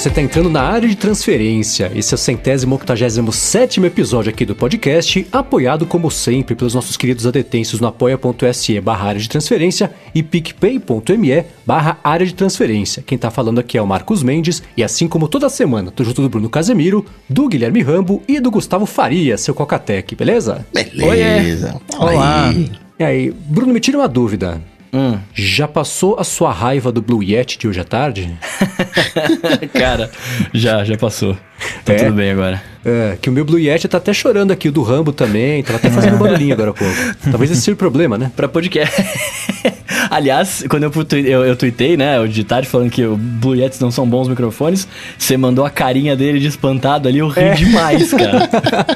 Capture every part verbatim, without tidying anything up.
você está entrando na área de transferência. Esse é o centésimo octagésimo sétimo episódio aqui do podcast, apoiado como sempre pelos nossos queridos adetêncios no apoia.se barra área de transferência e picpay.me barra área de transferência. Quem tá falando aqui é o Marcos Mendes e assim como toda semana, tô junto do Bruno Casemiro, do Guilherme Rambo e do Gustavo Faria, seu Cocatec, beleza? Beleza. Oiê. Olá. E aí, Bruno, me tira uma dúvida. Hum. Já passou a sua raiva do Blue Yeti de hoje à tarde? Cara, já, já passou. Tá é? Tudo bem agora. É, que o meu Blue Yeti tá até chorando aqui, o do Rambo também, tava até fazendo barulhinho agora há pouco. Talvez esse seja o problema, né? Pra podcast. Aliás, quando eu, eu, eu tuitei, né, o de tarde falando que o Blue Yetis não são bons microfones, você mandou a carinha dele de espantado ali, eu ri é. demais, cara.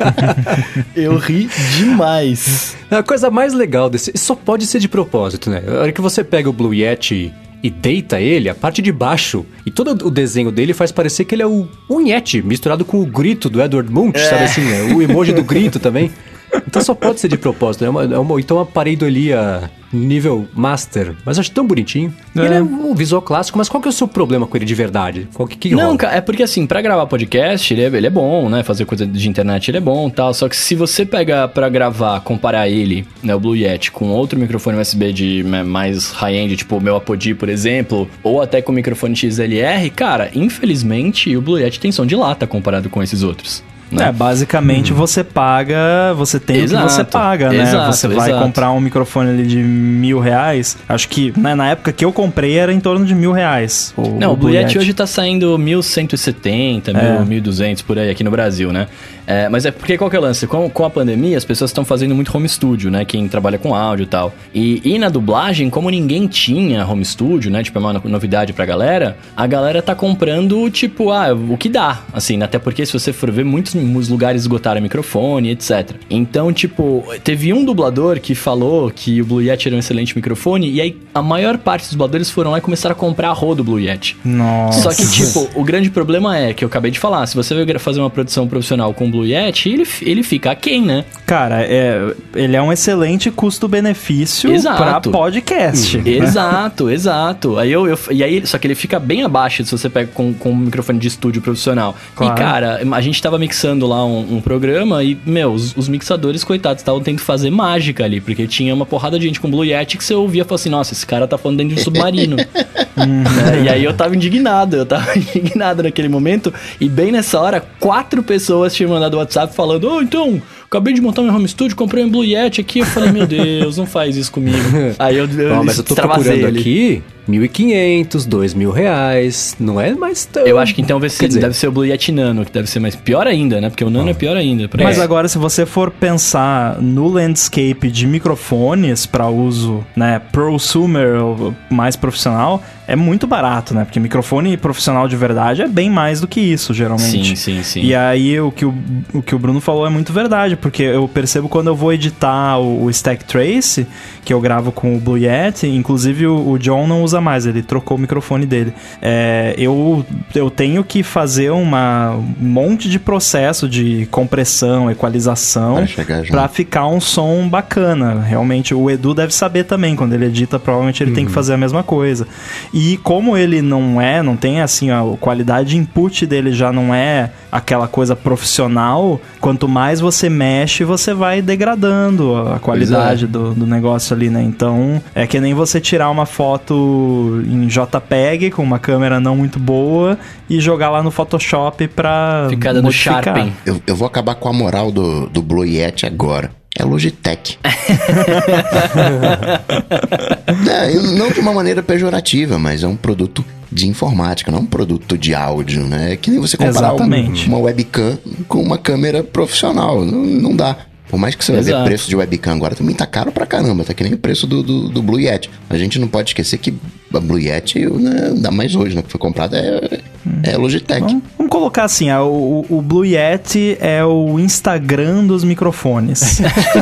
Eu ri demais. A coisa mais legal desse... Só pode ser de propósito, né? A hora que você pega o Blue Yeti e deita ele, a parte de baixo, e todo o desenho dele faz parecer que ele é o, um Yeti, misturado com o grito do Edward Munch, é. sabe assim, né? O emoji do grito também. Então só pode ser de propósito, né? É uma, é uma, então uma pareidolia nível master, mas eu acho tão bonitinho. É. Ele é um visual clássico, mas qual que é o seu problema com ele de verdade? Qual que, que Não, rola? cara, é porque assim, pra gravar podcast, ele é, ele é bom, né? Fazer coisa de internet, ele é bom e tal. Só que se você pegar pra gravar, comparar ele, né, o Blue Yeti, com outro microfone U S B de mais high-end, tipo o meu Apogee, por exemplo, ou até com o microfone X L R, cara, infelizmente o Blue Yeti tem som de lata comparado com esses outros. Né? É, basicamente hum. você paga, você tem exato, o que você paga, né? Exato, você vai exato. comprar um microfone ali de mil reais, acho que né, na época que eu comprei era em torno de mil reais. O, Não, o, o Blue Yeti hoje tá saindo mil cento e setenta, é. mil e duzentos por aí aqui no Brasil, né? É, mas é porque qual que é o lance? Com, com a pandemia, as pessoas estão fazendo muito home studio, né? Quem trabalha com áudio e tal. E, e na dublagem, como ninguém tinha home studio, né? Tipo, é uma novidade pra galera, a galera tá comprando, tipo, ah, o que dá, assim, até porque se você for ver, muitos lugares esgotaram microfone, etcétera. Então, tipo, teve um dublador que falou que o Blue Yeti era um excelente microfone, e aí a maior parte dos dubladores foram lá e começaram a comprar a roda do Blue Yeti. Nossa. Só que, tipo, o grande problema é, que eu acabei de falar, se você vai fazer uma produção profissional com Blue Yeti, ele, ele fica aquém, né? Cara, é, ele é um excelente custo-benefício pra podcast. Exato, exato. Aí eu, eu, e aí, só que ele fica bem abaixo se você pega com, com um microfone de estúdio profissional. Claro. E, cara, a gente tava mixando lá um, um programa e, meu, os, os mixadores, coitados, estavam tendo que fazer mágica ali, porque tinha uma porrada de gente com Blue Yeti que você ouvia e falava assim, nossa, esse cara tá falando dentro de um submarino. é, e aí eu tava indignado, eu tava indignado naquele momento, e bem nessa hora, quatro pessoas tinham mandado o WhatsApp falando, ô, oh, então, acabei de montar meu home studio, comprei um Blue Yeti aqui, eu falei, meu Deus, não faz isso comigo. Aí eu, eu, não, mas eu tô procurando ali. aqui... mil e quinhentos, dois mil reais, não é mais tão... Eu acho que então deve ser, deve ser o Blue Yeti Nano, que deve ser mais pior ainda, né? Porque o Nano ah. é pior ainda. Mas é. agora, se você for pensar no landscape de microfones para uso, né, prosumer, mais profissional, é muito barato, né? Porque microfone profissional de verdade é bem mais do que isso, geralmente. Sim, sim, sim. E aí, o que o, o, que o Bruno falou é muito verdade, porque eu percebo quando eu vou editar o, o Stack Trace, que eu gravo com o Blue Yeti, inclusive o, o John não usa mais, ele trocou o microfone dele. É, eu, eu tenho que fazer uma, um monte de processo de compressão, equalização, para ficar um som bacana. Realmente, o Edu deve saber também, quando ele edita, provavelmente ele uhum. tem que fazer a mesma coisa. E como ele não é, não tem assim, a qualidade de input dele já não é aquela coisa profissional, quanto mais você mexe, você vai degradando a qualidade é. do, do negócio ali, né? Então, é que nem você tirar uma foto em JPEG com uma câmera não muito boa e jogar lá no Photoshop pra ficar dando sharpen. Eu, eu vou acabar com a moral do, do Blue Yeti agora. É Logitech. não, não de uma maneira pejorativa, mas é um produto de informática, não é um produto de áudio, né? É que nem você comparar um, uma webcam com uma câmera profissional. Não, não dá. Por mais que você vai ver preço de webcam agora, também tá caro pra caramba. Tá que nem o preço do, do, do Blue Yeti. A gente não pode esquecer que a Blue Yeti, né, ainda mais hoje, né? Que foi comprada é, é Logitech. Vamos, vamos colocar assim, ó, o, o Blue Yeti é o Instagram dos microfones.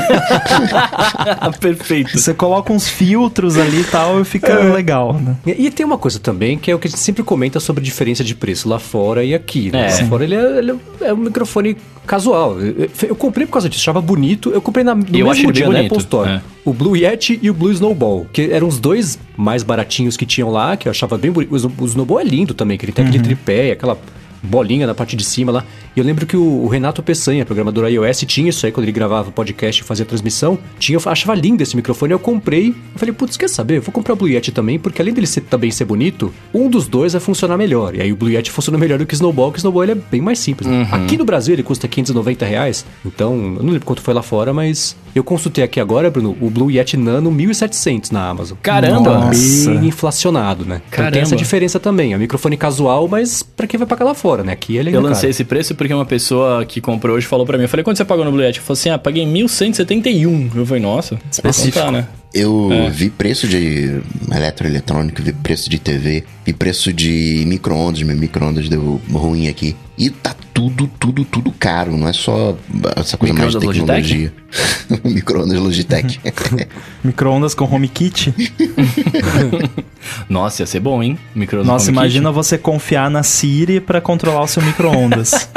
Perfeito. Você coloca uns filtros ali e tal e fica é. legal, né? E, e tem uma coisa também, que é o que a gente sempre comenta sobre a diferença de preço lá fora e aqui, né? É. Lá fora ele é, ele é um microfone casual. Eu, eu comprei por causa disso, achava bonito. Eu comprei na, no eu mesmo dia na Apple Store. É. o Blue Yeti e o Blue Snowball, que eram os dois mais baratinhos que tinham lá, que eu achava bem bonito. O Snowball é lindo também, que ele tem uhum. aquele tripé, aquela bolinha na parte de cima lá. E eu lembro que o Renato Peçanha, programador iOS, tinha isso aí quando ele gravava o podcast e fazia transmissão. Tinha, eu achava lindo esse microfone, eu comprei. Eu falei, putz, quer saber? Eu vou comprar o Blue Yeti também, porque além dele ser, também ser bonito, um dos dois vai funcionar melhor. E aí o Blue Yeti funciona melhor do que o Snowball, que o Snowball ele é bem mais simples. Né? Uhum. Aqui no Brasil ele custa quinhentos e noventa reais, então eu não lembro quanto foi lá fora, mas eu consultei aqui agora, Bruno, o Blue Yeti Nano mil e setecentos na Amazon. Caramba! Nossa. Bem inflacionado, né? Então tem essa diferença também. É um microfone casual, mas pra quem vai pagar lá fora, né? Aqui ele é Eu lancei esse preço porque uma pessoa que comprou hoje falou pra mim. Eu falei, quanto você pagou no Blue Yeti? Eu falei assim, ah, paguei mil cento e setenta e um. Eu falei, nossa, específico, tá, né? Eu é. vi preço de eletroeletrônico, vi preço de T V, vi preço de micro-ondas, meu micro-ondas deu ruim aqui. E tá tudo, tudo, tudo caro, não é só essa coisa mais de tecnologia. Micro-ondas Logitech. Micro-ondas com HomeKit? Nossa, ia ser bom, hein? Micro-ondas Nossa, imagina kit. Você confiar na Siri pra controlar o seu micro-ondas.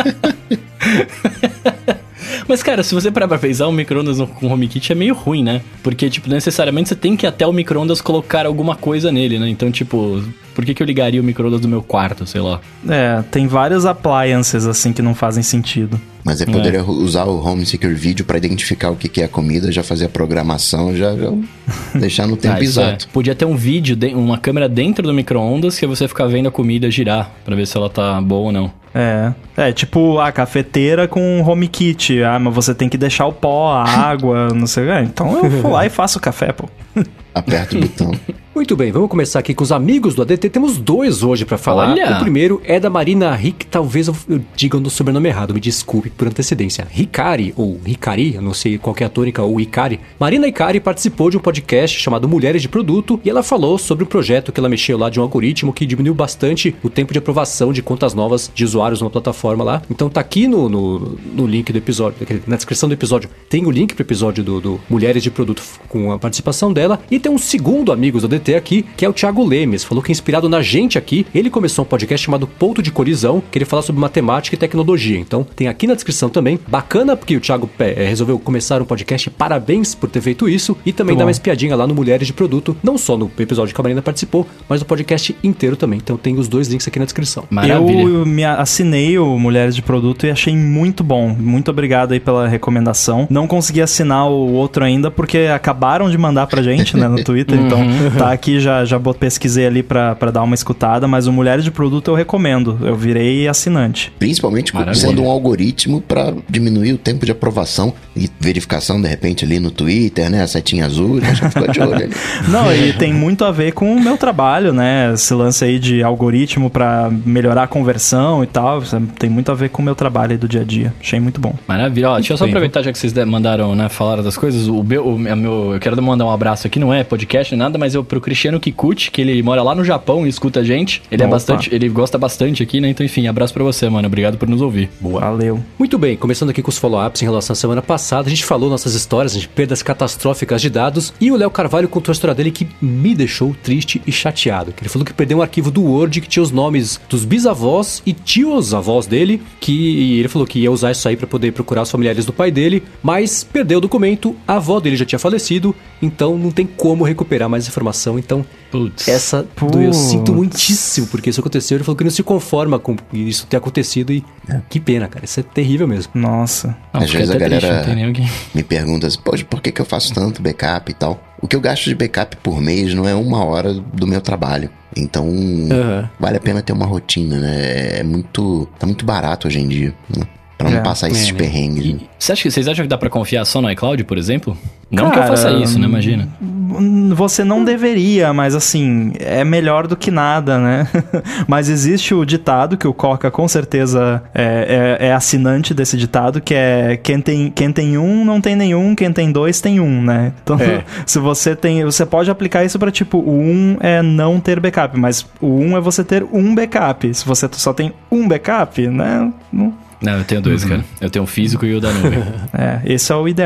Mas, cara, se você parar pra pensar, o micro-ondas com HomeKit é meio ruim, né? Porque, tipo, necessariamente você tem que até o micro-ondas colocar alguma coisa nele, né? Então, tipo, por que que eu ligaria o micro-ondas do meu quarto, sei lá? É, tem vários appliances, assim, que não fazem sentido. Mas aí poderia é. usar o Home Secure Video pra identificar o que que é a comida, já fazer a programação, já, já deixar no tempo ah, exato. É. Podia ter um vídeo, uma câmera dentro do micro-ondas que você ficar vendo a comida girar, pra ver se ela tá boa ou não. É, é tipo a cafeteira com HomeKit. Ah, mas você tem que deixar o pó, a água, não sei o que. Então eu vou lá e faço o café, pô. Aperta o botão. Muito bem, vamos começar aqui com os amigos do A D T. Temos dois hoje pra falar. Olha. O primeiro é da Marina Rick, talvez eu, eu diga o sobrenome errado, me desculpe por antecedência. Ricari, ou Ricari, eu não sei qual que é a tônica, ou Icari. Marina Icari participou de um podcast chamado Mulheres de Produto e ela falou sobre um projeto que ela mexeu lá de um algoritmo que diminuiu bastante o tempo de aprovação de contas novas de usuários numa plataforma lá. Então tá aqui no, no, no link do episódio, na descrição do episódio, tem o link pro episódio do, do Mulheres de Produto com a participação dela. E tem um segundo amigos do A D T aqui, que é o Thiago Lemes, falou que inspirado na gente aqui, ele começou um podcast chamado Ponto de Colisão, que ele fala sobre matemática e tecnologia. Então, tem aqui na descrição também. Bacana, porque o Thiago é, resolveu começar um podcast. Parabéns por ter feito isso. E também dá uma espiadinha lá no Mulheres de Produto, não só no episódio que a Marina participou, mas no podcast inteiro também. Então, tem os dois links aqui na descrição. Maravilha. Eu me assinei o Mulheres de Produto e achei muito bom. Muito obrigado aí pela recomendação. Não consegui assinar o outro ainda, porque acabaram de mandar pra gente, né, no Twitter. Então, tá aqui já já pesquisei ali pra, pra dar uma escutada, mas o Mulheres de Produto eu recomendo. Eu virei assinante. Principalmente sendo um algoritmo pra diminuir o tempo de aprovação e verificação, de repente, ali no Twitter, né? A setinha azul, já ficou de olho ali. Não, e tem muito a ver com o meu trabalho, né? Esse lance aí de algoritmo pra melhorar a conversão e tal, tem muito a ver com o meu trabalho aí do dia a dia. Achei muito bom. Maravilha. Ó, deixa eu só aproveitar, já que vocês mandaram, né, falaram das coisas, o meu, o meu, eu quero mandar um abraço aqui, não é podcast nem nada, mas eu pro Cristiano Kikuchi, que ele mora lá no Japão e escuta a gente. Ele Opa. é bastante, ele gosta bastante aqui, né? Então, enfim, abraço pra você, mano. Obrigado por nos ouvir. Boa. Valeu. Muito bem, começando aqui com os follow-ups em relação à semana passada, a gente falou nossas histórias de perdas catastróficas de dados e o Léo Carvalho contou a história dele que me deixou triste e chateado. Que ele falou que perdeu um arquivo do Word que tinha os nomes dos bisavós e tios-avós dele, que ele falou que ia usar isso aí pra poder procurar os familiares do pai dele, mas perdeu o documento, a avó dele já tinha falecido, então não tem como recuperar mais informação. Então, Putz. essa Putz. eu sinto muitíssimo porque isso aconteceu. Ele falou que não se conforma com isso ter acontecido e é. que pena, cara. Isso é terrível mesmo. Nossa. Não, às vezes a galera triste, me pergunta assim, pô, por que que eu faço tanto backup e tal? O que eu gasto de backup por mês não é uma hora do meu trabalho. Então, uhum. vale a pena ter uma rotina, né? É muito... Tá muito barato hoje em dia, né? Pra não é, passar esses é, perrengues. E, você acha que, vocês acham que dá pra confiar só no iCloud, por exemplo? Não Cara, que eu faça isso, né? Imagina. Você não deveria, mas assim, é melhor do que nada, né? Mas existe o ditado, que o Coca com certeza é, é, é assinante desse ditado, que é quem tem, quem tem um não tem nenhum, quem tem dois tem um, né? Então, é. se você tem... Você pode aplicar isso pra tipo, o um é não ter backup, mas o um é você ter um backup. Se você só tem um backup, né? Não... Não, eu tenho dois, uhum. cara. Eu tenho o físico e o da nuvem. É, esse é o ideal.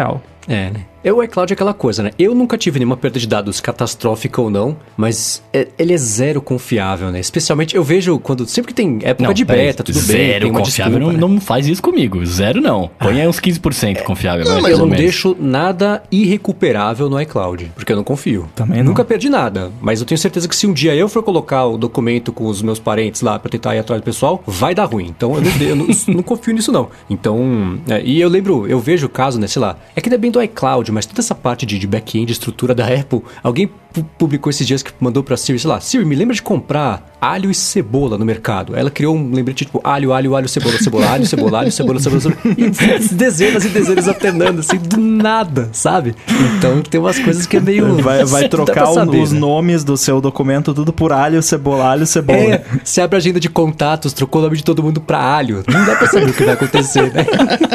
É, né? O iCloud é aquela coisa, né? Eu nunca tive nenhuma perda de dados catastrófica ou não, mas é, ele é zero confiável, né? Especialmente, eu vejo quando... Sempre que tem época não, de beta, tudo zero bem, tem uma confiável, desculpa, não, né? não faz isso comigo. Zero não. Põe aí uns quinze por cento confiável. Não, mas mas eu não menos. deixo nada irrecuperável no iCloud, porque eu não confio. Também não. Nunca perdi nada, mas eu tenho certeza que se um dia eu for colocar o documento com os meus parentes lá pra tentar ir atrás do pessoal, vai dar ruim. Então eu não, eu não, não confio nisso não. Então, é, e eu lembro, eu vejo o caso, né, sei lá, é que não é bem do iCloud, mas toda essa parte de, de back-end, estrutura da Apple, alguém pu- publicou esses dias que mandou pra Siri, sei lá, Siri, me lembra de comprar alho e cebola no mercado. Aí ela criou um lembrete tipo alho, alho, alho, cebola, cebola, alho, cebola, alho, cebola, cebola, cebola. E dezenas e dezenas alternando, assim, do nada, sabe? Então tem umas coisas que é meio... Vai, vai trocar o, saber, os né? nomes do seu documento tudo por alho, cebola, alho, cebola. É, você abre a agenda de contatos, trocou o nome de todo mundo pra alho. Não dá pra saber o que vai acontecer, né?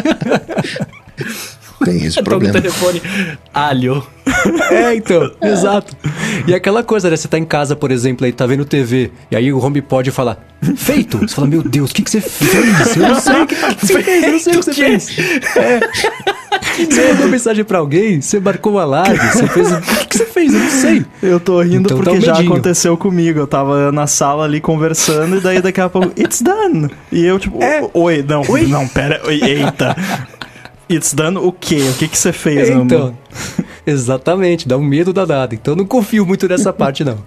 Tem esse Tá no problema. telefone, alho. É, então, exato. E aquela coisa, né? Você tá em casa, por exemplo, aí tá vendo T V, e aí o HomePod fala, feito! Você fala, meu Deus, o que, que você fez? Eu não sei o que, que você fez, eu não sei o que você fez. É. Você mandou mensagem pra alguém, você marcou uma live, você fez... O que, que você fez? Eu não sei. Eu tô rindo Então porque tá um já medinho. aconteceu comigo. Eu tava na sala ali conversando e daí daqui a pouco, it's done! E eu tipo, É. oi, não, Oi? não, pera, oi, eita. It's done o quê? O que que você fez, meu Então, amor? exatamente, dá um medo danado. Então eu não confio muito nessa parte, não.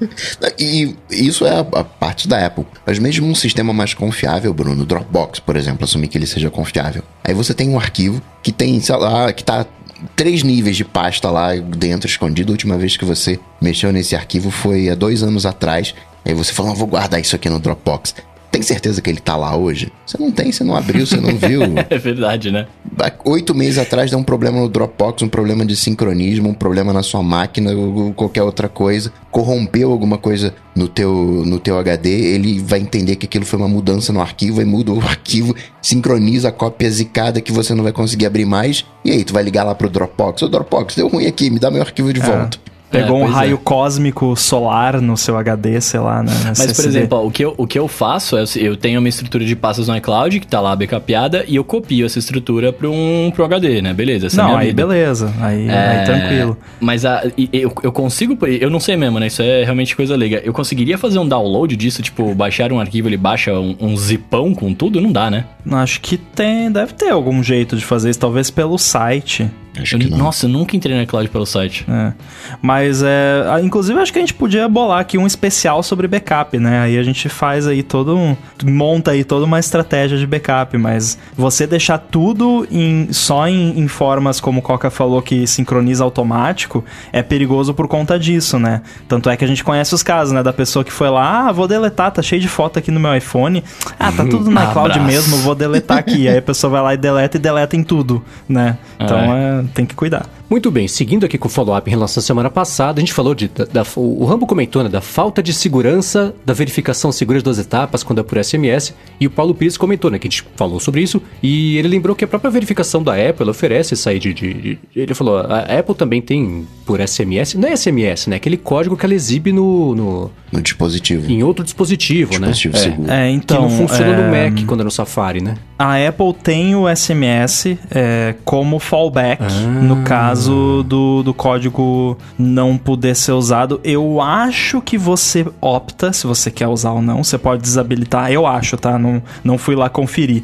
E isso é a, a parte da Apple. Mas mesmo um sistema mais confiável, Bruno, Dropbox, por exemplo, assumir que ele seja confiável. Aí você tem um arquivo que tem, sei lá, que tá três níveis de pasta lá dentro, escondido. A última vez que você mexeu nesse arquivo foi há dois anos atrás. Aí você falou, ah, vou guardar isso aqui no Dropbox. Tem certeza que ele tá lá hoje? Você não tem, você não abriu, você não viu. É verdade, né? Oito meses atrás deu um problema no Dropbox, um problema de sincronismo, um problema na sua máquina, ou qualquer outra coisa. Corrompeu alguma coisa no teu, no teu H D, ele vai entender que aquilo foi uma mudança no arquivo, aí muda o arquivo, sincroniza a cópia zicada que você não vai conseguir abrir mais. E aí, tu vai ligar lá pro Dropbox. Ô Dropbox, deu ruim aqui, me dá meu arquivo de volta. Pegou É, um pois raio é. cósmico solar no seu H D, sei lá, né? Mas, por exemplo, ó, o, que eu, o que eu faço é eu tenho uma estrutura de pastas no iCloud que tá lá backupeada e eu copio essa estrutura para um pro H D, né? Beleza, essa é a Não, minha aí vida. beleza, aí, É, aí tranquilo. Mas a, e- eu, eu consigo, eu não sei mesmo, né? Isso é realmente coisa legal. Eu conseguiria fazer um download disso, tipo, baixar um arquivo, ele baixa um, um zipão com tudo? Não dá, né? Acho que tem, deve ter algum jeito de fazer isso, talvez pelo site. Acho Eu- que não. nossa, eu nunca entrei no iCloud pelo site. É. Mas, é, ah, inclusive, acho que a gente podia bolar aqui um especial sobre backup, né? Aí a gente faz aí todo um... monta aí toda uma estratégia de backup, mas você deixar tudo em, só em, em formas como o Coca falou, que sincroniza automático, é perigoso por conta disso, né? Tanto é que a gente conhece os casos, né? Da pessoa que foi lá, ah, vou deletar, tá cheio de foto aqui no meu iPhone. Ah, tá tudo no iCloud Abraço. mesmo, vou deletar aqui. Aí a pessoa vai lá e deleta e deleta em tudo, né? Então, é, tem que cuidar. Muito bem, seguindo aqui com o follow-up em relação à semana passada, a gente falou de... Da, da- o Rambo comentou, né, da falta de segurança da verificação segura de duas etapas quando é por S M S, e o Paulo Pires comentou, né, que a gente falou sobre isso, e ele lembrou que a própria verificação da Apple, ela oferece isso aí de, de, de... Ele falou, a Apple também tem por S M S, não é S M S, né, aquele código que ela exibe no... no No dispositivo. em outro dispositivo, Dispositivo né? seguro. É, Que então... não funciona no é, Mac quando é no Safari, né? A Apple tem o S M S é, como fallback no caso do, do código não poder ser usado. Eu acho que você opta, se você quer usar ou não, você pode desabilitar. Eu acho, tá? Não, não fui lá conferir.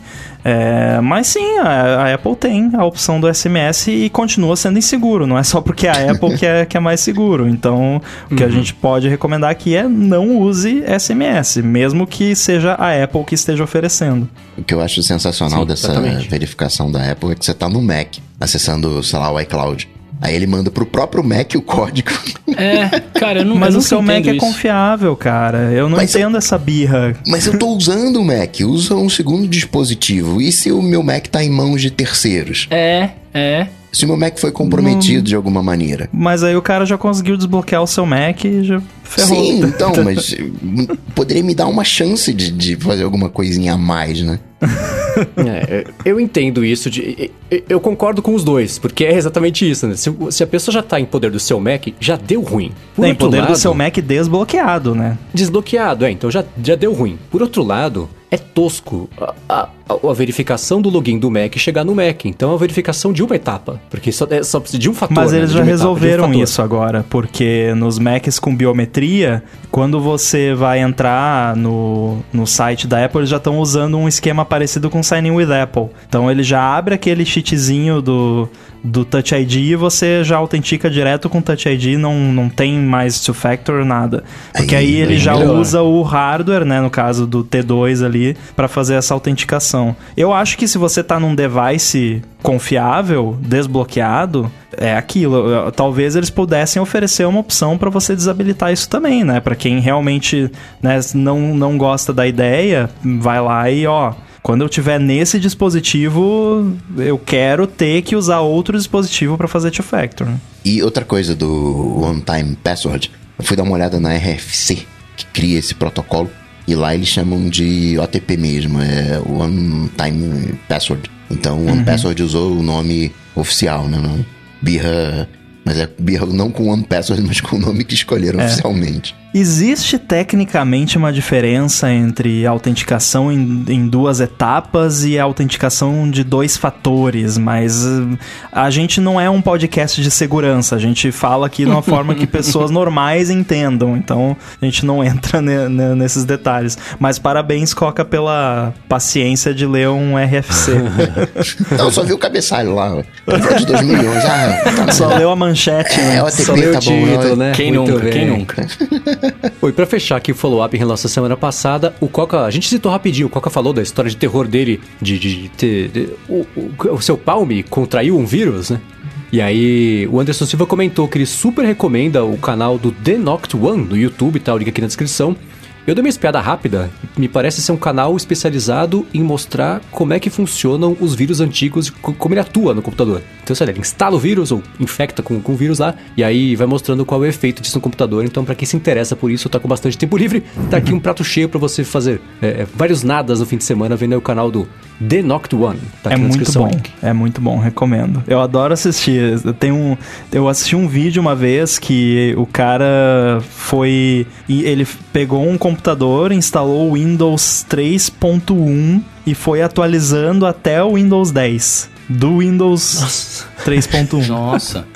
É, mas sim, a, a Apple tem a opção do S M S e continua sendo inseguro. Não é só porque a Apple que, é, que é mais seguro. Então, o que a gente pode recomendar aqui é não use S M S, mesmo que seja a Apple que esteja oferecendo. O que eu acho sensacional Sim, dessa exatamente. verificação da Apple é que você tá no Mac, acessando, sei lá, o iCloud. Aí ele manda pro próprio Mac o código. É, cara, eu não Mas eu o nunca seu Mac entendo é isso. confiável, cara. Eu não Mas entendo essa birra. Mas eu tô usando o Mac, usa um segundo dispositivo. E se o meu Mac tá em mãos de terceiros? É, é. Se o meu Mac foi comprometido de alguma maneira? Mas aí o cara já conseguiu desbloquear o seu Mac e já ferrou. Sim, então, mas hum, poderia me dar uma chance de, de fazer alguma coisinha a mais, né? É, eu entendo isso, de, eu concordo com os dois, porque é exatamente isso, né? Se, se a pessoa já tá em poder do seu Mac, já deu ruim. Por Tem outro poder lado, do seu Mac desbloqueado, né? desbloqueado, é, então já, já deu ruim. Por outro lado, é é tosco a, a, a verificação do login do Mac chegar no Mac. Então é uma verificação de uma etapa, porque só, é, só precisa de um fator. Mas eles né? já um resolveram etapa, um isso agora, porque nos Macs com biometria, quando você vai entrar no, no site da Apple, eles já estão usando um esquema parecido com Sign in with Apple. Então ele já abre aquele cheatzinho do, do Touch I D e você já autentica direto com Touch I D, não, não tem mais two-factor, nada. Porque aí, aí ele já melhor. usa o hardware, né, no caso do T dois ali, para fazer essa autenticação. Eu acho que se você tá num device confiável, desbloqueado, é aquilo. Talvez eles pudessem oferecer uma opção para você desabilitar isso também, né? Para quem realmente, né, não, não gosta da ideia, vai lá e, ó, quando eu tiver nesse dispositivo, eu quero ter que usar outro dispositivo para fazer two-factor. Né? E outra coisa do One Time Password, eu fui dar uma olhada na R F C, que cria esse protocolo, e lá eles chamam de O T P mesmo, é One Time Password. Então, o One uhum. Password usou o nome oficial, né? Não? Birra, mas é birra não com One Password, mas com o nome que escolheram é. oficialmente. Existe tecnicamente uma diferença entre a autenticação em, em duas etapas e a autenticação de dois fatores, mas a gente não é um podcast de segurança, a gente fala aqui de uma forma que pessoas normais entendam, então a gente não entra ne, ne, nesses detalhes. Mas parabéns, Coca, pela paciência de ler um R F C. Não, só vi o cabeçalho lá, de dois milhões. Ah, tá só leu a manchete, é, né? É, o A T P tá bom, título, né? Quem Muito nunca, bem. quem nunca? Oi, pra fechar aqui o follow-up em relação à semana passada, o Coca, a gente citou rapidinho, o Coca falou da história de terror dele, de, de ter... De, o, o, o seu palme contraiu um vírus, né? E aí o Anderson Silva comentou que ele super recomenda o canal do The Knocked One no YouTube, tá? O link aqui na descrição. Eu dei uma espiada rápida, me parece ser um canal especializado em mostrar como é que funcionam os vírus antigos, como ele atua no computador. Então, sei lá, ele instala o vírus ou infecta com, com o vírus lá, e aí vai mostrando qual é o efeito disso no computador. Então, pra quem se interessa por isso, tá com bastante tempo livre, tá aqui um prato cheio pra você fazer é, vários nadas no fim de semana, vendo aí o canal do The Knocked One. Tá aqui é na muito bom, link. é muito bom, recomendo. Eu adoro assistir. Eu tenho um, eu assisti um vídeo uma vez que o cara foi, e ele pegou um computador, instalou o Windows três ponto um e foi atualizando até o Windows dez. Do Windows três ponto um. Nossa.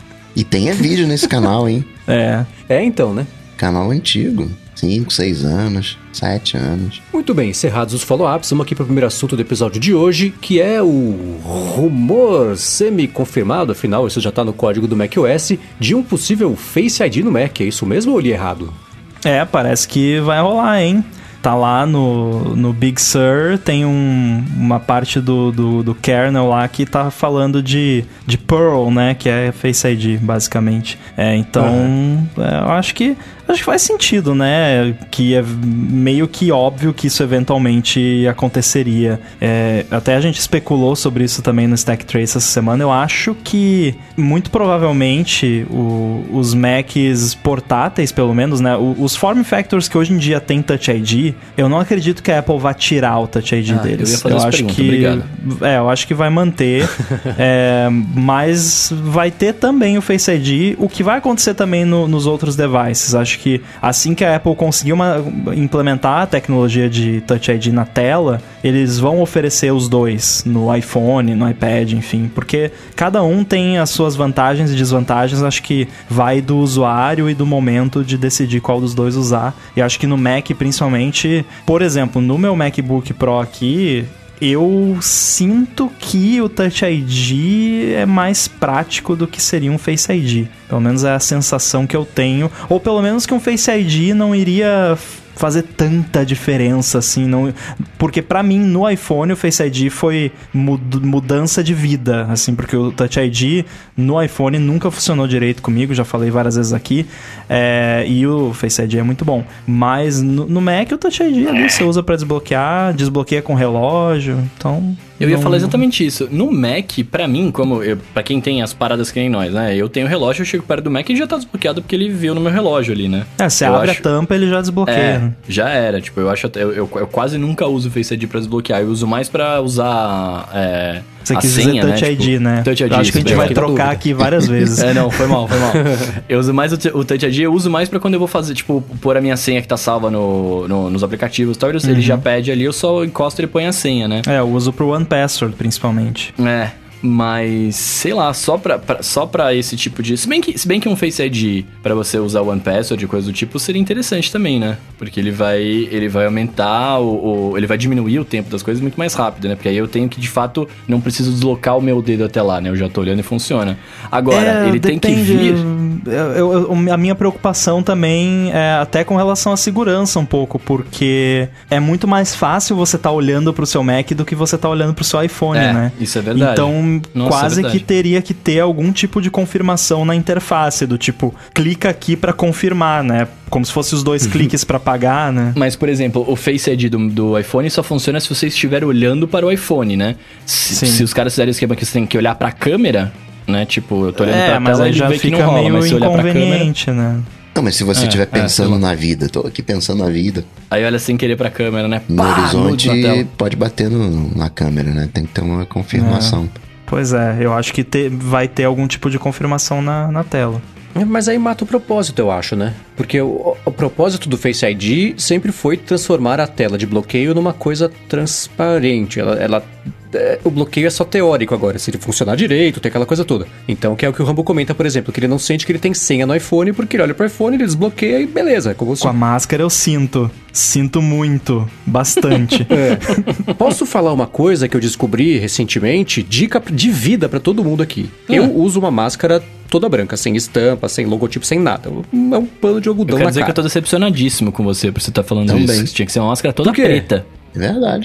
E tem vídeo nesse canal, hein? É. É, então, né? Canal antigo. cinco, seis anos, sete anos. Muito bem, encerrados os follow-ups, vamos aqui para o primeiro assunto do episódio de hoje, que é o rumor semi-confirmado, afinal isso já está no código do macOS, de um possível Face I D no Mac. É isso mesmo ou eu li errado? É, parece que vai rolar, hein? Tá lá no, no Big Sur, tem um, uma parte do, do, do kernel lá que tá falando de, de Perl, né? Que é Face I D, basicamente. É, então, uhum. é, eu acho que acho que faz sentido, né? Que é meio que óbvio que isso eventualmente aconteceria. É, até a gente especulou sobre isso também no Stack Trace essa semana. Eu acho que, muito provavelmente, o, os Macs portáteis, pelo menos, né? O, os form factors que hoje em dia tem Touch I D, eu não acredito que a Apple vá tirar o Touch I D ah, deles. Eu ia fazer eu essa acho pergunta, que, obrigado. É, eu acho que vai manter. é, mas vai ter também o Face I D, o que vai acontecer também no, nos outros devices. Acho que assim que a Apple conseguir uma, implementar a tecnologia de Touch I D na tela, eles vão oferecer os dois no iPhone, no iPad, enfim, porque cada um tem as suas vantagens e desvantagens. Acho que vai do usuário e do momento de decidir qual dos dois usar. E acho que no Mac, principalmente, por exemplo, no meu MacBook Pro aqui, eu sinto que o Touch I D é mais prático do que seria um Face I D. Pelo menos é a sensação que eu tenho. Ou pelo menos que um Face I D não iria fazer tanta diferença assim, não, porque pra mim no iPhone o Face I D foi mud- mudança de vida, assim, porque o Touch I D no iPhone nunca funcionou direito comigo, já falei várias vezes aqui, é, e o Face I D é muito bom, mas no, no Mac o Touch I D ali você usa pra desbloquear, desbloqueia com relógio, então... Eu ia não... falar exatamente isso. No Mac, pra mim, como eu, pra quem tem as paradas que nem nós, né? Eu tenho relógio, eu chego perto do Mac e já tá desbloqueado porque ele veio no meu relógio ali, né? É, você eu abre acho... a tampa ele já desbloqueia. É, já era. Tipo, eu acho até, eu, eu, eu quase nunca uso o Face I D pra desbloquear. Eu uso mais pra usar... É... Você quis dizer senha, Touch né? I D, tipo, né? Touch I D, Eu acho que a gente vai bem, trocar aqui várias vezes. É, não, foi mal, foi mal. Eu uso mais o, o Touch I D, eu uso mais pra quando eu vou fazer, tipo, pôr a minha senha que tá salva no, no, nos aplicativos e tal, ele uhum. já pede ali, eu só encosto e ele põe a senha, né? É, eu uso pro One Password, principalmente. É. Mas, sei lá, só pra, pra, só pra esse tipo de... Se bem, que, se bem que um Face I D pra você usar o One Password e coisa do tipo seria interessante também, né? Porque ele vai, ele vai aumentar, o, o, ele vai diminuir o tempo das coisas muito mais rápido, né? Porque aí eu tenho que, de fato, não preciso deslocar o meu dedo até lá, né? Eu já tô olhando e funciona. Agora, é, ele depende, tem que vir... Eu, eu, a minha preocupação também é até com relação à segurança um pouco, porque é muito mais fácil você tá olhando pro seu Mac do que você tá olhando pro seu iPhone, é, né? Isso é verdade. Então, Nossa, quase é que teria que ter algum tipo de confirmação na interface, do tipo, clica aqui pra confirmar, né? Como se fosse os dois cliques pra pagar, né? Mas, por exemplo, o Face I D do, do iPhone só funciona se você estiver olhando para o iPhone, né? Se, se os caras fizerem o esquema que você tem que olhar pra câmera, né? Tipo, eu tô olhando é, pra mas tela aí e já vê que fica não rola, meio mas se olhar pra câmera... inconveniente, né? Não, mas se você estiver é, pensando é, na vida, tô aqui pensando na vida. Aí olha sem querer pra câmera, né? No Pá, horizonte pode bater no, na câmera, né? Tem que ter uma confirmação. É. Pois é, eu acho que te, vai ter algum tipo de confirmação na, na tela. Mas aí mata o propósito, eu acho, né? Porque o, o propósito do Face I D sempre foi transformar a tela de bloqueio numa coisa transparente. Ela, ela é, o bloqueio é só teórico agora, se ele funcionar direito, tem aquela coisa toda. Então, que é o que o Rambo comenta, por exemplo, que ele não sente que ele tem senha no iPhone, porque ele olha pro iPhone, ele desbloqueia e beleza. Como se... Com a máscara eu sinto. Sinto muito. Bastante. É. Posso falar uma coisa que eu descobri recentemente? Dica de vida pra todo mundo aqui. É. Eu uso uma máscara toda branca, sem estampa, sem logotipo, sem nada. É um pano de algodão na cara. Eu quero dizer que eu tô decepcionadíssimo com você por você estar tá falando Também. isso. Tinha que ser uma máscara toda preta. É verdade.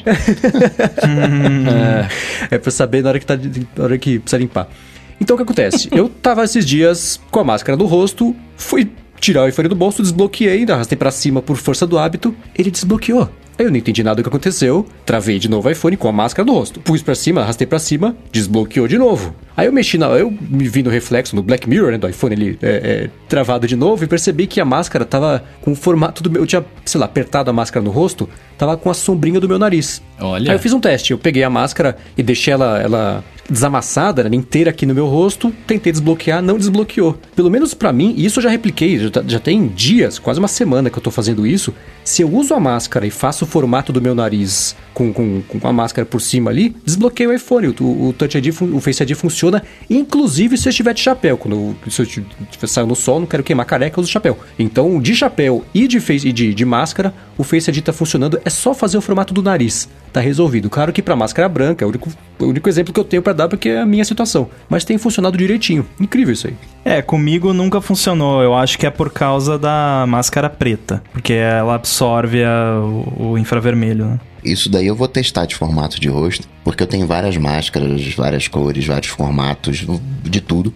hum, é. é pra saber na hora que, tá, na hora que precisa limpar. Então o que acontece? Eu tava esses dias com a máscara no rosto, fui tirar o iPhone do bolso, desbloqueei, arrastei pra cima por força do hábito, ele desbloqueou. Aí eu não entendi nada do que aconteceu, travei de novo o iPhone com a máscara no rosto. Pus pra cima, arrastei pra cima, desbloqueou de novo. Aí eu mexi na... Eu me vi no reflexo, no Black Mirror, né, do iPhone ali, é, é, travado de novo, e percebi que a máscara tava com o formato do meu... Eu tinha, sei lá, apertado a máscara no rosto, tava com a sombrinha do meu nariz. Olha. Aí eu fiz um teste, eu peguei a máscara e deixei ela... ela desamassada, né, inteira aqui no meu rosto, tentei desbloquear, não desbloqueou. Pelo menos pra mim, e isso eu já repliquei, já, já tem dias, quase uma semana que eu tô fazendo isso. Se eu uso a máscara e faço o formato do meu nariz com, com, com a máscara por cima ali, desbloqueio o iPhone. O, o Touch I D, o Face I D funciona, inclusive se eu estiver de chapéu. Quando eu, se eu, se eu saio no sol, não quero queimar careca, eu uso chapéu. Então, de chapéu e de, face, e de, de máscara, o Face I D tá funcionando, é só fazer o formato do nariz. Tá resolvido. Claro que pra máscara branca é o único, o único exemplo que eu tenho pra dar, porque é a minha situação. Mas tem funcionado direitinho. Incrível isso aí. É, comigo nunca funcionou. Eu acho que é por causa da máscara preta. Porque ela absorve a, o, o infravermelho, né? Isso daí eu vou testar de formato de rosto, porque eu tenho várias máscaras, várias cores, vários formatos, de tudo.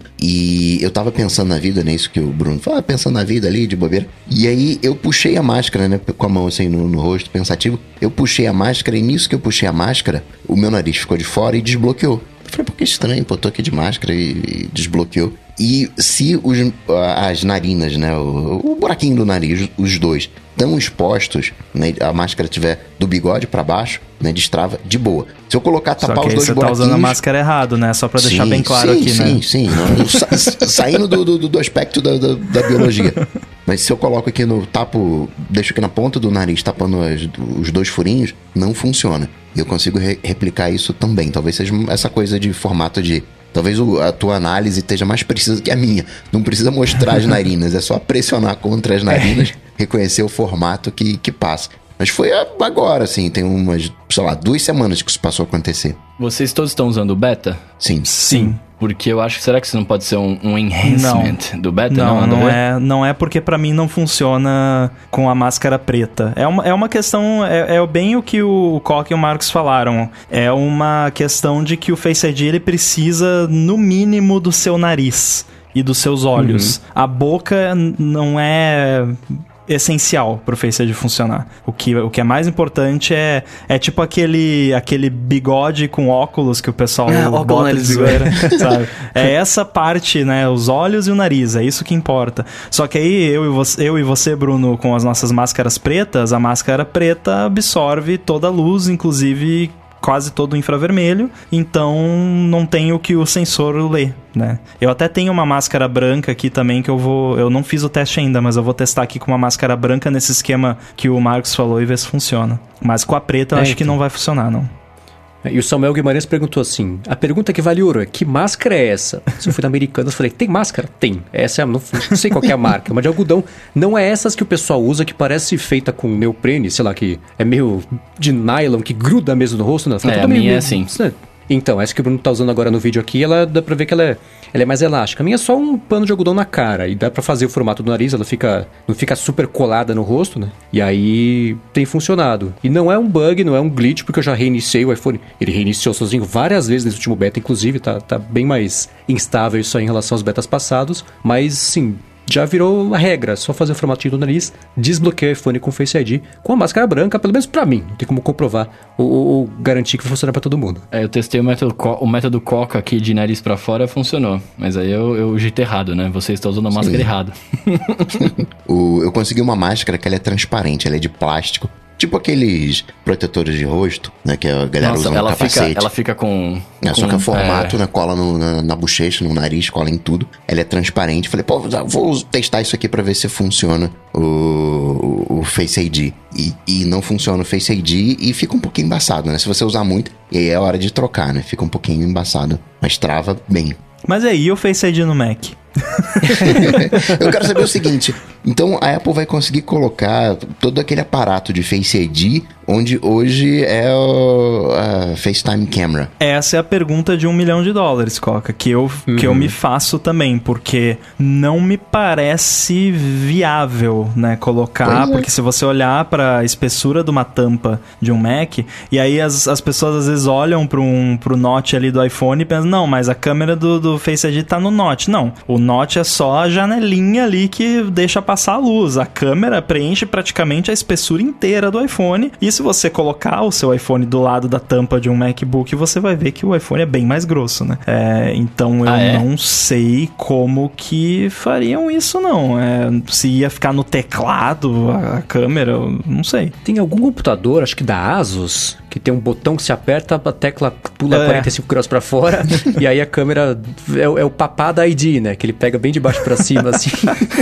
E eu tava pensando na vida, né? Isso que o Bruno fala, pensando na vida ali, de bobeira. E aí eu puxei a máscara, né? Com a mão assim no, no rosto, pensativo. Eu puxei a máscara e nisso que eu puxei a máscara, o meu nariz ficou de fora e desbloqueou. Eu falei, pô, que estranho, pô, tô aqui de máscara e, e desbloqueou. E se os, as narinas, né? O, o buraquinho do nariz, os dois, estão expostos, né, a máscara tiver do bigode pra baixo, né, destrava de boa. Se eu colocar, tapar Só que os dois você buraquinhos... tá usando a máscara errado, né? Só pra deixar sim, bem claro sim, aqui, sim, né? Sim, sim, sim. Saindo do, do, do aspecto da, da, da biologia. Mas se eu coloco aqui no tapo, deixo aqui na ponta do nariz, tapando as, os dois furinhos, não funciona. E eu consigo re- replicar isso também. Talvez seja essa coisa de formato de... Talvez o, a tua análise esteja mais precisa que a minha. Não precisa mostrar as narinas, é só pressionar contra as narinas, reconhecer o formato que, que passa. Mas foi agora, assim, tem umas, sei lá, duas semanas que isso passou a acontecer. Vocês todos estão usando o beta? Sim. Sim. Porque eu acho que, será que isso não pode ser um, um enhancement não. do beta? Não, não, não é, não é porque pra mim não funciona com a máscara preta. É uma, é uma questão, é, é bem o que o Coque e o Marcos falaram. É uma questão de que o Face I D ele precisa, no mínimo, do seu nariz e dos seus olhos. Uhum. A boca não é... essencial pro Face I D funcionar. O que, o que é mais importante é, é tipo aquele, aquele bigode com óculos que o pessoal ah, bota de zoeira, sabe? É essa parte, né? Os olhos e o nariz, é isso que importa. Só que aí eu e você, eu e você, Bruno, com as nossas máscaras pretas, a máscara preta absorve toda a luz, inclusive quase todo infravermelho, então não tem o que o sensor lê, né? Eu até tenho uma máscara branca aqui também que eu vou... Eu não fiz o teste ainda, mas eu vou testar aqui com uma máscara branca nesse esquema que o Marcos falou e ver se funciona. Mas com a preta eu é, acho então. que não vai funcionar, não. E o Samuel Guimarães perguntou assim, a pergunta que vale ouro é, que máscara é essa? Se eu fui na Americanas, eu falei, tem máscara? Tem. Essa é, não, não sei qual que é a marca, mas de algodão. Não é essas que o pessoal usa, que parece feita com neoprene, sei lá, que é meio de nylon, que gruda mesmo no rosto. Não, é, a minha meio, é assim. Né? Então, essa que o Bruno tá usando agora no vídeo aqui, ela dá pra ver que ela é, ela é mais elástica. A minha é só um pano de algodão na cara, e dá pra fazer o formato do nariz, ela fica, não fica super colada no rosto, né? E aí tem funcionado. E não é um bug, não é um glitch, porque eu já reiniciei o iPhone. Ele reiniciou sozinho várias vezes nesse último beta, inclusive, tá, tá bem mais instável isso aí em relação aos betas passados. Mas, sim, já virou a regra, só fazer o formatinho do nariz, desbloquear o iPhone com Face I D, com a máscara branca, pelo menos pra mim. Não tem como comprovar ou, ou garantir que vai funcionar pra todo mundo. É, eu testei o método, o método Coca aqui de nariz pra fora, funcionou. Mas aí eu, eu jeito errado, né? Você está usando a máscara Sim. errada. o, eu consegui uma máscara que ela é transparente, ela é de plástico. Tipo aqueles protetores de rosto, né? Que a galera Nossa, usa no ela capacete. Fica, ela fica com... É, com só que o formato, é... né? Cola no, na, na bochecha, no nariz, cola em tudo. Ela é transparente. Falei, pô, vou testar isso aqui pra ver se funciona o, o, o Face I D. E, e não funciona o Face I D e fica um pouquinho embaçado, né? Se você usar muito, e aí é hora de trocar, né? Fica um pouquinho embaçado, mas trava bem. Mas aí o Face I D no Mac? Eu quero saber o seguinte, então a Apple vai conseguir colocar todo aquele aparato de Face I D onde hoje é o a FaceTime Camera? Essa é a pergunta de um milhão de dólares, Coca, que eu, uhum. que eu me faço também, porque não me parece viável, né, colocar, é. Porque se você olhar para a espessura de uma tampa de um Mac, e aí as, as pessoas às vezes olham para um, pro notch ali do iPhone e pensam, não, mas a câmera do, do Face I D tá no notch. Não, o notch é só a janelinha ali que deixa passar a luz. A câmera preenche praticamente a espessura inteira do iPhone, e se você colocar o seu iPhone do lado da tampa de um MacBook, você vai ver que o iPhone é bem mais grosso, né? É, então eu ah, é? não sei como que fariam isso, não. É, se ia ficar no teclado a, a câmera, eu não sei. Tem algum computador, acho que da Asus, que tem um botão que se aperta, a tecla pula é. quarenta e cinco graus pra fora, e aí a câmera é, é o papá da I D, né? Que ele pega bem de baixo pra cima, assim.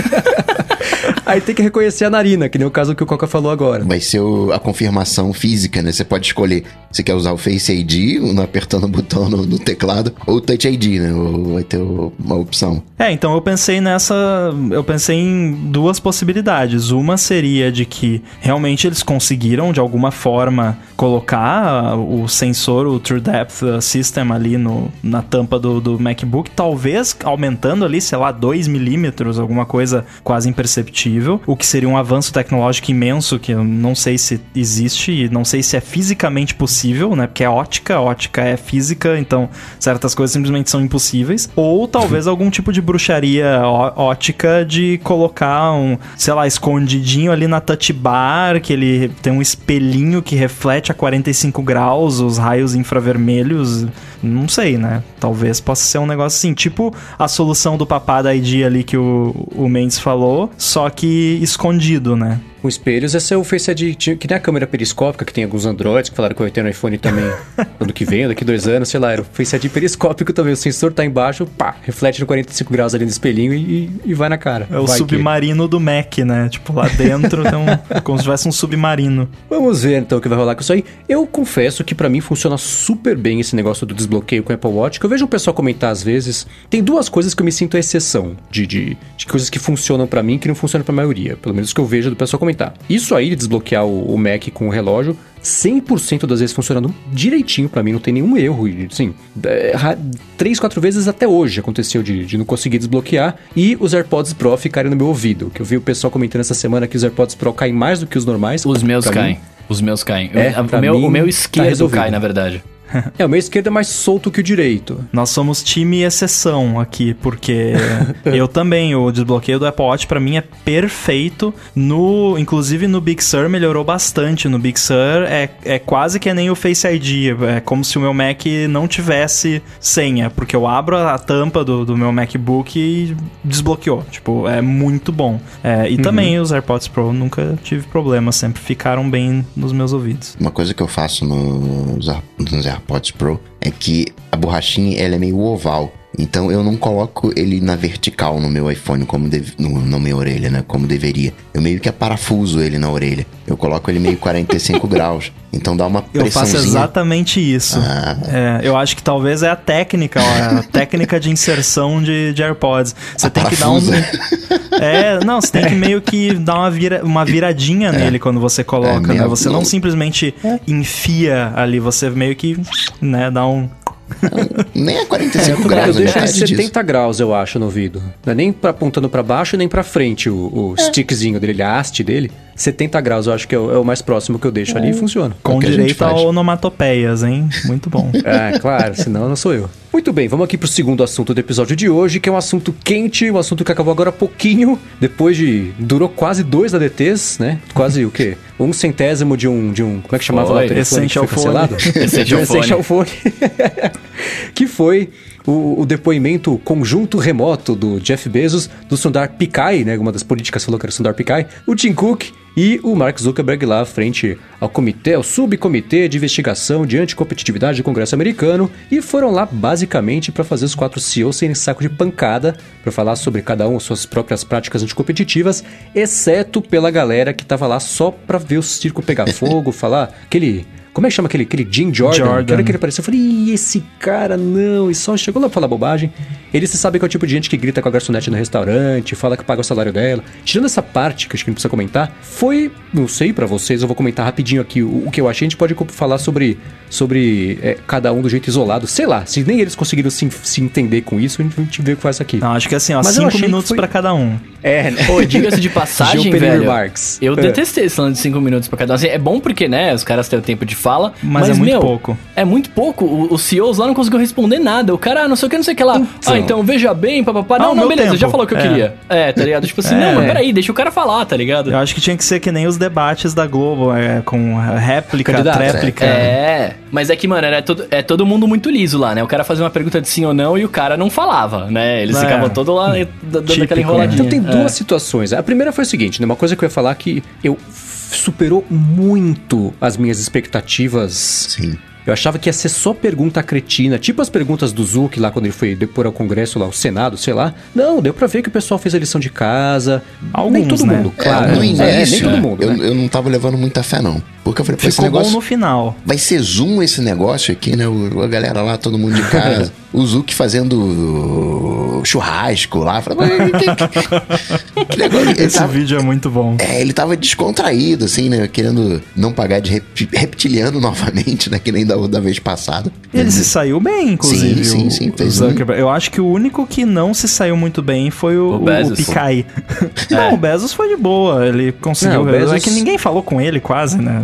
Aí tem que reconhecer a narina, que nem o caso que o Coca falou agora. Vai ser o, a confirmação física, né? Você pode escolher se quer usar o Face I D, apertando o botão no, no teclado, ou o Touch I D, né? Ou vai ter uma opção. É, então eu pensei nessa... Eu pensei em duas possibilidades. Uma seria de que realmente eles conseguiram, de alguma forma, colocar o sensor, o True Depth System ali no, na tampa do, do MacBook, talvez aumentando ali, sei lá, dois milímetros, alguma coisa quase imperceptível. O que seria um avanço tecnológico imenso, que eu não sei se existe e não sei se é fisicamente possível, né? Porque é ótica, ótica é física, então certas coisas simplesmente são impossíveis. Ou talvez algum tipo de bruxaria ó- ótica de colocar um, sei lá, escondidinho ali na touch bar, que ele tem um espelhinho que reflete a quarenta e cinco graus os raios infravermelhos. Não sei, né? Talvez possa ser um negócio assim, tipo a solução do papá da I D ali que o, o Mendes falou, só que escondido, né? Com espelhos, esse é o Face I D, que nem a câmera periscópica, que tem alguns Androids que falaram que vai ter no iPhone também ano que vem, daqui dois anos, sei lá, era o Face I D periscópico também, o sensor tá embaixo, pá, reflete no quarenta e cinco graus ali no espelhinho e, e vai na cara. É o vai submarino que... do Mac, né? Tipo, lá dentro tem um, como se tivesse um submarino. Vamos ver então o que vai rolar com isso aí. Eu confesso que pra mim funciona super bem esse negócio do desbloqueio com o Apple Watch, que eu vejo o pessoal comentar às vezes. Tem duas coisas que eu me sinto a exceção de, de, de coisas que funcionam pra mim e que não funcionam pra maioria, pelo menos que eu vejo do pessoal comentar. Isso aí de desbloquear o, o Mac com o relógio, cem por cento das vezes funcionando direitinho pra mim, não tem nenhum erro. Assim, é, três, quatro vezes até hoje aconteceu de, de não conseguir desbloquear, e os AirPods Pro ficarem no meu ouvido, que eu vi o pessoal comentando essa semana que os AirPods Pro caem mais do que os normais. Os meus caem. Os meus caem. É, o, meu, o meu esquerdo tá cai, na verdade. É, o meio esquerdo é mais solto que o direito. Nós somos time exceção aqui, porque eu também, o desbloqueio do Apple Watch pra mim é perfeito. No, inclusive no Big Sur melhorou bastante. No Big Sur é, é quase que nem o Face I D. É como se o meu Mac não tivesse senha, porque eu abro a tampa do, do meu MacBook e desbloqueou. Tipo, é muito bom. É, e uhum. também os AirPods Pro nunca tive problema, sempre ficaram bem nos meus ouvidos. Uma coisa que eu faço nos, nos AirPods Pro é que a borrachinha ela é meio oval. Então eu não coloco ele na vertical no meu iPhone, como deve, no, na minha orelha, né? Como deveria. Eu meio que aparafuso ele na orelha. Eu coloco ele meio quarenta e cinco graus. Então dá uma pressãozinha. Eu faço exatamente isso. Ah. É, eu acho que talvez é a técnica, ó, a técnica de inserção de, de AirPods. Você tem que dar um... É, não, você tem que meio que dar uma, vira, uma viradinha é. nele quando você coloca, é, né? Você não, não simplesmente é. enfia ali, você meio que, né, dá um... Nem é quarenta e cinco é, graus. Eu deixo em setenta graus, eu acho, no ouvido. Não é nem pra, apontando pra baixo, nem pra frente o, o é. stickzinho dele, a haste dele. setenta graus, eu acho que é o, é o mais próximo que eu deixo é. ali e funciona. Com direito a onomatopeias, hein? Muito bom. É, claro, senão não sou eu. Muito bem, vamos aqui pro segundo assunto do episódio de hoje, que é um assunto quente, um assunto que acabou agora há pouquinho, depois de... Durou quase dois A D Ts, né? Quase o quê? Um centésimo de um... De um como é que chamava lá o telefone que foi cancelado? Essential Phone. Essential Phone. Que foi... O, o depoimento conjunto remoto do Jeff Bezos, do Sundar Pichai, né? Uma das políticas falou que era o Sundar Pichai, o Tim Cook e o Mark Zuckerberg lá frente ao comitê, ao subcomitê de investigação de anticompetitividade do Congresso americano, e foram lá basicamente para fazer os quatro C E Os serem saco de pancada, para falar sobre cada um suas próprias práticas anticompetitivas, exceto pela galera que tava lá só para ver o circo pegar fogo, falar aquele... Como é que chama aquele, aquele Jim Jordan? Jordan. Que hora que ele apareceu, eu falei, ih, esse cara não, e só chegou lá pra falar bobagem. Ele se sabe que é o tipo de gente que grita com a garçonete no restaurante, fala que paga o salário dela. Tirando essa parte, que acho que a gente precisa comentar, foi, não sei pra vocês, eu vou comentar rapidinho aqui o, o que eu achei. A gente pode falar sobre, sobre é, cada um do jeito isolado. Sei lá, se nem eles conseguiram se, se entender com isso, a gente vê o que faz aqui. Não, acho que assim, ó, Mas cinco minutos foi... pra cada um. É, né? Pô, diga-se de passagem, velho, Marx. Eu é. detestei esse lance de cinco minutos pra cada um. Assim, é bom porque, né, os caras têm o tempo de fala, mas, mas é muito meu, pouco. É muito pouco. O, os C E Os lá não conseguiu responder nada. O cara, ah, não sei o que, não sei o que lá. Então. Ah, então, veja bem, papapá. Não, ah, não, beleza, tempo. já falou o que eu é. queria. É, tá ligado? Tipo assim, é. não, mas peraí, deixa o cara falar, tá ligado? Eu acho que tinha que ser que nem os debates da Globo, é, com réplica, Candidato, tréplica. É. é, mas é que, mano, era todo, é todo mundo muito liso lá, né? O cara fazia uma pergunta de sim ou não e o cara não falava, né? Eles é. ficavam todos lá dando Típico, aquela enroladinha. Então tem duas é. situações. A primeira foi o seguinte, né? Uma coisa que eu ia falar que eu superou muito as minhas expectativas. Sim. Eu achava que ia ser só pergunta cretina, tipo as perguntas do Zuck lá quando ele foi depor ao Congresso, lá, ao Senado, sei lá. Não, deu pra ver que o pessoal fez a lição de casa. Alguns, nem todo né? mundo, claro. É, no início, é, nem todo mundo, eu, né? eu não tava levando muita fé, não. Porque eu falei, pô, esse Ficou negócio... bom no final. Vai ser Zoom esse negócio aqui, né? O, a galera lá, todo mundo de casa. O Zuck fazendo churrasco lá. Falei, que, que negócio? Ele esse tava, vídeo é muito bom. É, ele tava descontraído, assim, né? Querendo não pagar de rep, reptiliano novamente, né? Que nem da, da vez passada. Ele Mas, se saiu bem, inclusive. Sim, sim, sim. O, o Zuckerberg. Um... Eu acho que o único que não se saiu muito bem foi o, o, o Pichai. É. Não, o Bezos foi de boa. Ele conseguiu. Não, Bezos... É que ninguém falou com ele quase, né?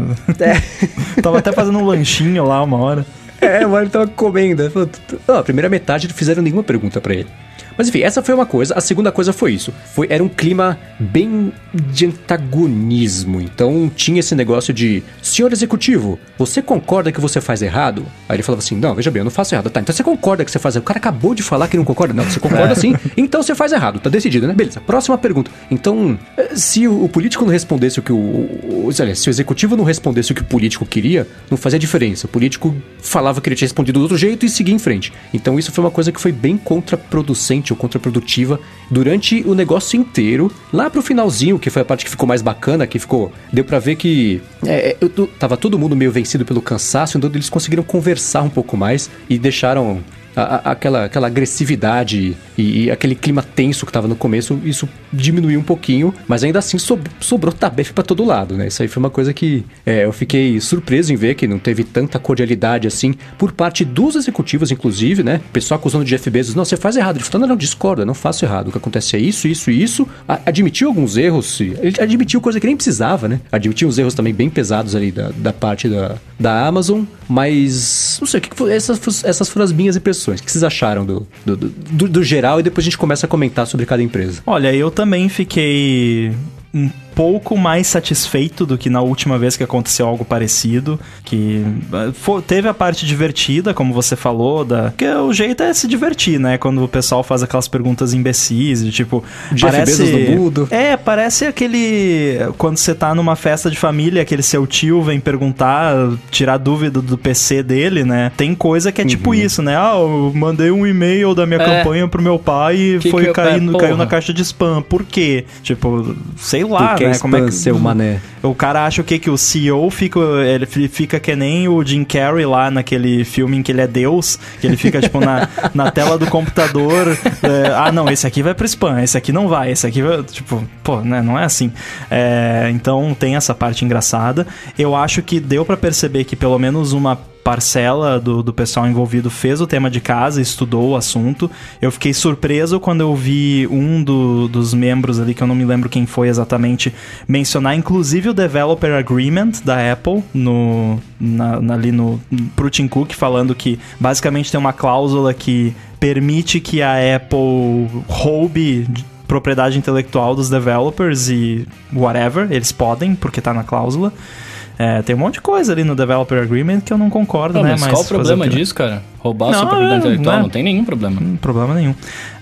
É. Tava até fazendo um lanchinho lá uma hora. É, mas ele tava comendo. Não, a primeira metade não fizeram nenhuma pergunta pra ele. Mas enfim, essa foi uma coisa. A segunda coisa foi isso. Foi, era um clima bem de antagonismo. Então tinha esse negócio de: senhor executivo, você concorda que você faz errado? Aí ele falava assim: não, veja bem, eu não faço errado. Tá, então você concorda que você faz errado? O cara acabou de falar que não concorda. Não, você concorda sim. Então você faz errado. Tá decidido, né? Beleza, próxima pergunta. Então, se o, o político não respondesse o que o... o olha, se o executivo não respondesse o que o político queria, não fazia diferença. O político falava que ele tinha respondido do outro jeito e seguia em frente. Então isso foi uma coisa que foi bem contraproducente ou contraprodutiva durante o negócio inteiro. Lá pro finalzinho, que foi a parte que ficou mais bacana, que ficou... Deu pra ver que é, eu, tava todo mundo meio vencido pelo cansaço, então eles conseguiram conversar um pouco mais e deixaram... a, a, aquela, aquela agressividade e, e aquele clima tenso que tava no começo, isso diminuiu um pouquinho, mas ainda assim so, sobrou tabefe pra todo lado, né? Isso aí foi uma coisa que é, eu fiquei surpreso em ver que não teve tanta cordialidade assim por parte dos executivos, inclusive, né? O pessoal acusando o Jeff Bezos, não, você faz errado. Ele falou, não, não, discorda, não faço errado. O que acontece é isso, isso e isso. A, admitiu alguns erros, ele admitiu coisa que nem precisava, né? Admitiu uns erros também bem pesados ali da, da parte da, da Amazon, mas não sei, o que, que foi, essas, essas foram as minhas impressões. O que vocês acharam do, do, do, do geral? E depois a gente começa a comentar sobre cada empresa. Olha, eu também fiquei um pouco mais satisfeito do que na última vez que aconteceu algo parecido, que foi, teve a parte divertida, como você falou, da, que o jeito é se divertir, né? Quando o pessoal faz aquelas perguntas imbecis, de tipo, Jeff parece Bezos no mudo. É, parece aquele quando você tá numa festa de família, aquele seu tio vem perguntar, tirar dúvida do P C dele, né? Tem coisa que é tipo uhum. isso, né? Ah, eu mandei um e-mail da minha é. campanha pro meu pai e que foi que cair, é, caiu na caixa de spam. Por quê? Tipo, sei lá, Porque né? É Como é que seu mané? O cara acha o quê? Que o C E O fica, ele fica que nem o Jim Carrey lá naquele filme em que ele é Deus, que ele fica tipo na, na tela do computador. É, ah, não, esse aqui vai pro spam, esse aqui não vai, esse aqui vai, tipo, pô, né? Não é assim. É, então tem essa parte engraçada. Eu acho que deu pra perceber que pelo menos uma parcela do, do pessoal envolvido fez o tema de casa, estudou o assunto. Eu fiquei surpreso quando eu vi um do, dos membros ali, que eu não me lembro quem foi exatamente, mencionar inclusive o Developer Agreement da Apple no, na, na, ali no, pro Tim Cook, falando que basicamente tem uma cláusula que permite que a Apple roube propriedade intelectual dos developers e whatever, eles podem, porque tá na cláusula. É, tem um monte de coisa ali no Developer Agreement que eu não concordo, não, né? Mas, mas qual o problema disso, cara? Roubar não, a sua propriedade é, intelectual? Não, é. não tem nenhum problema. Não, problema nenhum.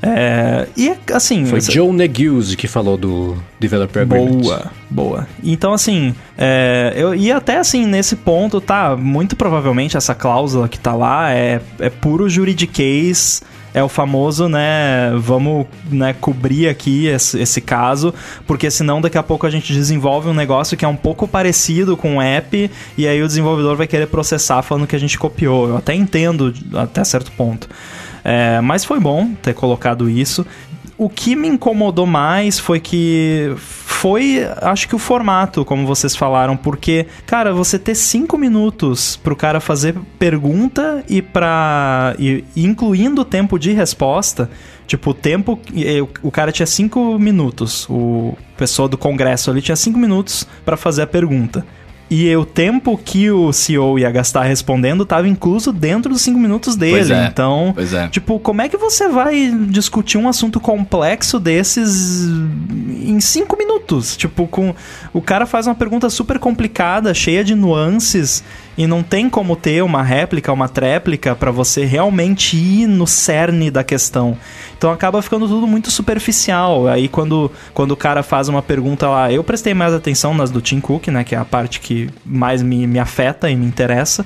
É, e assim... Foi essa... Joe Neguse que falou do Developer Agreement. Boa, boa. Então, assim, é, eu ia até assim, nesse ponto, tá? Muito provavelmente essa cláusula que tá lá é, é puro juridiquês. É o famoso, né, vamos, né, cobrir aqui esse, esse caso, porque senão daqui a pouco a gente desenvolve um negócio que é um pouco parecido com o app, e aí o desenvolvedor vai querer processar falando que a gente copiou. Eu até entendo até certo ponto. É, mas foi bom ter colocado isso. O que me incomodou mais foi que foi, acho que o formato, como vocês falaram, porque, cara, você ter cinco minutos pro cara fazer pergunta e pra... E, incluindo o tempo de resposta, tipo, o tempo... O cara tinha cinco minutos, o pessoal do congresso ali tinha cinco minutos pra fazer a pergunta. E o tempo que o C E O ia gastar respondendo estava incluso dentro dos cinco minutos dele. Pois é, então, pois é. tipo, como é que você vai discutir um assunto complexo desses em cinco minutos? Tipo, com o cara faz uma pergunta super complicada, cheia de nuances, e não tem como ter uma réplica, uma tréplica para você realmente ir no cerne da questão. Então acaba ficando tudo muito superficial. Aí quando, quando o cara faz uma pergunta lá, eu prestei mais atenção nas do Tim Cook, né, que é a parte que mais me, me afeta e me interessa.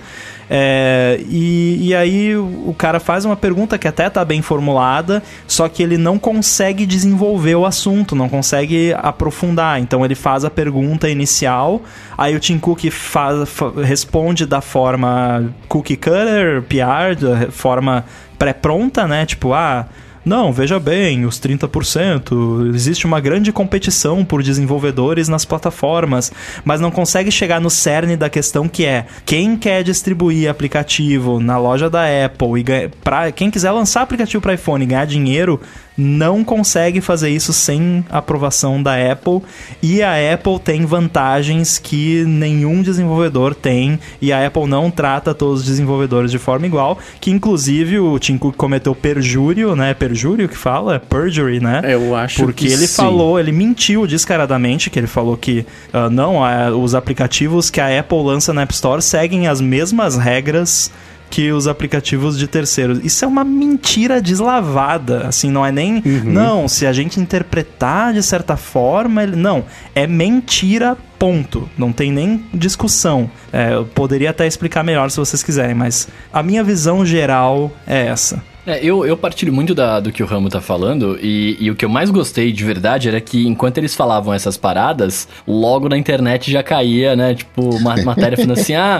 É, e, e aí o cara faz uma pergunta que até tá bem formulada, só que ele não consegue desenvolver o assunto, não consegue aprofundar. Então ele faz a pergunta inicial, aí o Tim Cook faz, responde da forma cookie cutter, P R, da forma pré-pronta, né? Tipo, ah... Não, veja bem, os trinta por cento, existe uma grande competição por desenvolvedores nas plataformas, mas não consegue chegar no cerne da questão, que é quem quer distribuir aplicativo na loja da Apple e ganha, pra, quem quiser lançar aplicativo para iPhone e ganhar dinheiro, não consegue fazer isso sem aprovação da Apple, e a Apple tem vantagens que nenhum desenvolvedor tem, e a Apple não trata todos os desenvolvedores de forma igual, que inclusive o Tim Cook cometeu perjúrio, né? Perjúrio que fala? Perjury, né? Eu acho Porque que ele sim. falou, ele mentiu descaradamente, que ele falou que uh, não, uh, os aplicativos que a Apple lança na App Store seguem as mesmas regras que os aplicativos de terceiros. Isso é uma mentira deslavada, assim, não é nem... Uhum. Não, se a gente interpretar de certa forma... Ele, não, é mentira, ponto. Não tem nem discussão. É, eu poderia até explicar melhor se vocês quiserem, mas a minha visão geral é essa. É, eu, eu partilho muito da, do que o Ramo tá falando, e, e o que eu mais gostei de verdade era que enquanto eles falavam essas paradas, logo na internet já caía, né, tipo, uma matéria falando assim, ah,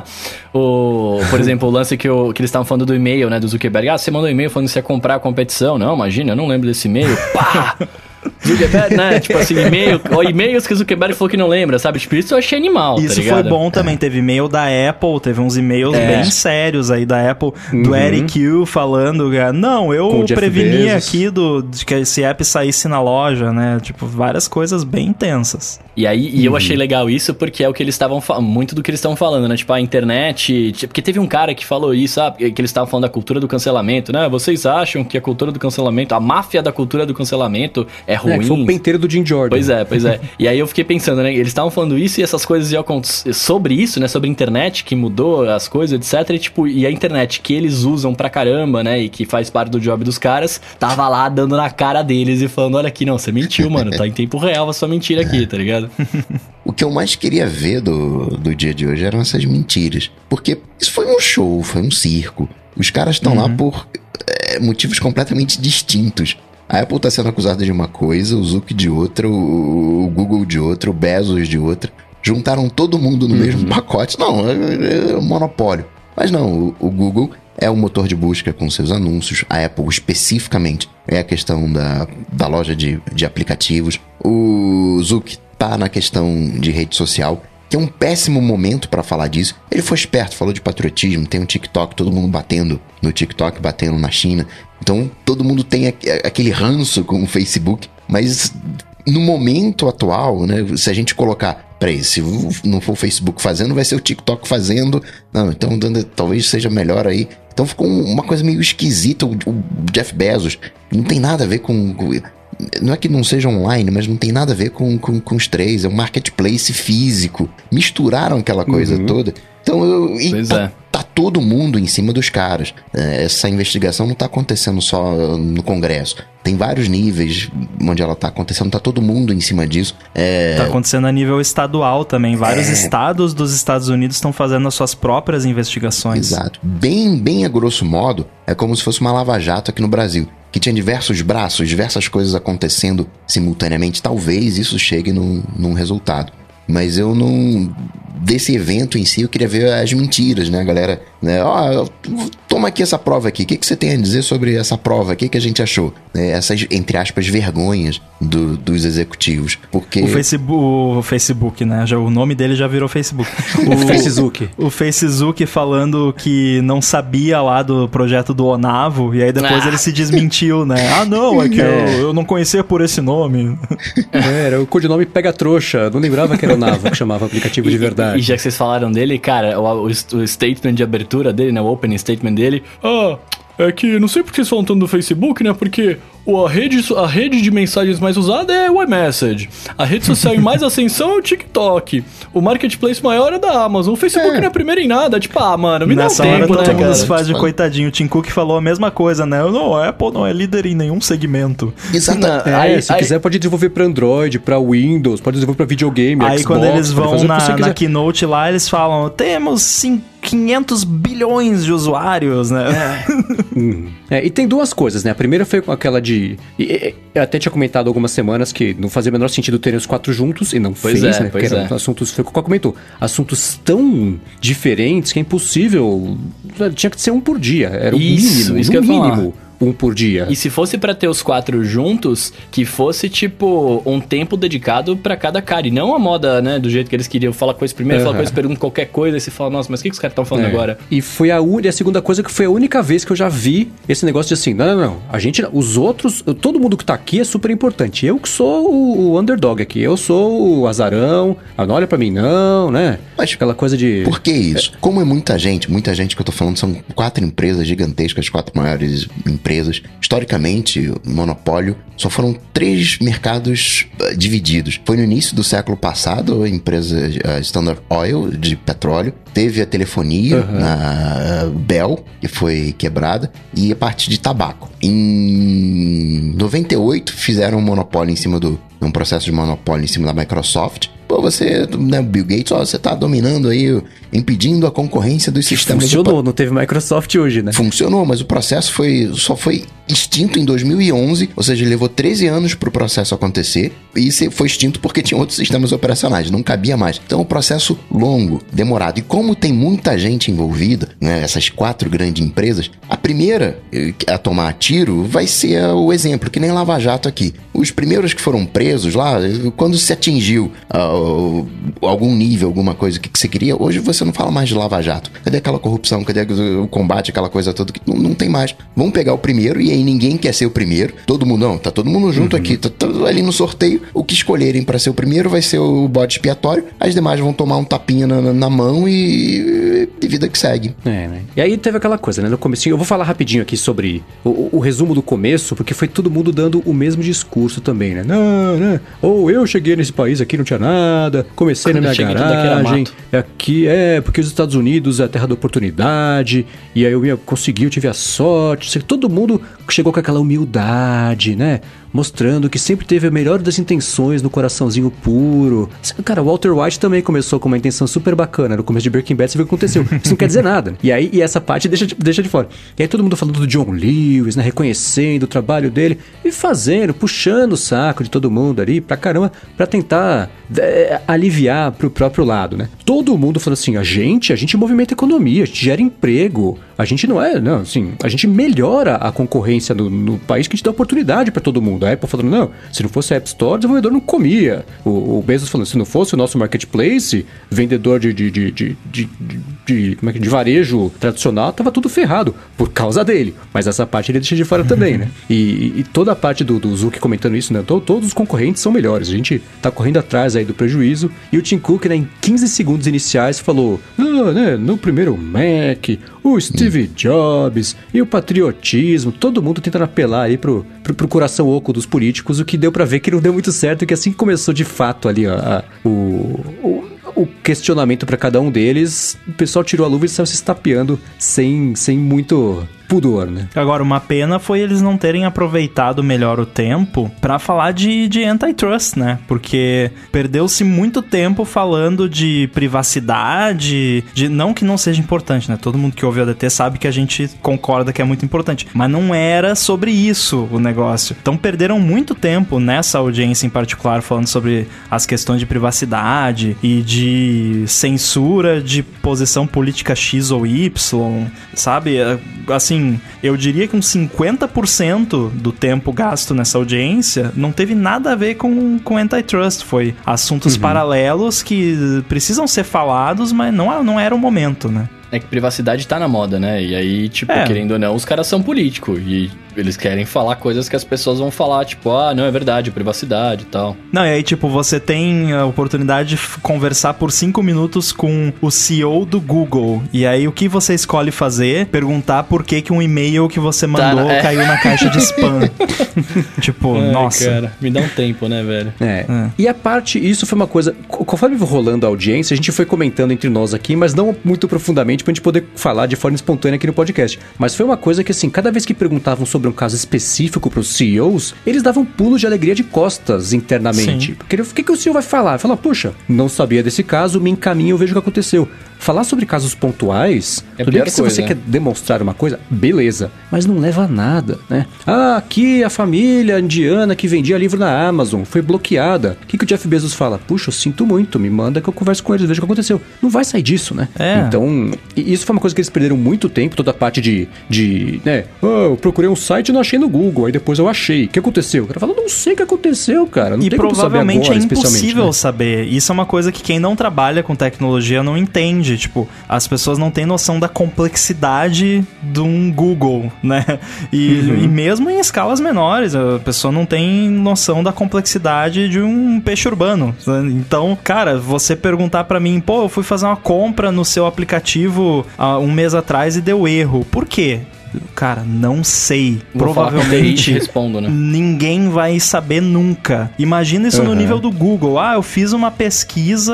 o, por exemplo, o lance que, eu, que eles estavam falando do e-mail, né, do Zuckerberg, ah, você mandou um e-mail falando que você ia comprar a competição, não, imagina, eu não lembro desse e-mail, pá! Zuckerberg, né? Tipo assim, e-mail, ó, e-mails que o Zuckerberg falou que não lembra, sabe? Tipo, isso eu achei animal, isso tá ligado? Foi bom também, teve e-mail da Apple, teve uns e-mails é. bem sérios aí da Apple, uhum. do Eric Q falando, não, eu preveni aqui do, de que esse app saísse na loja, né? Tipo, várias coisas bem intensas. E aí, e uhum. eu achei legal isso porque é o que eles estavam falando, muito do que eles estavam falando, né? Tipo, a internet, tipo, porque teve um cara que falou isso, sabe? Que eles estavam falando da cultura do cancelamento, né? Vocês acham que a cultura do cancelamento, a máfia da cultura do cancelamento é ruim? É, que foi o penteiro do Jim Jordan. Pois é, pois é. E aí eu fiquei pensando, né? Eles estavam falando isso e essas coisas iam acontecer sobre isso, né? Sobre a internet que mudou as coisas, etcétera. E tipo, e a internet que eles usam pra caramba, né? E que faz parte do job dos caras, tava lá dando na cara deles e falando, olha aqui, não, você mentiu, mano. Tá em tempo real a sua mentira aqui, tá ligado? O que eu mais queria ver do, do dia de hoje eram essas mentiras. Porque isso foi um show, foi um circo. Os caras estão uhum. lá por é, motivos completamente distintos. A Apple tá sendo acusada de uma coisa, o Zuck de outra, o, o Google de outra, o Bezos de outra. Juntaram todo mundo no uhum. mesmo pacote. Não, é, é um monopólio. Mas não, o, o Google é o motor de busca com seus anúncios. A Apple especificamente é a questão da, da loja de, de aplicativos. O Zuck tá na questão de rede social, que é um péssimo momento pra falar disso. Ele foi esperto, falou de patriotismo, tem um TikTok, todo mundo batendo no TikTok, batendo na China. Então, todo mundo tem aquele ranço com o Facebook, mas no momento atual, né, se a gente colocar, peraí, se não for o Facebook fazendo, vai ser o TikTok fazendo, não, então talvez seja melhor aí. Então ficou uma coisa meio esquisita, o Jeff Bezos, não tem nada a ver com... Não é que não seja online, mas não tem nada a ver com, com, com os três. É um marketplace físico. Misturaram aquela coisa uhum. toda. Então, eu, e tá, é. tá todo mundo em cima dos caras. É, essa investigação não tá acontecendo só no Congresso. Tem vários níveis onde ela tá acontecendo. Tá todo mundo em cima disso. É... Tá acontecendo a nível estadual também. Vários é... estados dos Estados Unidos estão fazendo as suas próprias investigações. Exato. Bem, bem a grosso modo, é como se fosse uma lava-jato aqui no Brasil, que tinha diversos braços, diversas coisas acontecendo simultaneamente. Talvez isso chegue num, num resultado. Mas eu não... Desse evento em si, eu queria ver as mentiras, né, galera? Né? Ó, toma aqui essa prova aqui. O que, que você tem a dizer sobre essa prova? O que, que a gente achou? É, essas, entre aspas, vergonhas do, dos executivos. Porque... O Facebook, o Facebook, né? Já, o nome dele já virou Facebook. O Facebook. O Facebook falando que não sabia lá do projeto do Onavo, e aí depois ah. ele se desmentiu, né? Ah, não, é que é. Eu, eu não conhecia por esse nome. É, era o codinome Pega Trouxa. Não lembrava que era o Onavo que chamava aplicativo de verdade. E já que vocês falaram dele, cara, o, o, o statement de abertura dele, né? O opening statement dele. Ah, é que não sei por que vocês falam tanto do Facebook, né? Porque a rede, a rede de mensagens mais usada é o iMessage. A rede social em mais ascensão é o TikTok. O marketplace maior é da Amazon. O Facebook é. não é primeiro em nada. Tipo, ah, mano, me Nessa dá um hora tempo, todo né, mundo cara? se faz de coitadinho. O Tim Cook falou a mesma coisa, né? Não, a Apple não é líder em nenhum segmento. Exato. É, aí, se aí, quiser pode desenvolver pra Android, pra Windows, pode desenvolver pra videogame, Aí Xbox, quando eles vão na, na Keynote lá, eles falam, temos quinhentos bilhões de usuários, né? É. hum. É, e tem duas coisas, né? A primeira foi aquela de... E, e, eu até tinha comentado algumas semanas que não fazia o menor sentido terem os quatro juntos, e não pois fez, é, né? Porque pois eram é. assuntos... Foi o que o comentou. Assuntos tão diferentes que é impossível... Tinha que ser um por dia. Era o isso, mínimo, isso no que eu ia mínimo. falar. Um por dia. E se fosse pra ter os quatro juntos, que fosse, tipo, um tempo dedicado pra cada cara. E não a moda, né, do jeito que eles queriam. Fala coisa primeiro, uhum. fala coisa, pergunta qualquer coisa. E você fala, nossa, mas o que, que os caras estão falando é. agora? E foi a, un... e a segunda coisa que foi a única vez que eu já vi esse negócio de assim, não, não, não. A gente, os outros, todo mundo que tá aqui é super importante. Eu que sou o, o underdog aqui. Eu sou o azarão. Não olha pra mim, não, né? Mas aquela coisa de... Por que isso? É. Como é muita gente, muita gente que eu tô falando, são quatro empresas gigantescas, quatro maiores empresas. Historicamente, monopólio, só foram três mercados uh, divididos. Foi no início do século passado, a empresa uh, Standard Oil, de petróleo, teve a telefonia, uhum. a Bell, que foi quebrada, e a parte de tabaco. Em noventa e oito, fizeram um monopólio em cima do... um processo de monopólio em cima da Microsoft, pô, você, né, Bill Gates, ó, você tá dominando aí, impedindo a concorrência dos que sistemas... Funcionou, não teve Microsoft hoje, né? Funcionou, mas o processo foi, só foi extinto em dois mil e onze, ou seja, levou treze anos pro processo acontecer, e foi extinto porque tinha outros sistemas operacionais, não cabia mais. Então, é um processo longo, demorado. E como tem muita gente envolvida, né, essas quatro grandes empresas, a primeira a tomar tiro vai ser o exemplo, que nem Lava Jato aqui. Os primeiros que foram presos lá, quando se atingiu uh, algum nível, alguma coisa que, que você queria, hoje você não fala mais de Lava Jato. Cadê aquela corrupção? Cadê o combate, aquela coisa toda? Que não, não tem mais. Vamos pegar o primeiro, e aí ninguém quer ser o primeiro. Todo mundo, não, tá todo mundo junto uhum. aqui, tá, tá ali no sorteio. O que escolherem para ser o primeiro vai ser o bode expiatório, as demais vão tomar um tapinha na, na mão e, e vida que segue. É, né? E aí teve aquela coisa, né? No comecinho, eu vou falar rapidinho aqui sobre o, o, o resumo do começo, porque foi todo mundo dando o mesmo discurso também, né? Não, né? Ou eu cheguei nesse país aqui, não tinha nada, comecei Quando na minha garagem, aqui é, porque os Estados Unidos é a terra da oportunidade, e aí eu ia conseguir, eu tive a sorte, todo mundo chegou com aquela humildade, né? Mostrando que sempre teve a melhor das intenções no coraçãozinho puro. Cara, o Walter White também começou com uma intenção super bacana. No começo de Breaking Bad, você viu o que aconteceu. Isso não quer dizer nada. E aí, e essa parte deixa de, deixa de fora. E aí todo mundo falando do John Lewis, né? Reconhecendo o trabalho dele e fazendo, puxando o saco de todo mundo ali pra caramba, pra tentar é, aliviar pro próprio lado, né? Todo mundo falando assim, a gente, a gente movimenta a economia, a gente gera emprego. A gente não é, não, assim, a gente melhora a concorrência no, no país que a gente dá oportunidade pra todo mundo. A Apple falando, não, se não fosse a App Store, o desenvolvedor não comia. O, o Bezos falando, se não fosse o nosso marketplace, vendedor de, de, de, de, de, de, como é que, de varejo tradicional, tava tudo ferrado, por causa dele. Mas essa parte ele deixa de fora também, né? E, e toda a parte do, do Zuck comentando isso, né? Todos os concorrentes são melhores. A gente tá correndo atrás aí do prejuízo. E o Tim Cook, né, em quinze segundos iniciais, falou, ah, né, no primeiro Mac, o Steve Jobs e o patriotismo, todo mundo tentando apelar aí pro, pro, pro coração oco dos políticos, o que deu pra ver que não deu muito certo, e que assim que começou de fato ali ó, a, o, o, o questionamento pra cada um deles, o pessoal tirou a luva e saiu se estapeando sem, sem muito pudor, né? Agora, uma pena foi eles não terem aproveitado melhor o tempo pra falar de, de antitrust, né? Porque perdeu-se muito tempo falando de privacidade, de não que não seja importante, né? Todo mundo que ouve o A D T sabe que a gente concorda que é muito importante, mas não era sobre isso o negócio. Então perderam muito tempo nessa audiência em particular falando sobre as questões de privacidade e de censura de posição política X ou Y, sabe? Assim, eu diria que uns cinquenta por cento do tempo gasto nessa audiência não teve nada a ver com, com antitrust. Foi assuntos uhum. paralelos que precisam ser falados, mas não, não era o momento, né? É que privacidade tá na moda, né? E aí, tipo, é. querendo ou não, os caras são políticos. E eles querem falar coisas que as pessoas vão falar, tipo, ah, não, é verdade, privacidade e tal. Não, e aí, tipo, você tem a oportunidade de conversar por cinco minutos com o C E O do Google. E aí, o que você escolhe fazer? Perguntar por que que um e-mail que você mandou tá, é. caiu na caixa de spam. Tipo, Ai, nossa. Cara, me dá um tempo, né, velho? É. é. E a parte, isso foi uma coisa, conforme rolando a audiência, a gente foi comentando entre nós aqui, mas não muito profundamente pra gente poder falar de forma espontânea aqui no podcast. Mas foi uma coisa que, assim, cada vez que perguntavam sobre um caso específico pros C E Os, eles davam pulos de alegria de costas internamente. Sim. Porque o que, que o C E O vai falar? Fala, puxa, não sabia desse caso, me encaminha, eu vejo o que aconteceu. Falar sobre casos pontuais, é tudo bem que se coisa, você né? quer demonstrar uma coisa, beleza, mas não leva a nada, né? Ah, aqui a família indiana que vendia livro na Amazon foi bloqueada. O que, que o Jeff Bezos fala? Puxa, eu sinto muito, me manda que eu converso com eles, vejo o que aconteceu. Não vai sair disso, né? É. Então, isso foi uma coisa que eles perderam muito tempo, toda a parte de, de né? Oh, eu procurei um site e não achei no Google, aí depois eu achei. O que aconteceu? O cara fala, não sei o que aconteceu, cara. Não e tem provavelmente como saber agora, é impossível né? saber. Isso é uma coisa que quem não trabalha com tecnologia não entende. Tipo, as pessoas não têm noção da complexidade de um Google, né? E, uhum. e mesmo em escalas menores, a pessoa não tem noção da complexidade de um peixe urbano. Então, cara, você perguntar pra mim, pô, eu fui fazer uma compra no seu aplicativo há um mês atrás e deu erro. Por quê? Cara, não sei. Vou Provavelmente respondo, né? ninguém vai saber nunca. Imagina isso uhum. no nível do Google. Ah, eu fiz uma pesquisa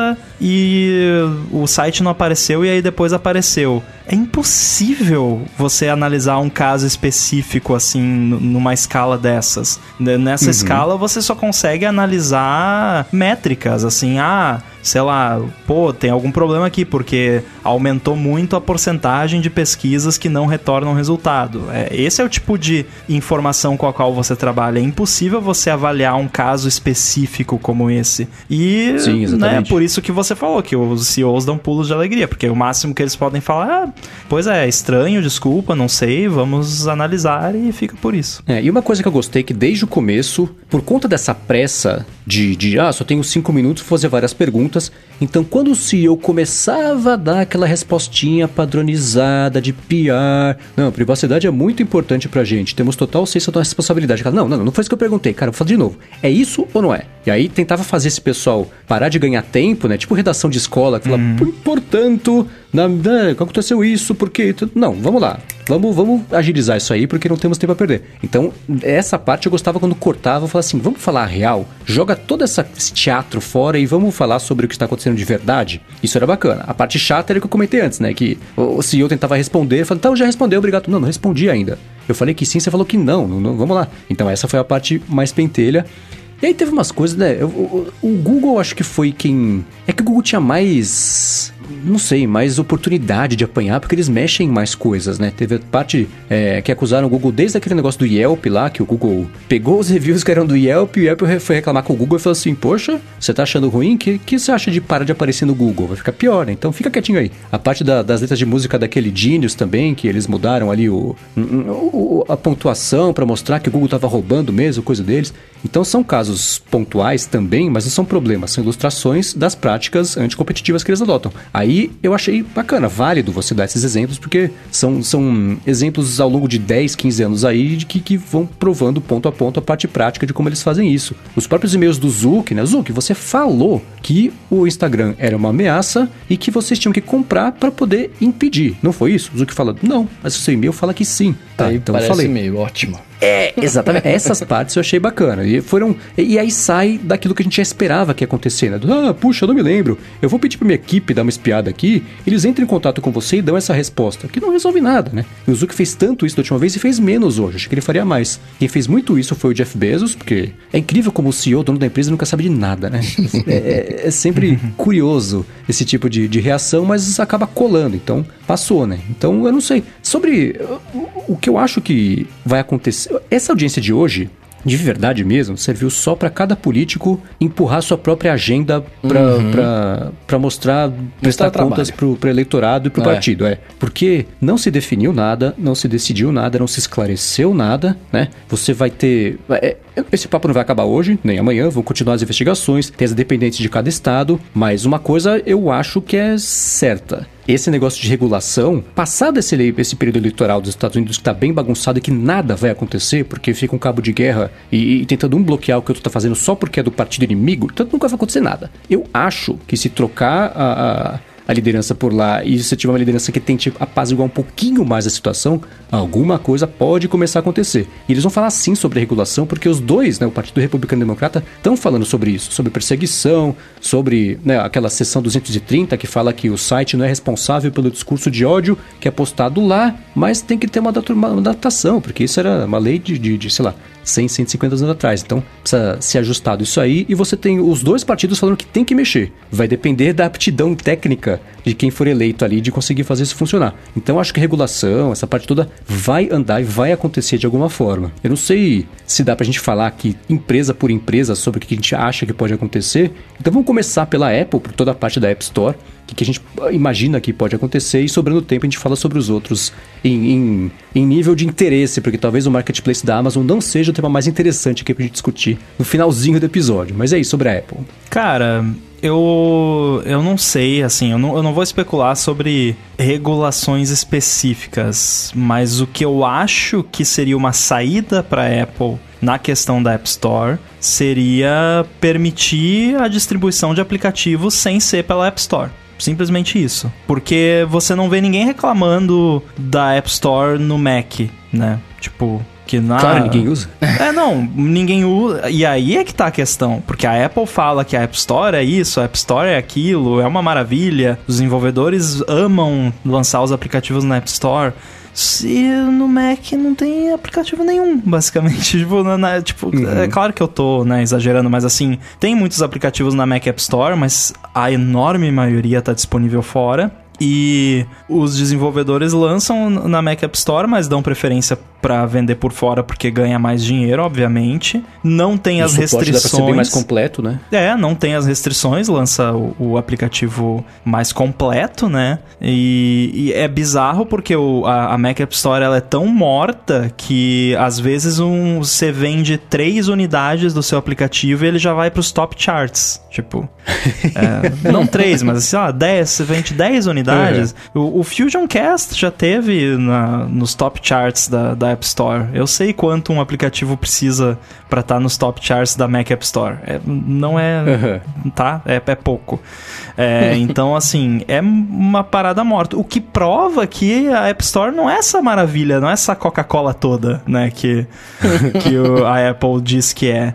e o site não apareceu e aí depois apareceu. É impossível você analisar um caso específico, assim, numa escala dessas. Nessa uhum. escala, você só consegue analisar métricas, assim, ah, sei lá, pô, tem algum problema aqui, porque aumentou muito a porcentagem de pesquisas que não retornam resultado. É, esse é o tipo de informação com a qual você trabalha. É impossível você avaliar um caso específico como esse. E, Sim, exatamente. Né, por isso que você falou que os C E Os dão pulos de alegria, porque o máximo que eles podem falar, ah, pois é, estranho, desculpa, não sei, vamos analisar e fica por isso. É, e uma coisa que eu gostei que desde o começo, por conta dessa pressa de, de ah, só tenho cinco minutos, vou fazer várias perguntas, então quando o C E O começava a dar aquela respostinha padronizada de P R, não, privacidade é muito importante pra gente, temos total senso da responsabilidade. Não, não, não foi isso que eu perguntei, cara, vou falar de novo, é isso ou não é? E aí tentava fazer esse pessoal parar de ganhar tempo, né, tipo redação de escola, que fala, uhum. portanto, na, na, aconteceu isso, porque... Não, vamos lá. Vamos, vamos agilizar isso aí, porque não temos tempo a perder. Então, essa parte eu gostava quando cortava, eu falava assim, vamos falar a real, joga todo essa, esse teatro fora e vamos falar sobre o que está acontecendo de verdade. Isso era bacana. A parte chata era o que eu comentei antes, né, que o C E O tentava responder, eu falei, então, já respondeu, obrigado. Não, não respondi ainda. Eu falei que sim, você falou que não, não, não vamos lá. Então, essa foi a parte mais pentelha. E aí teve umas coisas, né, o, o, o Google acho que foi quem... É que o Google tinha mais... Não sei, mais oportunidade de apanhar, porque eles mexem em mais coisas, né? Teve a parte é, que acusaram o Google desde aquele negócio do Yelp lá, que o Google pegou os reviews que eram do Yelp, e o Yelp foi reclamar com o Google e falou assim, poxa, você tá achando ruim? O que, que você acha de parar de aparecer no Google? Vai ficar pior, né? Então fica quietinho aí. A parte da, das letras de música daquele Genius também, que eles mudaram ali o, o, a pontuação pra mostrar que o Google tava roubando mesmo, coisa deles. Então são casos pontuais também, mas não são problemas, são ilustrações das práticas anticompetitivas que eles adotam. Aí eu achei bacana, válido você dar esses exemplos, porque são, são exemplos ao longo de dez, quinze anos aí de que, que vão provando ponto a ponto a parte prática de como eles fazem isso. Os próprios e-mails do Zuck, né? Zuck, você falou que o Instagram era uma ameaça e que vocês tinham que comprar para poder impedir. Não foi isso? O Zuck fala, não, mas o seu e-mail fala que sim. Tá, aí então eu falei. E-mail, ótimo. É, exatamente. Essas partes eu achei bacana. E foram. E aí sai daquilo que a gente já esperava que ia acontecer, né? Ah, puxa, eu não me lembro. Eu vou pedir pra minha equipe dar uma espiada aqui. Eles entram em contato com você e dão essa resposta, que não resolve nada, né? E o Zuck fez tanto isso da última vez e fez menos hoje. Acho que ele faria mais. Quem fez muito isso foi o Jeff Bezos, porque é incrível como o C E O, dono da empresa, nunca sabe de nada, né? É, é, é sempre curioso esse tipo de, de reação, mas acaba colando. Então, passou, né? Então, eu não sei. Sobre o, o que eu acho que vai acontecer... Essa audiência de hoje, de verdade mesmo, serviu só para cada político empurrar sua própria agenda para uhum. para mostrar, prestar contas pro, pro eleitorado e pro é. partido. É. Porque não se definiu nada, não se decidiu nada, não se esclareceu nada, né? Você vai ter... É, esse papo não vai acabar hoje, nem amanhã, vão continuar as investigações, tem as dependentes de cada estado, mas uma coisa eu acho que é certa. Esse negócio de regulação, passado esse, esse período eleitoral dos Estados Unidos que está bem bagunçado e que nada vai acontecer, porque fica um cabo de guerra e, e tentando um bloquear o que o outro está fazendo só porque é do partido inimigo, então nunca vai acontecer nada. Eu acho que se trocar a... a a liderança por lá, e se você tiver uma liderança que tente apaziguar um pouquinho mais a situação, alguma coisa pode começar a acontecer. E eles vão falar sim sobre a regulação, porque os dois, né, o Partido Republicano e Democrata, estão falando sobre isso, sobre perseguição, sobre, né, aquela seção duzentos e trinta que fala que o site não é responsável pelo discurso de ódio que é postado lá, mas tem que ter uma, uma adaptação, porque isso era uma lei de, de, de sei lá, cem, cento e cinquenta anos atrás. Então, precisa ser ajustado isso aí. E você tem os dois partidos falando que tem que mexer. Vai depender da aptidão técnica de quem for eleito ali, de conseguir fazer isso funcionar. Então, acho que a regulação, essa parte toda, vai andar e vai acontecer de alguma forma. Eu não sei se dá pra gente falar aqui, empresa por empresa, sobre o que a gente acha que pode acontecer. Então, vamos começar pela Apple, por toda a parte da App Store, o que a gente imagina que pode acontecer, e sobrando tempo a gente fala sobre os outros em, em, em nível de interesse, porque talvez o marketplace da Amazon não seja o tema mais interessante aqui pra gente discutir no finalzinho do episódio. Mas é isso, sobre a Apple. Cara, eu, eu não sei, assim, eu não, eu não vou especular sobre regulações específicas, mas o que eu acho que seria uma saída para a Apple na questão da App Store seria permitir a distribuição de aplicativos sem ser pela App Store. Simplesmente isso. Porque você não vê ninguém reclamando da App Store no Mac, né? Tipo, Que na... Claro, ninguém usa. É, não, ninguém usa. E aí é que tá a questão. Porque a Apple fala que a App Store é isso, a App Store é aquilo, é uma maravilha. Os desenvolvedores amam lançar os aplicativos na App Store. Se no Mac não tem aplicativo nenhum, basicamente. Tipo, na, na, tipo uhum. É claro que eu tô, né, exagerando, mas assim, tem muitos aplicativos na Mac App Store, mas a enorme maioria tá disponível fora. E os desenvolvedores lançam na Mac App Store, mas dão preferência para vender por fora porque ganha mais dinheiro, obviamente. Não tem o as restrições. Dá pra ser bem mais completo, né? É, não tem as restrições, lança o, o aplicativo mais completo, né? E, e é bizarro porque o, a, a Mac App Store ela é tão morta que às vezes um, você vende três unidades do seu aplicativo e ele já vai pros top charts. Tipo, é, não três, mas assim, ó, dez, você vende dez unidades. Uhum. O, o Fusion Cast já teve na, nos top charts da, da App Store. Eu sei quanto um aplicativo precisa para estar tá nos top charts da Mac App Store. É, não é... Uhum. Tá? É, é pouco. É, então, assim, é uma parada morta. O que prova que a App Store não é essa maravilha, não é essa Coca-Cola toda, né? Que, que o, a Apple diz que é.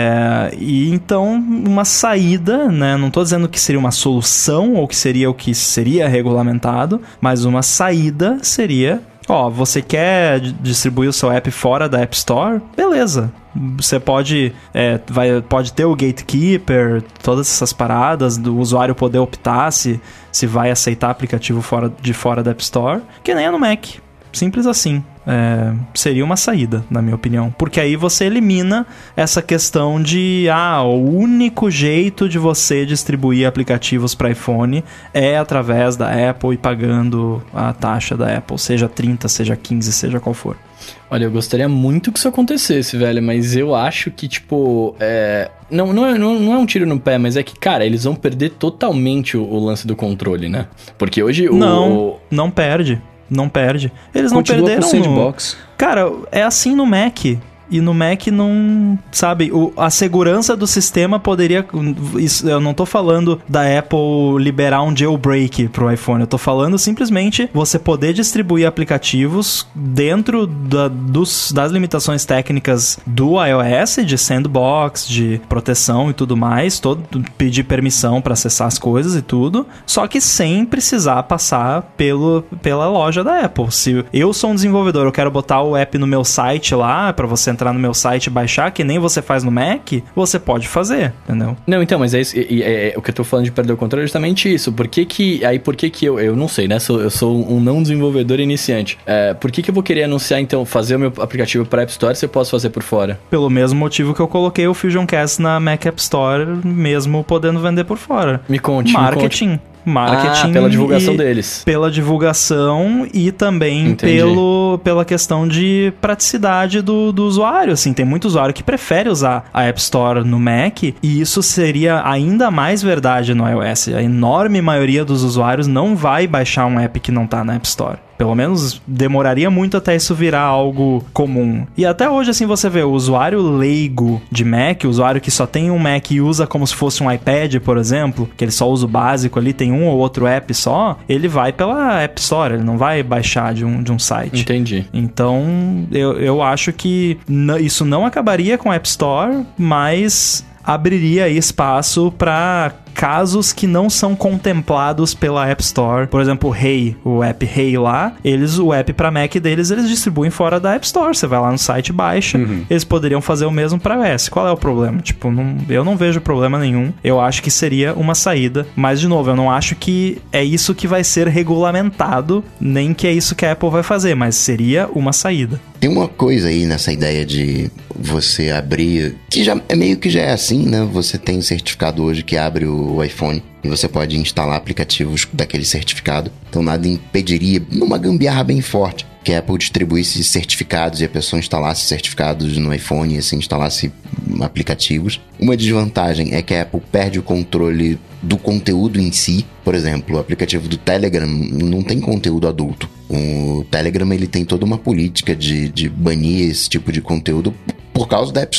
é. E então, uma saída, né? Não tô dizendo que seria uma solução ou que seria o que seria regulamentado, mas uma saída seria... Ó, você quer distribuir o seu app fora da App Store? Beleza. Você pode, é, vai, pode ter o gatekeeper, todas essas paradas, do usuário poder optar se, se vai aceitar aplicativo fora, de fora da App Store, que nem é no Mac. Simples assim. É, seria uma saída, na minha opinião. Porque aí você elimina essa questão de ah, o único jeito de você distribuir aplicativos para iPhone é através da Apple e pagando a taxa da Apple, seja trinta, seja quinze, seja qual for. Olha, eu gostaria muito que isso acontecesse, velho, mas eu acho que, tipo, é... Não, não, é, não, não é um tiro no pé, mas é que, cara, eles vão perder totalmente o, o lance do controle, né? Porque hoje o... Não, não perde. Não perde. Eles Continua não perderam com sandbox. No... Cara, é assim no Mac. E no Mac não... Sabe, o, a segurança do sistema poderia... Isso, eu não tô falando da Apple liberar um jailbreak pro iPhone. Eu tô falando simplesmente você poder distribuir aplicativos dentro da, dos, das limitações técnicas do iOS, de sandbox, de proteção e tudo mais. Todo, pedir permissão para acessar as coisas e tudo. Só que sem precisar passar pelo, pela loja da Apple. Se eu sou um desenvolvedor, eu quero botar o app no meu site lá para você entrar no meu site e baixar, que nem você faz no Mac, você pode fazer, entendeu? Não, então, mas é, isso, é, é, é o que eu tô falando de perder o controle é justamente isso. Por que que, aí por que que eu, eu não sei, né? Sou, eu sou um não desenvolvedor iniciante. É, por que que eu vou querer anunciar, então, fazer o meu aplicativo para App Store se eu posso fazer por fora? Pelo mesmo motivo que eu coloquei o Fusion Cast na Mac App Store, mesmo podendo vender por fora. Me conte, Marketing. Me conte. Marketing. Ah, pela divulgação deles. Pela divulgação e também pelo, pela questão de praticidade do, do usuário. Assim, tem muito usuário que prefere usar a App Store no Mac e isso seria ainda mais verdade no iOS. A enorme maioria dos usuários não vai baixar um app que não está na App Store. Pelo menos demoraria muito até isso virar algo comum. E até hoje, assim, você vê o usuário leigo de Mac, o usuário que só tem um Mac e usa como se fosse um iPad, por exemplo, que ele só usa o básico ali, tem um ou outro app só, ele vai pela App Store, ele não vai baixar de um, de um site. Entendi. Então, eu, eu acho que n- isso não acabaria com a App Store, mas abriria aí espaço para casos que não são contemplados pela App Store. Por exemplo, o Hey, o app Hey lá, eles, o app para Mac deles, eles distribuem fora da App Store. Você vai lá no site e baixa. Uhum. Eles poderiam fazer o mesmo para iOS. Qual é o problema? Tipo, não, eu não vejo problema nenhum. Eu acho que seria uma saída. Mas, de novo, eu não acho que é isso que vai ser regulamentado, nem que é isso que a Apple vai fazer, mas seria uma saída. Tem uma coisa aí nessa ideia de você abrir, que já é meio que já é assim, né? Você tem um certificado hoje que abre o iPhone e você pode instalar aplicativos daquele certificado. Então nada impediria, numa gambiarra bem forte, que a Apple distribuísse certificados e a pessoa instalasse certificados no iPhone e assim instalasse aplicativos. Uma desvantagem é que a Apple perde o controle do conteúdo em si. Por exemplo, o aplicativo do Telegram não tem conteúdo adulto. O Telegram ele tem toda uma política de, de banir esse tipo de conteúdo por causa da App Store.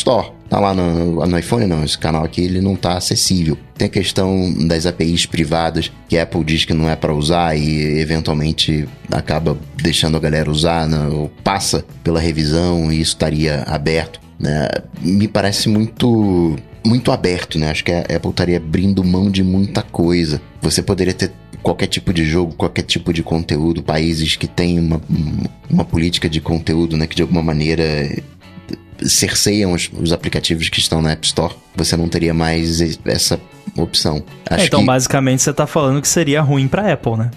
tá lá no, no iPhone, não, esse canal aqui ele não tá acessível. Tem a questão das A P Is privadas, que a Apple diz que não é para usar e eventualmente acaba deixando a galera usar, né, ou passa pela revisão e isso estaria aberto, né? Me parece muito... muito aberto, né? Acho que a Apple estaria abrindo mão de muita coisa. Você poderia ter qualquer tipo de jogo, qualquer tipo de conteúdo, países que têm uma, uma política de conteúdo, né, que de alguma maneira cerceiam os, os aplicativos que estão na App Store. Você não teria mais essa opção. Acho é, então, que... basicamente, você tá falando que seria ruim pra Apple, né?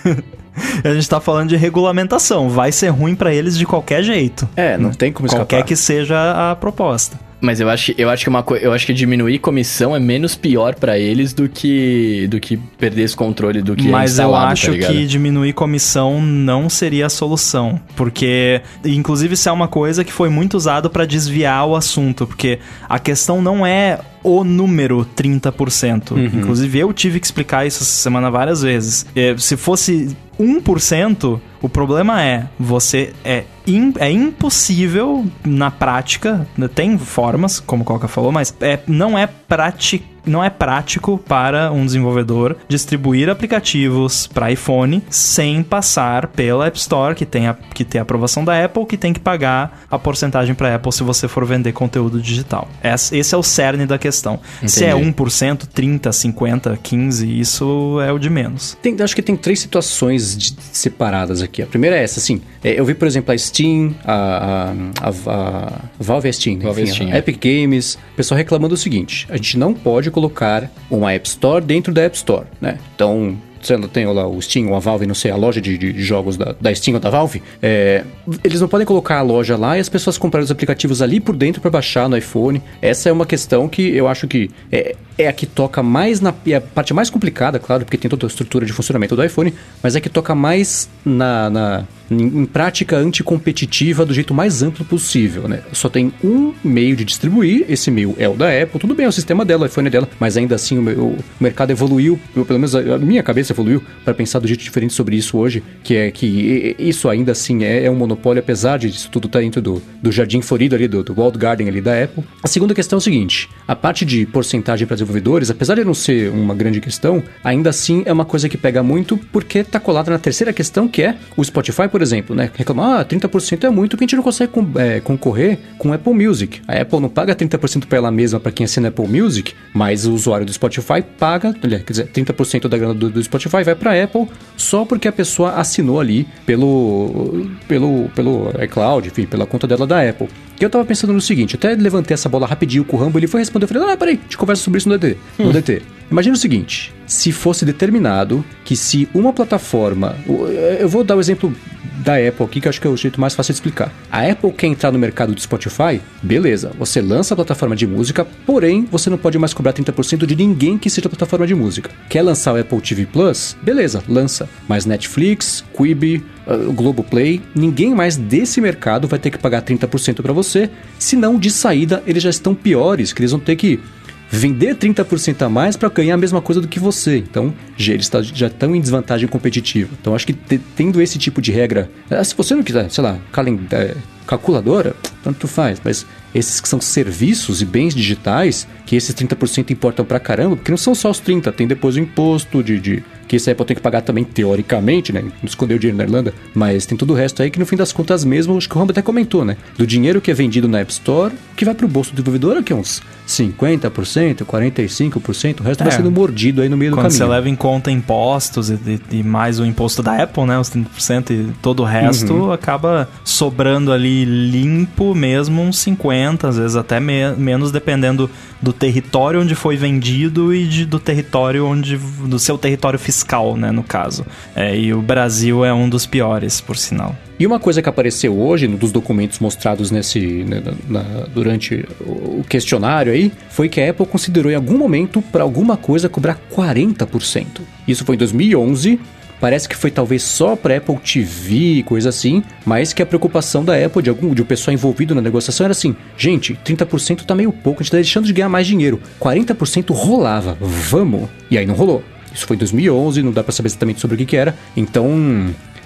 A gente tá falando de regulamentação. Vai ser ruim pra eles de qualquer jeito. É, não tem como escapar. Qualquer que seja a proposta. Mas eu acho, eu acho que uma co- eu acho que diminuir comissão é menos pior pra eles do que do que perder esse controle do que Mas é instalado, eu acho tá ligado? que diminuir comissão não seria a solução, porque inclusive isso é uma coisa que foi muito usado pra desviar o assunto, porque a questão não é o número trinta por cento. Uhum. Inclusive eu tive que explicar isso essa semana várias vezes. Se fosse um por cento, o problema é, você é, in, é impossível na prática, tem formas, como o Coca falou, mas é, não é prático. Não é prático para um desenvolvedor distribuir aplicativos para iPhone sem passar pela App Store, que tem a, que tem a aprovação da Apple, que tem que pagar a porcentagem para a Apple se você for vender conteúdo digital. Esse é o cerne da questão. Entendi. Se é um por cento, trinta por cento, cinquenta por cento, quinze por cento, isso é o de menos. Tem, acho que tem três situações de, separadas aqui. A primeira é essa, assim. É, eu vi, por exemplo, a Steam, a, a, a, a Valve Steam, né? Valve Enfim, Steam, a é. Epic Games, o pessoal reclamando o seguinte: a gente não pode colocar uma App Store dentro da App Store, né? Então, você tem lá o Steam ou a Valve, não sei, a loja de, de jogos da, da Steam ou da Valve, é, eles não podem colocar a loja lá e as pessoas comprarem os aplicativos ali por dentro para baixar no iPhone. Essa é uma questão que eu acho que é, é a que toca mais na... É a parte mais complicada, claro, porque tem toda a estrutura de funcionamento do iPhone, mas é a que toca mais na... na em, em prática anticompetitiva do jeito mais amplo possível, né? Só tem um meio de distribuir, esse meio é o da Apple, tudo bem, é o sistema dela, o iPhone é dela, mas ainda assim o, o mercado evoluiu, eu, pelo menos a, a minha cabeça evoluiu para pensar do jeito diferente sobre isso hoje, que é que isso ainda assim é, é um monopólio, apesar de isso tudo estar tá dentro do, do jardim florido ali, do, do walled garden ali da Apple. A segunda questão é o seguinte: a parte de porcentagem para desenvolvedores, apesar de não ser uma grande questão, ainda assim é uma coisa que pega muito, porque tá colada na terceira questão, que é o Spotify, por exemplo, né? Reclamar, ah, trinta por cento é muito, que a gente não consegue com, é, concorrer com Apple Music. A Apple não paga trinta por cento para ela mesma para quem assina Apple Music, mas o usuário do Spotify paga, quer dizer, trinta por cento da grana do, do Spotify vai para Apple só porque a pessoa assinou ali pelo, pelo, pelo iCloud, enfim, pela conta dela da Apple. E eu tava pensando no seguinte, até levantei essa bola rapidinho com o Rambo, ele foi responder, eu falei, ah, peraí, a gente conversa sobre isso no D T. No hum. D T. Imagina o seguinte, se fosse determinado que se uma plataforma... Eu vou dar o exemplo da Apple aqui, que eu acho que é o jeito mais fácil de explicar. A Apple quer entrar no mercado do Spotify, beleza, você lança a plataforma de música, porém, você não pode mais cobrar trinta por cento de ninguém que seja a plataforma de música. Quer lançar o Apple T V Plus? Beleza, lança. Mas Netflix, Quibi, uh, Globoplay, ninguém mais desse mercado vai ter que pagar trinta por cento para você, senão de saída eles já estão piores, que eles vão ter que vender trinta por cento a mais para ganhar a mesma coisa do que você. Então, já, eles tá, já estão em desvantagem competitiva. Então, acho que te, tendo esse tipo de regra... Se você não quiser, sei lá, calendar, calculadora, tanto faz. Mas esses que são serviços e bens digitais, que esses trinta por cento importam pra caramba, porque não são só os trinta por cento, tem depois o imposto de... de que esse Apple tem que pagar também, teoricamente, né? Não escondeu o dinheiro na Irlanda, mas tem todo o resto aí que no fim das contas mesmo, acho que o Rambo até comentou, né? Do dinheiro que é vendido na App Store, que vai pro bolso do desenvolvedor, que é uns cinquenta por cento, quarenta e cinco por cento, o resto é, vai sendo mordido aí no meio do quando caminho. Quando você leva em conta impostos e, e, e mais o imposto da Apple, né? Os trinta por cento e todo o resto, uhum. acaba sobrando ali limpo mesmo uns cinquenta por cento, às vezes até me, menos, dependendo do território onde foi vendido e de, do território onde... do seu território fiscal, né, no caso. É, e o Brasil é um dos piores, por sinal. E uma coisa que apareceu hoje, nos documentos mostrados nesse, na, na, durante o questionário aí, foi que a Apple considerou em algum momento, para alguma coisa, cobrar quarenta por cento. Isso foi em dois mil e onze... Parece que foi talvez só para Apple T V, coisa assim, mas que a preocupação da Apple, de algum de um pessoal envolvido na negociação, era assim, gente, trinta por cento tá meio pouco, a gente tá deixando de ganhar mais dinheiro. quarenta por cento rolava, vamos! E aí não rolou. Isso foi em dois mil e onze, não dá para saber exatamente sobre o que que era, então...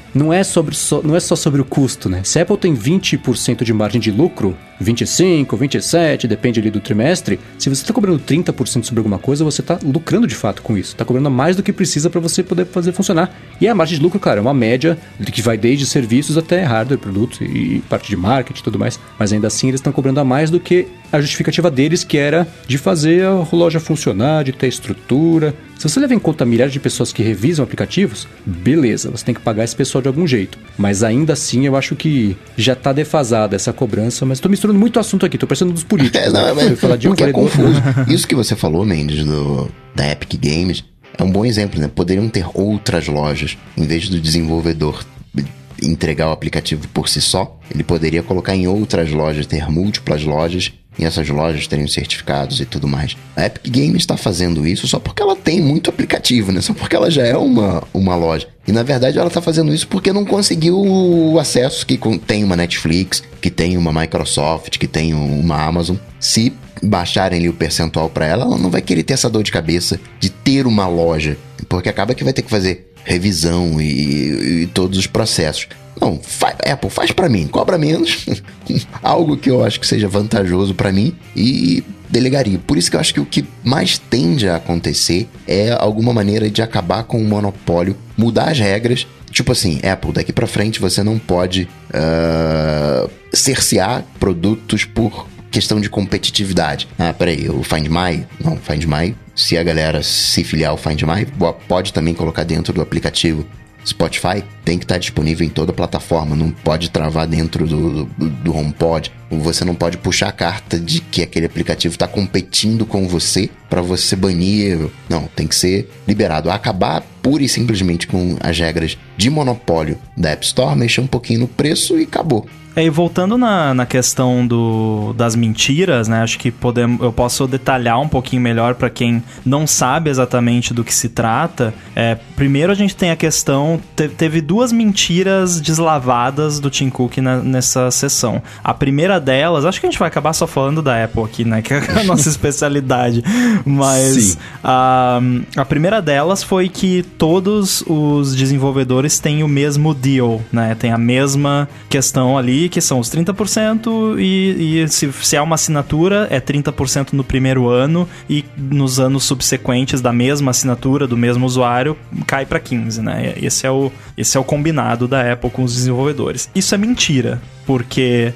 não é, sobre só, não é só sobre o custo, né? Se a Apple tem vinte por cento de margem de lucro, vinte e cinco por cento, vinte e sete por cento, depende ali do trimestre, se você está cobrando trinta por cento sobre alguma coisa, você está lucrando de fato com isso. Está cobrando mais do que precisa para você poder fazer funcionar. E a margem de lucro, cara, é uma média que vai desde serviços até hardware, produtos e parte de marketing e tudo mais. Mas ainda assim, eles estão cobrando a mais do que a justificativa deles, que era de fazer a loja funcionar, de ter estrutura. Se você leva em conta milhares de pessoas que revisam aplicativos, beleza, você tem que pagar esse pessoal de algum jeito. Mas ainda assim, eu acho que já está defasada essa cobrança. Mas estou misturando muito assunto aqui, estou parecendo dos políticos. É, não, mas, falar de um, é confuso. Isso que você falou, Mendes, do, da Epic Games, é um bom exemplo, né? Poderiam ter outras lojas, em vez do desenvolvedor entregar o aplicativo por si só, ele poderia colocar em outras lojas, ter múltiplas lojas, e essas lojas teriam certificados e tudo mais. A Epic Games está fazendo isso só porque ela tem muito aplicativo, né? Só porque ela já é uma, uma loja. E na verdade ela está fazendo isso porque não conseguiu o acesso que tem uma Netflix, que tem uma Microsoft, que tem uma Amazon. Se baixarem ali o percentual para ela, ela não vai querer ter essa dor de cabeça de ter uma loja, porque acaba que vai ter que fazer revisão e, e todos os processos. Não, faz, Apple, faz pra mim, cobra menos, algo que eu acho que seja vantajoso pra mim e delegaria. Por isso que eu acho que o que mais tende a acontecer é alguma maneira de acabar com o monopólio, mudar as regras. Tipo assim, Apple, daqui pra frente você não pode uh, cercear produtos por questão de competitividade. Ah, peraí, o Find My? Não, Find My, se a galera se filiar ao Find My, pode também colocar dentro do aplicativo. Spotify tem que estar disponível em toda a plataforma, não pode travar dentro do, do, do HomePod. Você não pode puxar a carta de que aquele aplicativo está competindo com você para você banir. Não, tem que ser liberado. Acabar pura e simplesmente com as regras de monopólio da App Store, mexer um pouquinho no preço e acabou. É, e voltando na, na questão do, das mentiras, né? Acho que podemos, eu posso detalhar um pouquinho melhor para quem não sabe exatamente do que se trata. É, primeiro a gente tem a questão... Te, teve duas mentiras deslavadas do Tim Cook na, nessa sessão. A primeira delas... Acho que a gente vai acabar só falando da Apple aqui, né? Que é a nossa especialidade. Mas a, a primeira delas foi que todos os desenvolvedores têm o mesmo deal, né? Tem a mesma questão ali, que são os trinta por cento e, e se, se é uma assinatura, é trinta por cento no primeiro ano e nos anos subsequentes da mesma assinatura, do mesmo usuário, cai para quinze, né? Esse é, o, esse é o combinado da Apple com os desenvolvedores. Isso é mentira, porque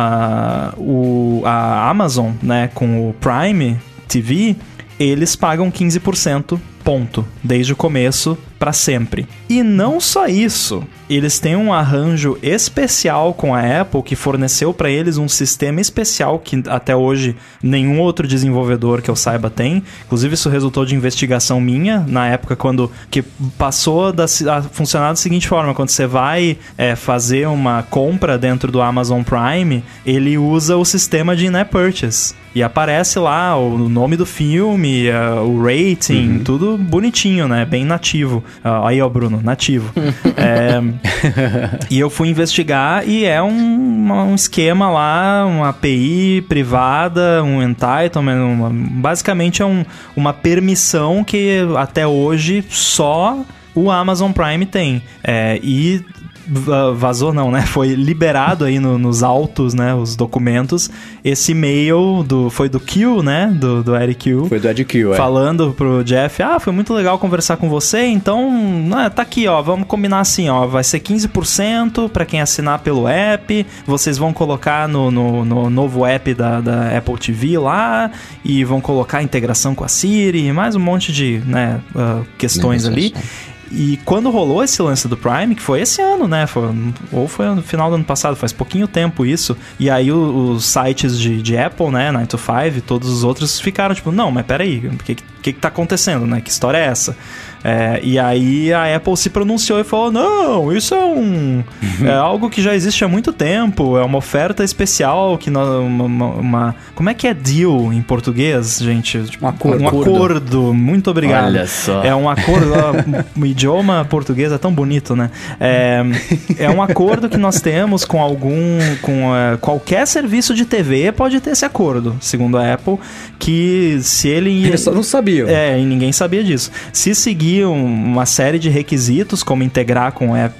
a, o, a Amazon, né, com o Prime T V, eles pagam quinze por cento, ponto, desde o começo para sempre. E não só isso, eles têm um arranjo especial com a Apple que forneceu para eles um sistema especial que até hoje nenhum outro desenvolvedor que eu saiba tem. Inclusive isso resultou de investigação minha na época, quando que passou da, a funcionar da seguinte forma: quando você vai é, fazer uma compra dentro do Amazon Prime, ele usa o sistema de in-app purchase e aparece lá o nome do filme, uh, o rating, uhum. Tudo bonitinho, né? Bem nativo. Uh, aí, ó, Bruno, nativo. é, e eu fui investigar e é um, um esquema lá, uma A P I privada, um entitlement, uma, basicamente é um, uma permissão que até hoje só o Amazon Prime tem. É, e vazou não, né? Foi liberado aí no, nos autos, né? Os documentos. Esse e-mail do, foi do Q, né? Do, do Eric Q. Foi do Ed Q, é. Falando pro Jeff, ah, foi muito legal conversar com você, então, né, tá aqui, ó, vamos combinar assim, ó, vai ser quinze por cento pra quem assinar pelo app, vocês vão colocar no, no, no novo app da, da Apple T V lá, e vão colocar a integração com a Siri, mais um monte de, né, uh, questões ali. E quando rolou esse lance do Prime, que foi esse ano, né? Foi, ou foi no final do ano passado, faz pouquinho tempo isso. E aí o, os sites de, de Apple, né? nine to five e todos os outros ficaram tipo, não, mas peraí, o que, que, que tá acontecendo, né? Que história é essa? É, e aí a Apple se pronunciou e falou, não, isso é um é algo que já existe há muito tempo, é uma oferta especial que nós, uma, uma, uma como é que é deal em português, gente? Tipo, um acordo. Um acordo, muito obrigado. Olha só. É um acordo, o idioma português é tão bonito, né? É, é um acordo que nós temos com algum, com uh, qualquer serviço de T V pode ter esse acordo, segundo a Apple, que se ele... Eles só não sabiam. É, e ninguém sabia disso. Se seguir uma série de requisitos, como integrar com,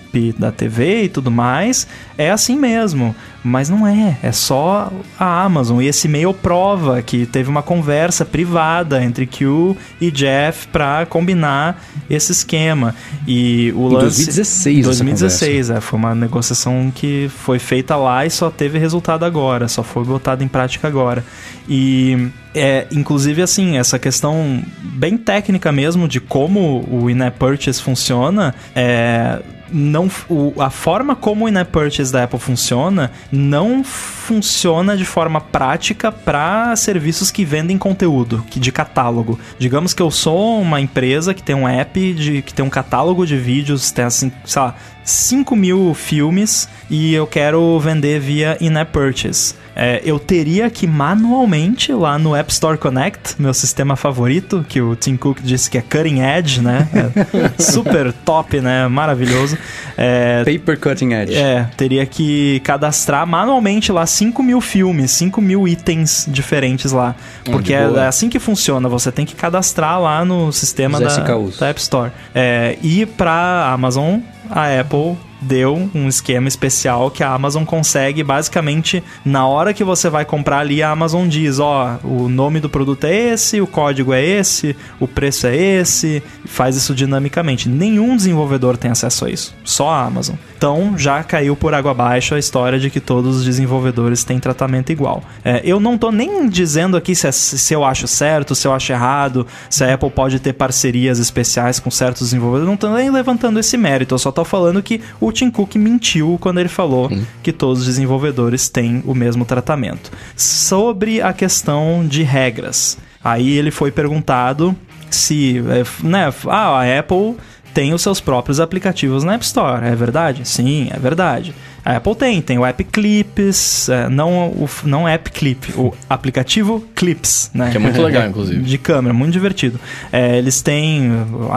app da T V e tudo mais, é assim mesmo. Mas não é, é só a Amazon. E esse e-mail prova que teve uma conversa privada entre Q e Jeff para combinar esse esquema. E o em lance... dois mil e dezesseis, dois mil e dezesseis, é, foi uma negociação que foi feita lá e só teve resultado agora, só foi botada em prática agora. E... É, inclusive, assim, essa questão bem técnica mesmo de como o in-app purchase funciona, é, não, o, a forma como o in-app purchase da Apple funciona não funciona de forma prática para serviços que vendem conteúdo, que de catálogo. Digamos que eu sou uma empresa que tem um app, de, que tem um catálogo de vídeos, tem assim, sei lá, cinco mil filmes e eu quero vender via in-app purchase. É, eu teria que manualmente lá no App Store Connect, meu sistema favorito, que o Tim Cook disse que é cutting edge, né? É super top, né? Maravilhoso. É, Paper cutting edge. É, teria que cadastrar manualmente lá cinco mil filmes, cinco mil itens diferentes lá. Porque é, é assim que funciona, você tem que cadastrar lá no sistema da, da App Store. É, e pra Amazon, a Apple deu um esquema especial que a Amazon consegue basicamente, na hora que você vai comprar ali, a Amazon diz, ó, o nome do produto é esse, o código é esse, o preço é esse, faz isso dinamicamente. Nenhum desenvolvedor tem acesso a isso, só a Amazon. Então já caiu por água abaixo a história de que todos os desenvolvedores têm tratamento igual. É, eu não tô nem dizendo aqui se, é, se eu acho certo, se eu acho errado, se a Apple pode ter parcerias especiais com certos desenvolvedores, não tô nem levantando esse mérito, eu só tô falando que o Tim Cook mentiu quando ele falou hum. que todos os desenvolvedores têm o mesmo tratamento. Sobre a questão de regras, aí ele foi perguntado se, né, ah, a Apple tem os seus próprios aplicativos na App Store, é verdade? Sim, é verdade. A Apple tem, tem o App Clips, não o não App Clip, o aplicativo Clips, né? Que é muito legal, inclusive. De câmera, muito divertido. É, eles têm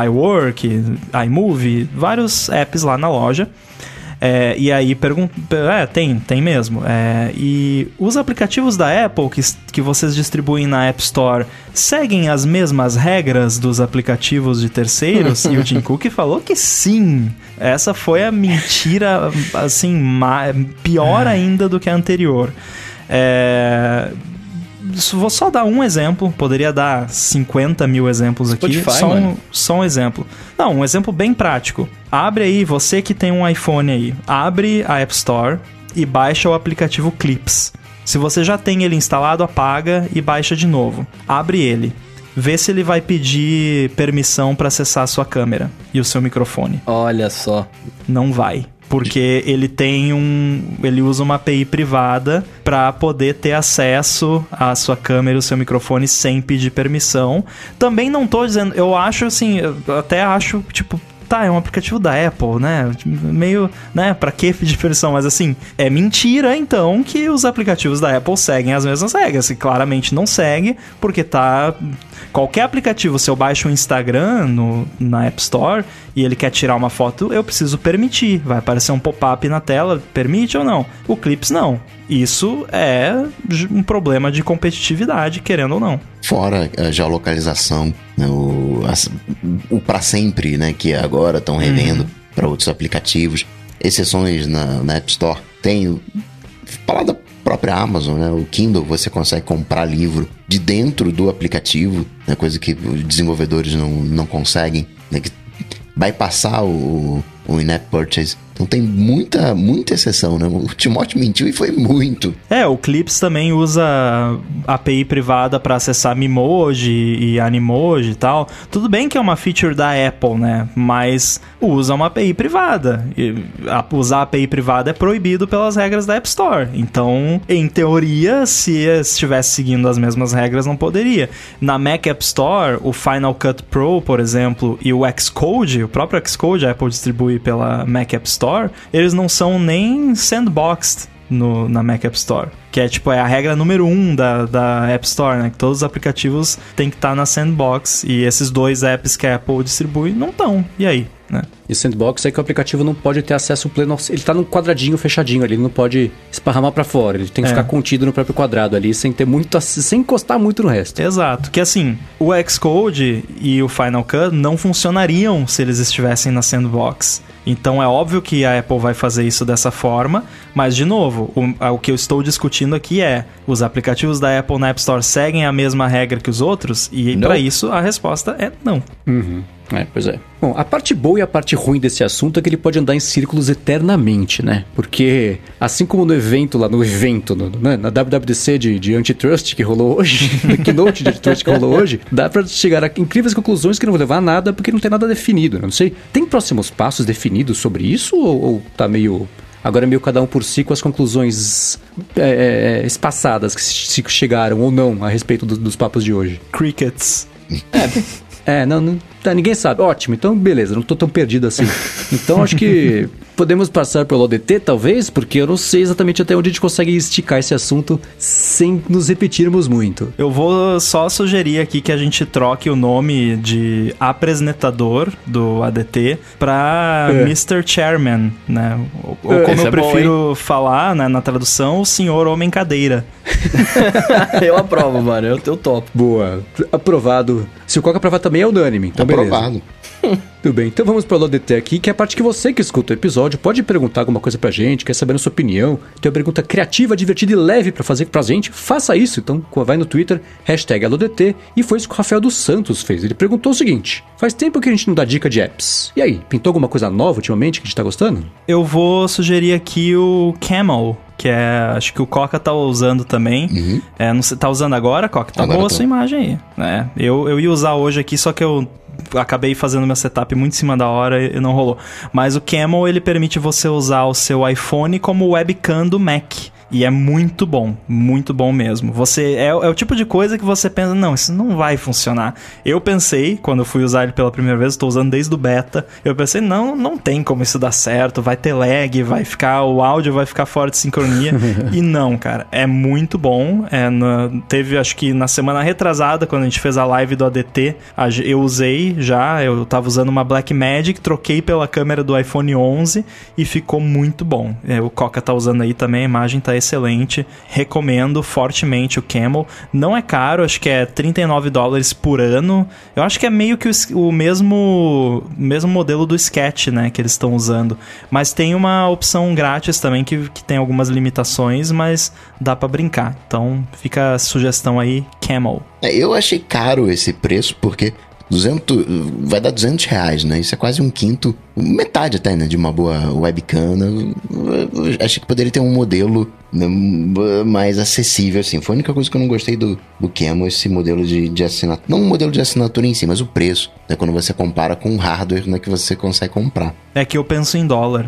iWork, iMovie, vários apps lá na loja. É, e aí pergunta, é, tem, tem mesmo. É, e os aplicativos da Apple que, que vocês distribuem na App Store seguem as mesmas regras dos aplicativos de terceiros? E o Tim Cook falou que sim. Essa foi a mentira, assim, ma- pior ainda do que a anterior. É... Vou só dar um exemplo, poderia dar cinquenta mil exemplos aqui. Spotify, só, um, mano. só um exemplo. Não, um exemplo bem prático. Abre aí, você que tem um iPhone aí, abre a App Store e baixa o aplicativo Clips. Se você já tem ele instalado, apaga e baixa de novo. Abre ele. Vê se ele vai pedir permissão para acessar a sua câmera e o seu microfone. Olha só. Não vai. Porque ele tem um... Ele usa uma A P I privada para poder ter acesso à sua câmera e o seu microfone sem pedir permissão. Também não tô dizendo... Eu acho assim... Eu até acho, tipo... Tá, é um aplicativo da Apple, né? Meio, né? Pra que pedir permissão? Mas assim, é mentira, então, que os aplicativos da Apple seguem as mesmas regras. E claramente não segue, porque tá... Qualquer aplicativo, se eu baixo o Instagram no, na App Store e ele quer tirar uma foto, eu preciso permitir. Vai aparecer um pop-up na tela, permite ou não? O Clips não. Isso é um problema de competitividade, querendo ou não. Fora a geolocalização, né, o, o para sempre, né, que agora estão revendo uhum. para outros aplicativos, exceções na, na App Store. Tem, falar da própria Amazon, né, o Kindle, você consegue comprar livro de dentro do aplicativo, né, coisa que os desenvolvedores não, não conseguem, né, que vai passar o, o in-app purchase. Então tem muita, muita exceção, né? O Timóteo mentiu e foi muito. É, o Clips também usa A P I privada para acessar Memoji e Animoji e tal. Tudo bem que é uma feature da Apple, né? Mas usa uma A P I privada. E usar a API privada é proibido pelas regras da App Store. Então, em teoria, se estivesse seguindo as mesmas regras, não poderia. Na Mac App Store, o Final Cut Pro, por exemplo, e o Xcode, o próprio Xcode a Apple distribui pela Mac App Store, eles não são nem sandboxed no, na Mac App Store. Que é tipo, é a regra número um da, da App Store, né? Que todos os aplicativos têm que estar na sandbox. E esses dois apps que a Apple distribui não estão. E aí, né? E sandbox é que o aplicativo não pode ter acesso pleno. Ele tá num quadradinho fechadinho ali, ele não pode esparramar pra fora. Ele tem que é. ficar contido no próprio quadrado ali, sem ter muito, sem encostar muito no resto. Exato. Que assim, o Xcode e o Final Cut não funcionariam se eles estivessem na sandbox. Então é óbvio que a Apple vai fazer isso dessa forma, mas de novo, o, o que eu estou discutindo aqui é, os aplicativos da Apple na App Store seguem a mesma regra que os outros? E para isso a resposta é não. Uhum. É, pois é. Bom, a parte boa e a parte ruim desse assunto é que ele pode andar em círculos eternamente, né? Porque, assim como no evento lá, no evento, no, né? na W W D C de, de antitrust que rolou hoje, no keynote de antitrust que rolou hoje, dá pra chegar a incríveis conclusões que não vão levar a nada porque não tem nada definido, né? Não sei, tem próximos passos definidos sobre isso ou, ou tá meio... Agora é meio cada um por si com as conclusões é, é, espaçadas que se chegaram ou não a respeito do, dos papos de hoje? Crickets. É... É, não, não tá, ninguém sabe. Ótimo, então beleza, não tô tão perdido assim. Então acho que podemos passar pelo O D T, talvez, porque eu não sei exatamente até onde a gente consegue esticar esse assunto sem nos repetirmos muito. Eu vou só sugerir aqui que a gente troque o nome de apresentador do A D T pra é. mister Chairman, né? Ou, ou é, como eu prefiro bom, falar, né, na tradução, o senhor homem cadeira. Eu aprovo, mano, eu, eu topo. Boa, aprovado. Se o Coca aprovar também é unânime, então aprovado. Beleza. Tudo bem, então vamos para o O D T aqui, que é a parte que você que escuta o episódio pode perguntar alguma coisa pra gente, quer saber a sua opinião, tem uma pergunta criativa, divertida e leve pra fazer pra gente, faça isso. Então vai no Twitter, hashtag L O D T, e foi isso que o Rafael dos Santos fez. Ele perguntou o seguinte: faz tempo que a gente não dá dica de apps. E aí, pintou alguma coisa nova ultimamente que a gente tá gostando? Eu vou sugerir aqui o Camel, que é, acho que o Coca tá usando também. Uhum. É, não sei, tá usando agora, Coca? Tá agora boa a sua imagem aí. É, eu, eu ia usar hoje aqui, só que eu acabei fazendo meu setup muito em cima da hora e não rolou. Mas o Camel, ele permite você usar o seu iPhone como webcam do Mac. E é muito bom, muito bom mesmo. Você é, é o tipo de coisa que você pensa, não, isso não vai funcionar. Eu pensei, quando eu fui usar ele pela primeira vez, estou usando desde o beta, eu pensei, não, não tem como isso dar certo, vai ter lag, vai ficar, o áudio vai ficar fora de sincronia. E não, cara, é muito bom. É, na, teve, acho que na semana retrasada, quando a gente fez a live do A D T, eu usei já, eu tava usando uma Blackmagic, troquei pela câmera do iPhone onze e ficou muito bom. É, o Coca tá usando aí também, a imagem tá excelente, recomendo fortemente o Camel. Não é caro, acho que é trinta e nove dólares por ano. Eu acho que é meio que o, o mesmo, mesmo modelo do Sketch, né, que eles estão usando. Mas tem uma opção grátis também que, que tem algumas limitações, mas dá pra brincar. Então fica a sugestão aí, Camel. Eu achei caro esse preço porque duzentos, vai dar duzentos reais, né? Isso é quase um quinto, metade até, né? De uma boa webcam. Eu achei que poderia ter um modelo, né, mais acessível, assim. Foi a única coisa que eu não gostei do, do Camel, esse modelo de, de assinatura. Não o modelo de assinatura em si, mas o preço, né? Quando você compara com o hardware, né, que você consegue comprar. É que eu penso em dólar.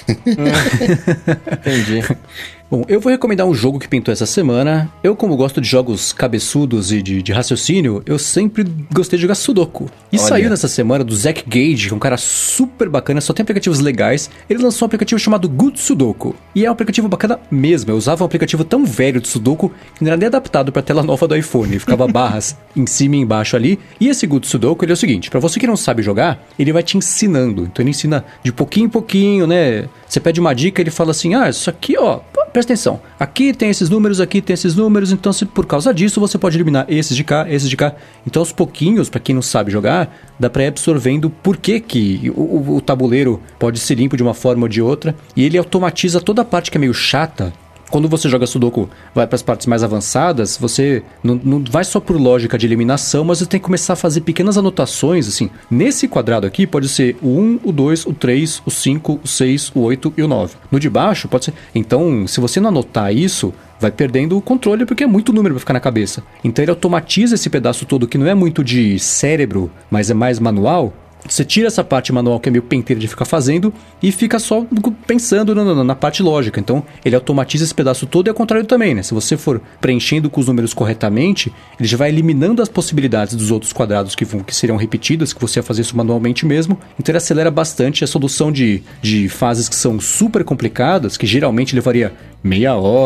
Entendi. Bom, eu vou recomendar um jogo que pintou essa semana. Eu, como gosto de jogos cabeçudos e de, de raciocínio, eu sempre gostei de jogar Sudoku. E Olha. Saiu nessa semana do Zach Gage, que é um cara super bacana, só tem aplicativos legais. Ele lançou um aplicativo chamado Good Sudoku. E é um aplicativo bacana mesmo. Eu usava um aplicativo tão velho de Sudoku que não era nem adaptado para a tela nova do iPhone. Ele ficava barras em cima e embaixo ali. E esse Good Sudoku, ele é o seguinte: para você que não sabe jogar, ele vai te ensinando. Então ele ensina de pouquinho em pouquinho, né? Você pede uma dica, ele fala assim: ah, isso aqui, ó, presta atenção. Aqui tem esses números, aqui tem esses números. Então, se por causa disso, você pode eliminar esses de cá, esses de cá. Então, aos pouquinhos, para quem não sabe jogar, dá pra ir absorvendo por que que o, o, o tabuleiro pode ser limpo de uma forma ou de outra. E ele automatiza toda a parte que é meio chata. Quando você joga Sudoku, vai para as partes mais avançadas, você não, não vai só por lógica de eliminação, mas você tem que começar a fazer pequenas anotações, assim. Nesse quadrado aqui pode ser o um, o dois, o três, o cinco, o seis, o oito e o nove. No de baixo pode ser... Então, se você não anotar isso, vai perdendo o controle porque é muito número para ficar na cabeça. Então ele automatiza esse pedaço todo que não é muito de cérebro, mas é mais manual. Você tira essa parte manual que é meio penteira de ficar fazendo e fica só pensando na, na, na parte lógica. Então, ele automatiza esse pedaço todo e ao contrário também, né? Se você for preenchendo com os números corretamente, ele já vai eliminando as possibilidades dos outros quadrados que, vão, que seriam repetidas, que você ia fazer isso manualmente mesmo. Então, ele acelera bastante a solução de, de fases que são super complicadas, que geralmente levaria meia hora,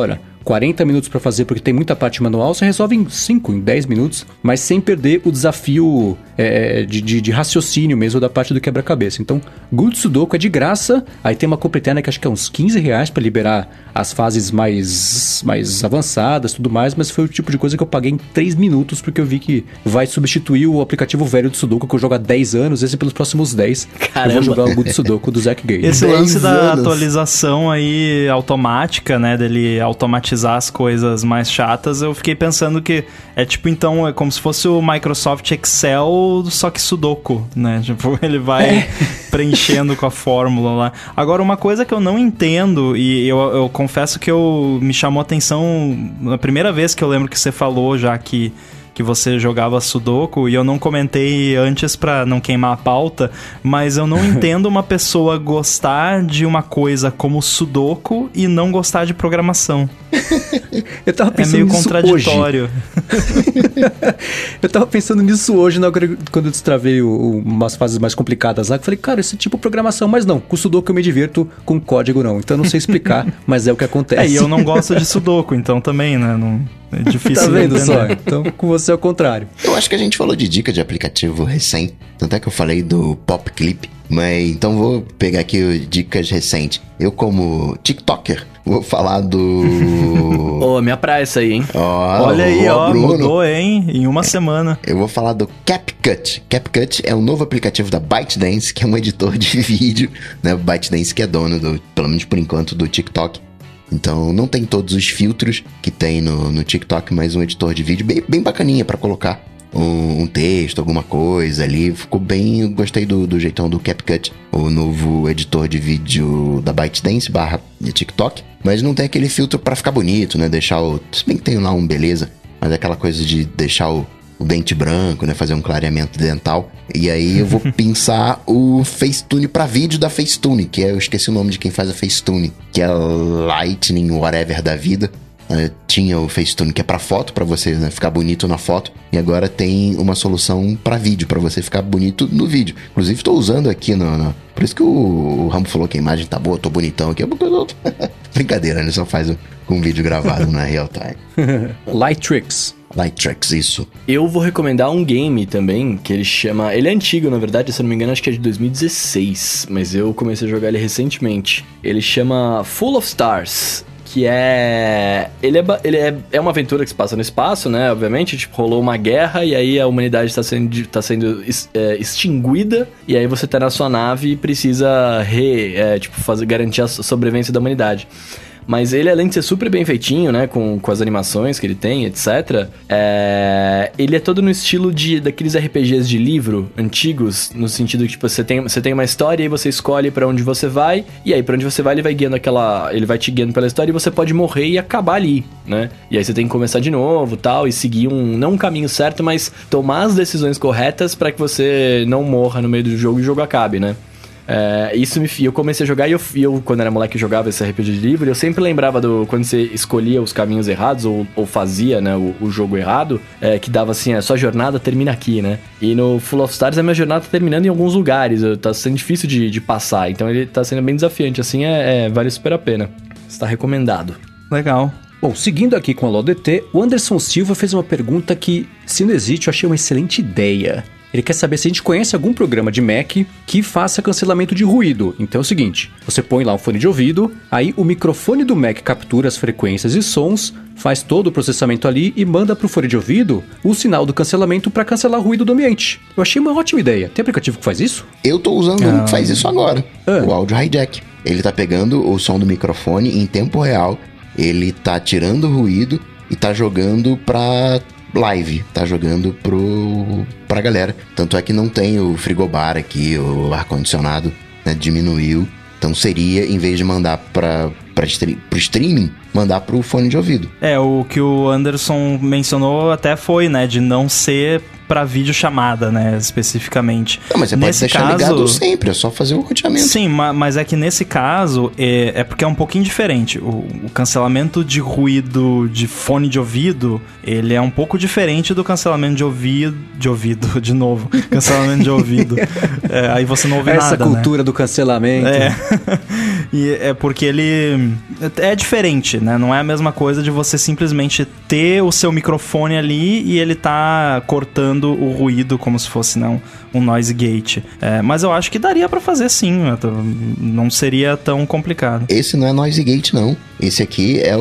quarenta minutos pra fazer porque tem muita parte manual, você resolve em cinco, em dez minutos, mas sem perder o desafio é, de, de, de raciocínio mesmo da parte do quebra-cabeça. Então, Good Sudoku é de graça, aí tem uma compra eterna que acho que é uns quinze reais pra liberar as fases mais, mais avançadas e tudo mais, mas foi o tipo de coisa que eu paguei em três minutos porque eu vi que vai substituir o aplicativo velho de Sudoku que eu jogo há dez anos, esse pelos próximos dez. Caramba. Eu vou jogar o Good Sudoku do Zack Gage. Esse lance da atualização aí automática, né, dele automatizar as coisas mais chatas, eu fiquei pensando que é tipo, então, é como se fosse o Microsoft Excel, só que Sudoku, né? Tipo, ele vai é. preenchendo com a fórmula lá. Agora, uma coisa que eu não entendo, e eu, eu confesso que eu me chamou a atenção na primeira vez que eu lembro que você falou já que que você jogava Sudoku, e eu não comentei antes pra não queimar a pauta, mas eu não entendo uma pessoa gostar de uma coisa como Sudoku e não gostar de programação. Eu tava pensando é meio nisso contraditório. Hoje. Eu tava pensando nisso hoje, na hora, quando eu destravei o, o, umas fases mais complicadas lá, que eu falei, cara, esse tipo de programação, mas não, com Sudoku eu me divirto, com código não. Então eu não sei explicar, mas é o que acontece. É, e eu não gosto de Sudoku, então também, né, não... É difícil. Tá vendo só? Então com você é o contrário. Eu acho que a gente falou de dica de aplicativo recém. Tanto é que eu falei do Pop Clip. Mas então vou pegar aqui dicas recentes. Eu, como TikToker, vou falar do... Ô, oh, minha praia isso aí, hein? Oh, Olha aí, ó, Bruno. Mudou, hein? Em uma semana. Eu vou falar do CapCut. CapCut é um novo aplicativo da ByteDance, que é um editor de vídeo, né? O ByteDance que é dono, do, pelo menos por enquanto, do TikTok. Então, não tem todos os filtros que tem no, no TikTok, mas um editor de vídeo bem, bem bacaninha pra colocar um, um texto, alguma coisa ali. Ficou bem... Eu gostei do, do jeitão do CapCut, o novo editor de vídeo da ByteDance barra TikTok. Mas não tem aquele filtro pra ficar bonito, né? Deixar o... Se bem que tem lá um beleza, mas é aquela coisa de deixar o... o dente branco, né? Fazer um clareamento dental. E aí eu vou pensar o Facetune pra vídeo da Facetune, que é, eu esqueci o nome de quem faz a Facetune, que é Lightning whatever da vida. Uh, tinha o Facetune que é pra foto, pra você, né, ficar bonito na foto. E agora tem uma solução pra vídeo, pra você ficar bonito no vídeo. Inclusive tô usando aqui no... no... Por isso que o, o Ramo falou que a imagem tá boa, tô bonitão aqui. Brincadeira, né? Só faz um, um vídeo gravado na real time. Lightricks. Lightricks, isso. Eu vou recomendar um game também, que ele chama... Ele é antigo, na verdade, se eu não me engano, acho que é de dois mil e dezesseis. Mas eu comecei a jogar ele recentemente. Ele chama Full of Stars, que é... Ele, é, ele é, é uma aventura que se passa no espaço, né? Obviamente, tipo, rolou uma guerra e aí a humanidade está sendo, tá sendo é, extinguida. E aí você tá na sua nave e precisa re, é, tipo, fazer, garantir a sobrevivência da humanidade. Mas ele, além de ser super bem feitinho, né, com, com as animações que ele tem, etcétera, é... ele é todo no estilo de, daqueles R P Gs de livro antigos, no sentido que, tipo, você tem, você tem uma história e você escolhe pra onde você vai, e aí pra onde você vai ele vai guiando aquela... ele vai te guiando pela história e você pode morrer e acabar ali, né? E aí você tem que começar de novo, tal, e seguir um... não um caminho certo, mas tomar as decisões corretas pra que você não morra no meio do jogo e o jogo acabe, né? É, isso me... Eu comecei a jogar e eu, eu, quando era moleque, jogava esse R P G de livro. Eu sempre lembrava do... Quando você escolhia os caminhos errados ou, ou fazia, né, o, o jogo errado, é, que dava assim, a sua jornada termina aqui, né? E no Full of Stars a minha jornada tá terminando em alguns lugares. Tá sendo difícil de, de passar. Então ele tá sendo bem desafiante, assim, é, é, vale super a pena. Está recomendado. Legal. Bom, seguindo aqui com a L O D T, o Anderson Silva fez uma pergunta que, se não existe, eu achei uma excelente ideia. Ele quer saber se a gente conhece algum programa de Mac que faça cancelamento de ruído. Então é o seguinte, você põe lá um fone de ouvido, aí o microfone do Mac captura as frequências e sons, faz todo o processamento ali e manda pro fone de ouvido o sinal do cancelamento para cancelar o ruído do ambiente. Eu achei uma ótima ideia. Tem aplicativo que faz isso? Eu tô usando ah. um que faz isso agora, ah. o Audio Hijack. Ele tá pegando o som do microfone em tempo real, ele tá tirando o ruído e tá jogando pra... live, tá jogando pro, pra galera. Tanto é que não tem o frigobar aqui, o ar-condicionado, né, diminuiu. Então seria, em vez de mandar pra, pra stream, pro streaming, mandar pro fone de ouvido. É, o que o Anderson mencionou até foi, né, de não ser pra videochamada, né, especificamente. Não, mas você nesse pode deixar caso, ligado sempre, é só fazer o roteamento. Sim, mas é que nesse caso, é, é porque é um pouquinho diferente. O, o cancelamento de ruído de fone de ouvido, ele é um pouco diferente do cancelamento de ouvido... De ouvido, de novo. Cancelamento de ouvido. É, aí você não ouve Essa nada, cultura né? do cancelamento. É. E é porque ele é diferente, né? Não é a mesma coisa de você simplesmente ter o seu microfone ali e ele tá cortando o ruído como se fosse, não, um noise gate. É, mas eu acho que daria pra fazer sim, não seria tão complicado. Esse não é noise gate, não. Esse aqui é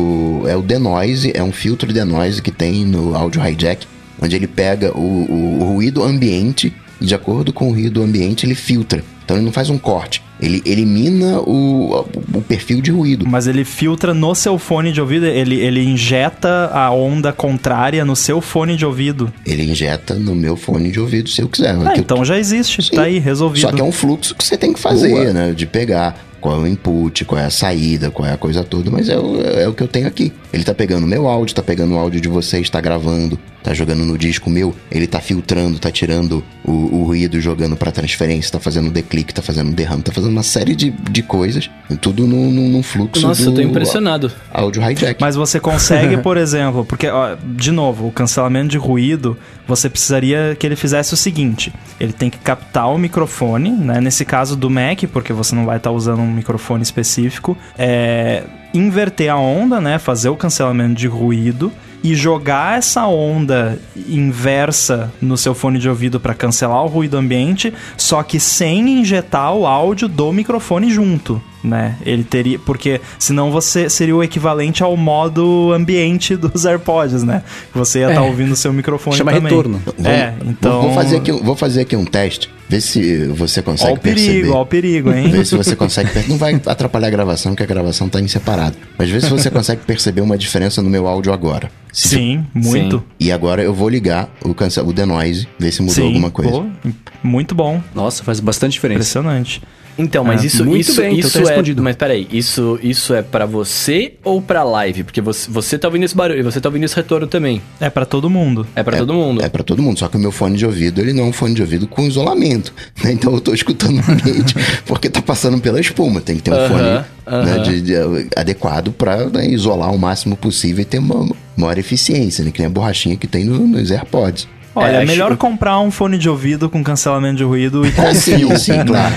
o é o denoise, é um filtro de denoise que tem no Audio Hijack, onde ele pega o, o, o ruído ambiente e, de acordo com o ruído ambiente, ele filtra. Então ele não faz um corte, ele elimina o, o perfil de ruído. Mas ele filtra no seu fone de ouvido, ele, ele injeta a onda contrária no seu fone de ouvido. Ele injeta no meu fone de ouvido se eu quiser. Ah, então eu... já existe, Sim. Tá aí, resolvido. Só que é um fluxo que você tem que fazer, Boa. né? De pegar qual é o input, qual é a saída, qual é a coisa toda, mas é o, é o que eu tenho aqui. Ele tá pegando o meu áudio, tá pegando o áudio de vocês, tá gravando, tá jogando no disco meu, ele tá filtrando, tá tirando o, o ruído, jogando pra transferência, tá fazendo declick, tá fazendo derrame, tá fazendo uma série de, de coisas, tudo num, num fluxo. Nossa, do eu tô impressionado. Audio Hijack. Mas você consegue, por exemplo, porque, ó, de novo, o cancelamento de ruído, você precisaria que ele fizesse o seguinte, ele tem que captar o microfone, né, nesse caso do Mac, porque você não vai estar usando um microfone específico, é, inverter a onda, né, fazer o cancelamento de ruído e jogar essa onda inversa no seu fone de ouvido para cancelar o ruído ambiente, só que sem injetar o áudio do microfone junto, né? Ele teria, porque senão você seria o equivalente ao modo ambiente dos AirPods, né? Você ia estar é. tá ouvindo o seu microfone Chama também. retorno. É, então vou fazer aqui, vou fazer aqui um teste. Vê se você consegue ó o perigo, perceber. Ó o perigo, hein? Vê se você consegue perceber. Não vai atrapalhar a gravação, porque a gravação tá em separado. Mas vê se você consegue perceber uma diferença no meu áudio agora. Se Sim, for... muito. Sim. E agora eu vou ligar o, cancel... o denoise, ver se mudou Sim, alguma coisa. Pô, muito bom. Nossa, faz bastante diferença. Impressionante. Então, mas é, isso, muito isso, bem, isso então tá é... respondido. Mas peraí, isso, isso é pra você ou pra live? Porque você, você tá ouvindo esse barulho e você tá ouvindo esse retorno também. É pra todo mundo. É pra é, todo mundo. É pra todo mundo, só que o meu fone de ouvido, ele não é um fone de ouvido com isolamento, né? Então eu tô escutando no ambiente porque tá passando pela espuma. Tem que ter um uh-huh, fone uh-huh. Né, de, de, adequado pra, né, isolar o máximo possível e ter uma maior eficiência, né? Que nem a borrachinha que tem no, nos AirPods. Olha, é melhor acho... comprar um fone de ouvido com cancelamento de ruído e com sim, sim, claro.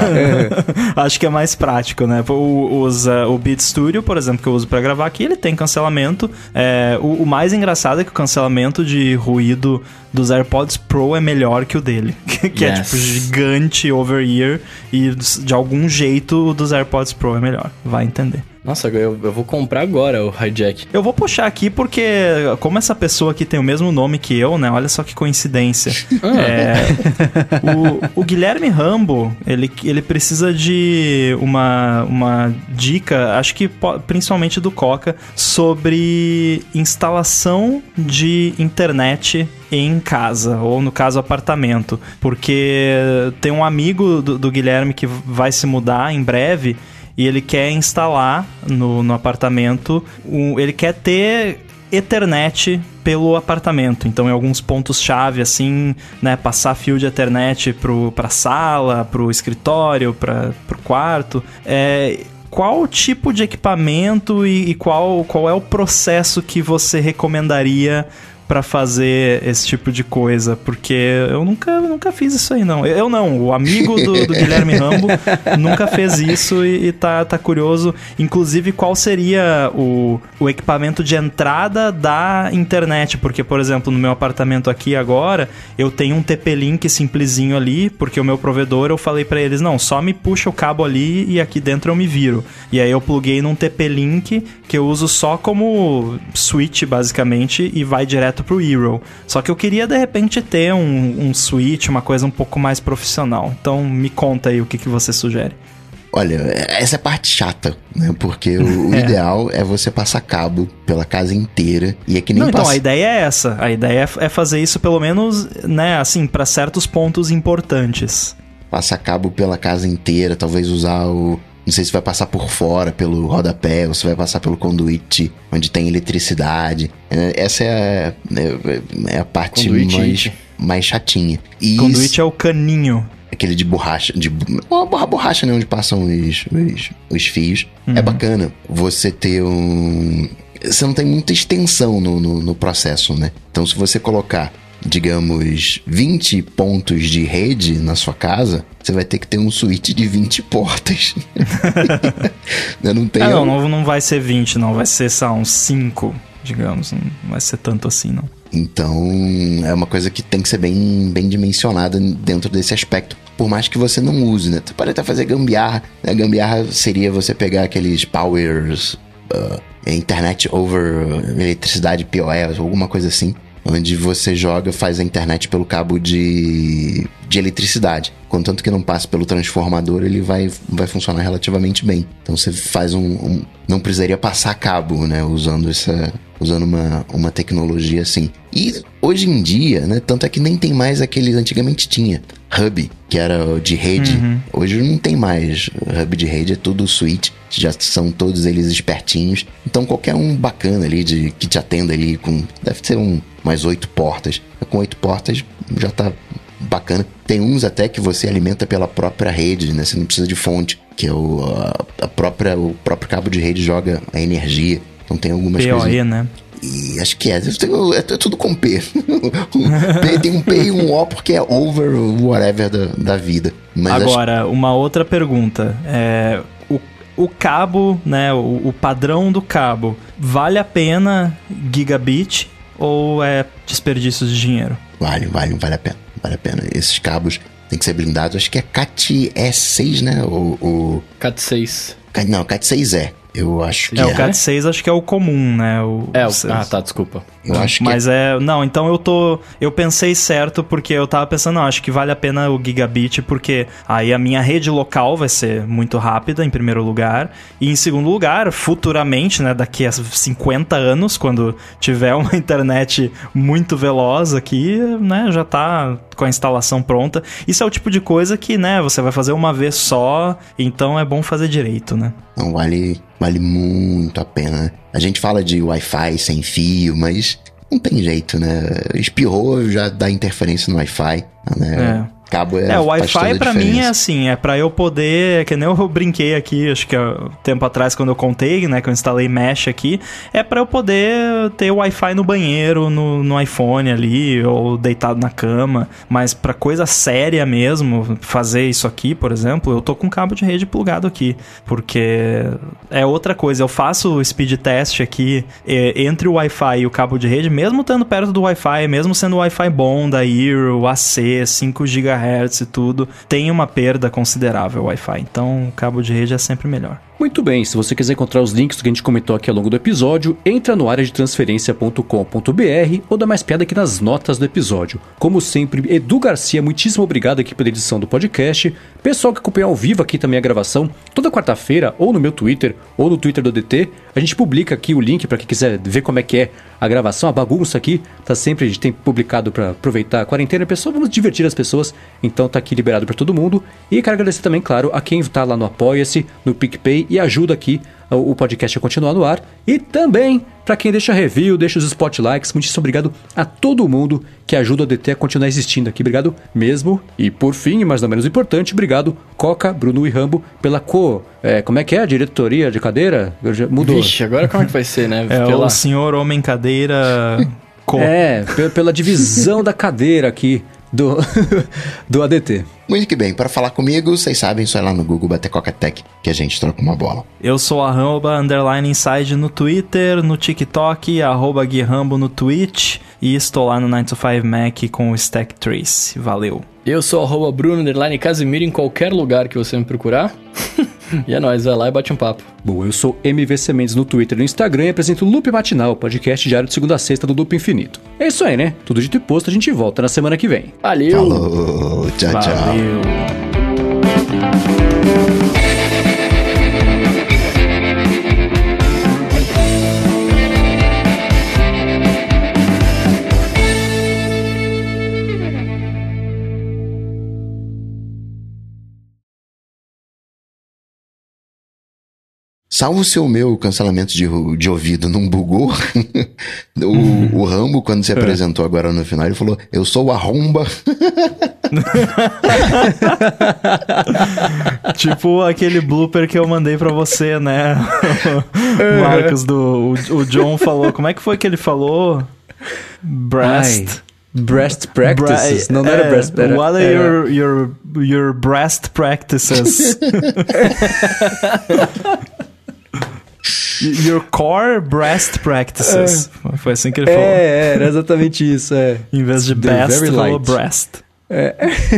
Acho que é mais prático, né? O, os, uh, o Beat Studio, por exemplo, que eu uso pra gravar aqui, ele tem cancelamento. É, o, o mais engraçado é que o cancelamento de ruído dos AirPods Pro é melhor que o dele. Que yes. é tipo gigante over-ear e de algum jeito o dos AirPods Pro é melhor. Vai entender. Nossa, eu, eu vou comprar agora o Hijack. Eu vou puxar aqui porque, como essa pessoa aqui tem o mesmo nome que eu, né? Olha só que coincidência. Ah. É, o, o Guilherme Rambo, ele, ele precisa de uma, uma dica, acho que principalmente do Coca, sobre instalação de internet em casa, ou no caso apartamento. Porque tem um amigo do, do Guilherme que vai se mudar em breve e ele quer instalar no, no apartamento, um, ele quer ter Ethernet pelo apartamento. Então, em alguns pontos-chave, assim, né, passar fio de Ethernet pro, pra sala, pro escritório, pra, pro quarto. É, qual tipo de equipamento e, e qual, qual é o processo que você recomendaria pra fazer esse tipo de coisa? Porque eu nunca, nunca fiz isso aí, não. Eu não, o amigo do, do Guilherme Rambo nunca fez isso e, e tá, tá curioso. Inclusive, qual seria o, o equipamento de entrada da internet? Porque, por exemplo, no meu apartamento aqui agora, eu tenho um T P-Link simplesinho ali, porque o meu provedor, eu falei pra eles, não, só me puxa o cabo ali e aqui dentro eu me viro. E aí eu pluguei num T P-Link que eu uso só como switch, basicamente, e vai direto pro Eero. Só que eu queria, de repente, ter um, um switch, uma coisa um pouco mais profissional. Então, me conta aí o que, que você sugere. Olha, essa é a parte chata, né? Porque o, o é. ideal é você passar cabo pela casa inteira. E é que nem Não, passa... então, a ideia é essa. A ideia é fazer isso, pelo menos, né, assim, para certos pontos importantes. Passar cabo pela casa inteira, talvez usar o... Não sei se vai passar por fora, pelo rodapé, ou se vai passar pelo conduíte, onde tem eletricidade. Essa é a, é a parte mais, mais chatinha. E conduíte isso, é o caninho. Aquele de borracha, de uma borracha, né, onde passam os, os, os fios. Uhum. É bacana você ter um... Você não tem muita extensão no, no, no processo, né? Então, se você colocar digamos, vinte pontos de rede na sua casa, você vai ter que ter um switch de vinte portas. não, tem ah, não, não, não vai ser vinte, não. Vai ser, só uns cinco, digamos. Não vai ser tanto assim, não. Então, é uma coisa que tem que ser bem, bem dimensionada dentro desse aspecto. Por mais que você não use, né? Você pode até fazer gambiarra. A gambiarra seria você pegar aqueles powers, uh, internet over eletricidade, P O E, alguma coisa assim, onde você joga, faz a internet pelo cabo de, de eletricidade. Contanto que não passe pelo transformador, ele vai, vai funcionar relativamente bem. Então você faz um... um não precisaria passar cabo, né? Usando essa... usando uma, uma tecnologia assim. E hoje em dia, né? Tanto é que nem tem mais aqueles... Antigamente tinha hub, que era de rede. Uhum. Hoje não tem mais hub de rede, é tudo switch. Já são todos eles espertinhos. Então qualquer um bacana ali, de, que te atenda ali com... Deve ser um, mais oito portas. Com oito portas já tá bacana. Tem uns até que você alimenta pela própria rede, né? Você não precisa de fonte. Que é o, a, a própria, o próprio cabo de rede joga a energia. Então tem algumas P O E, coisas... né? E acho que é. É, é tudo com P. P tem um P e um O porque é over whatever da, da vida. Mas agora, acho... uma outra pergunta. É, o, o cabo, né? O, o padrão do cabo, vale a pena gigabit ou é desperdício de dinheiro? Vale, vale, vale a pena. Vale a pena. Esses cabos tem que ser blindados. Acho que é cat E seis, né? O, o... cat seis. Não, cat seis E. Eu acho que é. É, o cat seis acho que é o comum, né? O, é, o... o ah, tá, desculpa. Eu acho que Mas é... é... Não, então eu tô... Eu pensei certo porque eu tava pensando, não, acho que vale a pena o gigabit, porque aí a minha rede local vai ser muito rápida, em primeiro lugar. E em segundo lugar, futuramente, né, daqui a cinquenta anos, quando tiver uma internet muito veloz aqui, né, já tá com a instalação pronta. Isso é o tipo de coisa que, né, você vai fazer uma vez só, então é bom fazer direito, né? Não, vale, vale muito a pena, né? A gente fala de Wi-Fi sem fio, mas não tem jeito, né? Espirrou, já dá interferência no Wi-Fi, né? É. Cabo é, é, o Wi-Fi pra mim é assim, é pra eu poder, que nem eu brinquei aqui, acho que há tempo atrás quando eu contei, né, que eu instalei Mesh aqui, é pra eu poder ter o Wi-Fi no banheiro, no, no iPhone ali, ou deitado na cama, mas pra coisa séria mesmo, fazer isso aqui, por exemplo, eu tô com cabo de rede plugado aqui, porque é outra coisa, eu faço o speed test aqui é, entre o Wi-Fi e o cabo de rede, mesmo estando perto do Wi-Fi, mesmo sendo o Wi-Fi bom da Eero, A C, cinco gigahertz e tudo, tem uma perda considerável o Wi-Fi. Então, o cabo de rede é sempre melhor. Muito bem, se você quiser encontrar os links do que a gente comentou aqui ao longo do episódio, entra no área de transferência ponto com ponto b r ou dá mais piada aqui nas notas do episódio. Como sempre, Edu Garcia, muitíssimo obrigado aqui pela edição do podcast. Pessoal que acompanha ao vivo aqui também a gravação, toda quarta-feira, ou no meu Twitter, ou no Twitter do A D T, a gente publica aqui o link para quem quiser ver como é que é a gravação, a bagunça aqui, tá sempre, a gente tem publicado para aproveitar a quarentena, pessoal, vamos divertir as pessoas, então tá aqui liberado para todo mundo. E quero agradecer também, claro, a quem tá lá no Apoia-se, no PicPay, e ajuda aqui o podcast a continuar no ar. E também para quem deixa review, deixa os spotlights. Muitíssimo obrigado a todo mundo que ajuda o A D T a continuar existindo aqui. Obrigado mesmo. E por fim, mas não menos importante, obrigado Coca, Bruno e Rambo pela co... É, como é que é? A diretoria de cadeira? Mudou. Vixe, agora como é que vai ser, né? É pela... o senhor homem cadeira... Co. É, pela divisão da cadeira aqui do, do A D T. Muito que bem, para falar comigo, vocês sabem, só ir lá no Google, bater Coca-Tech, que a gente troca uma bola. Eu sou arroba, underline inside no Twitter, no TikTok, arroba guirambo no Twitch, e estou lá no nine to five Mac com o Stack Trace. Valeu. Eu sou arroba Bruno, underline Casimiro, em qualquer lugar que você me procurar. E é nóis, vai lá e bate um papo. Bom, eu sou M V C Mendes no Twitter e no Instagram e apresento o Loop Matinal, podcast diário de segunda a sexta do Loop Infinito. É isso aí, né? Tudo dito e posto, a gente volta na semana que vem. Valeu! Falou, tchau, tchau. Valeu. Salvo se o meu cancelamento de, de ouvido não bugou, o, o Rambo, quando se apresentou agora no final, ele falou, eu sou o arromba. Tipo aquele blooper que eu mandei pra você, né? O Marcos, do, o, o John falou, como é que foi que ele falou? Breast... Ai. breast practices. Bra- não, não era é, breast. Era, what are era... your, your, your breast practices? Your core breast practices. É. Foi assim que ele falou. É, era exatamente isso. É. Em vez de The best, very falou light. breast. É.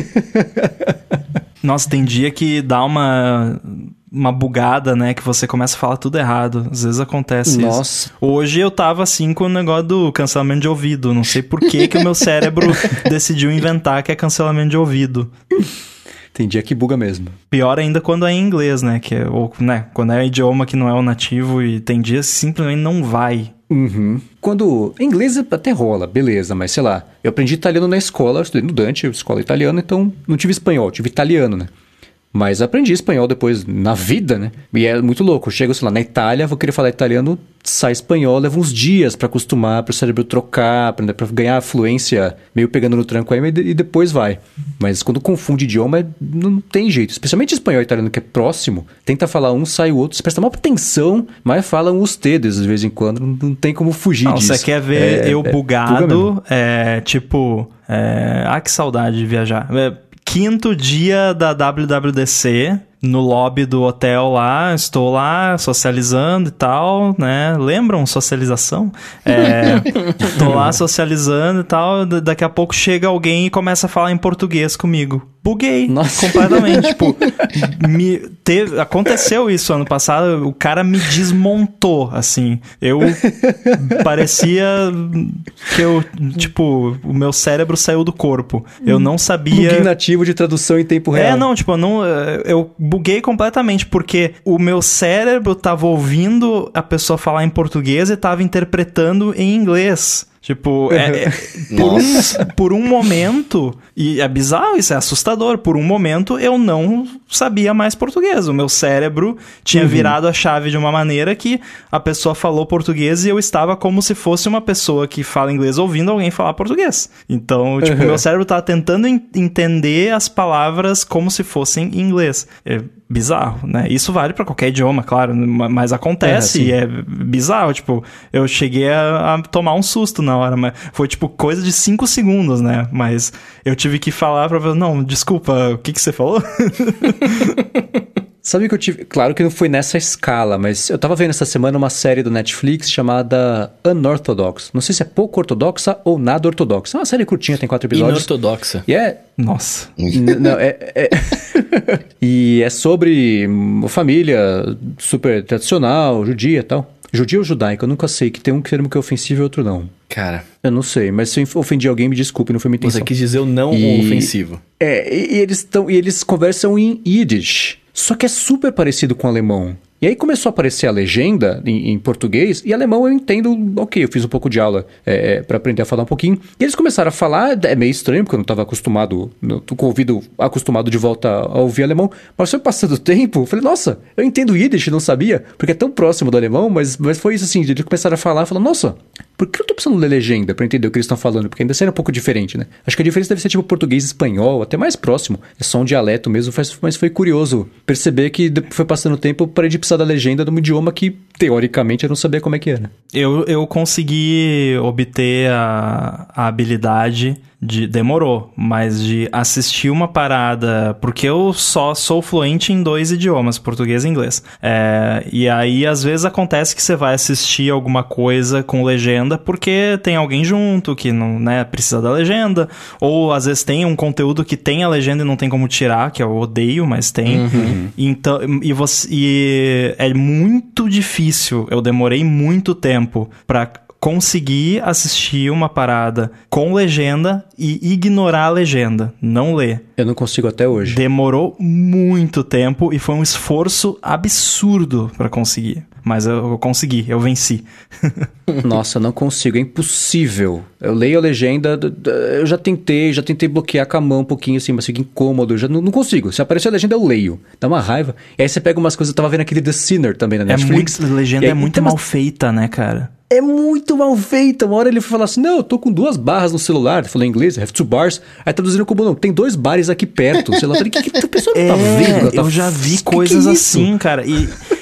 Nossa, tem dia que dá uma, uma bugada, né? Que você começa a falar tudo errado. Às vezes acontece Nossa. isso. Hoje eu tava assim com o negócio do cancelamento de ouvido. Não sei por que que o meu cérebro decidiu inventar que é cancelamento de ouvido. Tem dia que buga mesmo. Pior ainda quando é em inglês, né? Que é, ou, né? Quando é um idioma que não é o nativo e tem dias que simplesmente não vai. Uhum. Quando... Em inglês até rola, beleza, mas sei lá. Eu aprendi italiano na escola, eu estudei no Dante, escola italiana, então não tive espanhol, tive italiano, né? Mas aprendi espanhol depois na vida, né? E é muito louco. Eu chego, sei lá, na Itália, vou querer falar italiano, sai espanhol, leva uns dias pra acostumar, pro cérebro trocar, pra, pra ganhar a fluência, meio pegando no tranco aí, e depois vai. Mas quando confunde idioma, não tem jeito. Especialmente espanhol e italiano, que é próximo, tenta falar um, sai o outro, você presta maior atenção, mas falam os tedes de vez em quando, não, não tem como fugir não, disso. Você quer ver é, eu é, bugado, é, tipo... É, ah, que saudade de viajar. É, quinto dia da W W D C, no lobby do hotel lá, estou lá socializando e tal, né? Lembram socialização? É, tô lá socializando e tal, daqui a pouco chega alguém e começa a falar em português comigo. Buguei. Nossa. Completamente. Tipo, me teve, aconteceu isso ano passado, o cara me desmontou, assim. Eu parecia que eu, tipo, o meu cérebro saiu do corpo. Eu não sabia... Plugin nativo de tradução em tempo real. É, não, tipo, eu não, eu buguei completamente, porque o meu cérebro tava ouvindo a pessoa falar em português e tava interpretando em inglês. Tipo, é, é, por, um, por um momento, e é bizarro isso, é assustador, por um momento eu não sabia mais português. O meu cérebro tinha uhum. virado a chave de uma maneira que a pessoa falou português e eu estava como se fosse uma pessoa que fala inglês ouvindo alguém falar português. Então, tipo, o uhum. meu cérebro estava tentando en- entender as palavras como se fossem em inglês. É bizarro, né? Isso vale pra qualquer idioma, claro, mas acontece é, e é bizarro. Tipo, eu cheguei a, a tomar um susto na hora, mas foi tipo coisa de cinco segundos, né? Mas eu tive que falar pra... Não, desculpa, o que que você falou? Sabe que eu tive... Claro que não foi nessa escala, mas eu tava vendo essa semana uma série do Netflix chamada Unorthodox. Não sei se é pouco ortodoxa ou nada ortodoxa. É uma série curtinha, tem quatro episódios. Inortodoxa. E é... Nossa. N- não, é... é... e é sobre uma família super tradicional, judia e tal. Judia ou judaica? Eu nunca sei, que tem um termo que é ofensivo e outro não. Cara... Eu não sei, mas se eu ofendi alguém, me desculpe, não foi minha intenção. Você quis dizer o não e... ofensivo. É, e, e, eles tão, e eles conversam em Yiddish, só que é super parecido com o alemão. E aí começou a aparecer a legenda em, em português, e alemão eu entendo, ok, eu fiz um pouco de aula é, é, para aprender a falar um pouquinho. E eles começaram a falar, é meio estranho, porque eu não estava acostumado, não, com o ouvido acostumado de volta a ouvir alemão, mas foi passando o tempo, eu falei, nossa, eu entendo Yiddish, não sabia, porque é tão próximo do alemão, mas, mas foi isso assim, eles começaram a falar, falaram, nossa, por que eu tô precisando ler legenda para entender o que eles estão falando? Porque ainda seria um pouco diferente, né? Acho que a diferença deve ser tipo português e espanhol, até mais próximo, é só um dialeto mesmo, mas foi curioso perceber que foi passando o tempo para a gente precisar da legenda de um idioma que, teoricamente, eu não sabia como é que era. Eu, eu consegui obter a, a habilidade de... Demorou, mas de assistir uma parada... Porque eu só sou fluente em dois idiomas, português e inglês. É, e aí, às vezes, acontece que você vai assistir alguma coisa com legenda porque tem alguém junto que não, né, precisa da legenda. Ou, às vezes, tem um conteúdo que tem a legenda e não tem como tirar, que eu odeio, mas tem. Uhum. Então, e, você, e é muito difícil. Eu demorei muito tempo pra conseguir assistir uma parada com legenda e ignorar a legenda, não ler. Eu não consigo até hoje. Demorou muito tempo e foi um esforço absurdo pra conseguir. Mas eu, eu consegui, eu venci. Nossa, eu não consigo, é impossível. Eu leio a legenda, eu já tentei, já tentei bloquear com a mão um pouquinho assim, mas fica incômodo, eu já não, não consigo. Se aparecer a legenda, eu leio. Dá uma raiva. E aí você pega umas coisas, eu tava vendo aquele The Sinner também na Netflix. É muito, a legenda aí, é muito mal feita, né, cara? É muito mal feita. Uma hora ele foi falar assim, não, eu tô com duas barras no celular. Ele falou em inglês, have two bars. Aí traduzindo como, não, tem dois bares aqui perto. Sei lá, eu falei, que, que a pessoa não tá é, vendo? Tá eu já vi coisas assim, cara. E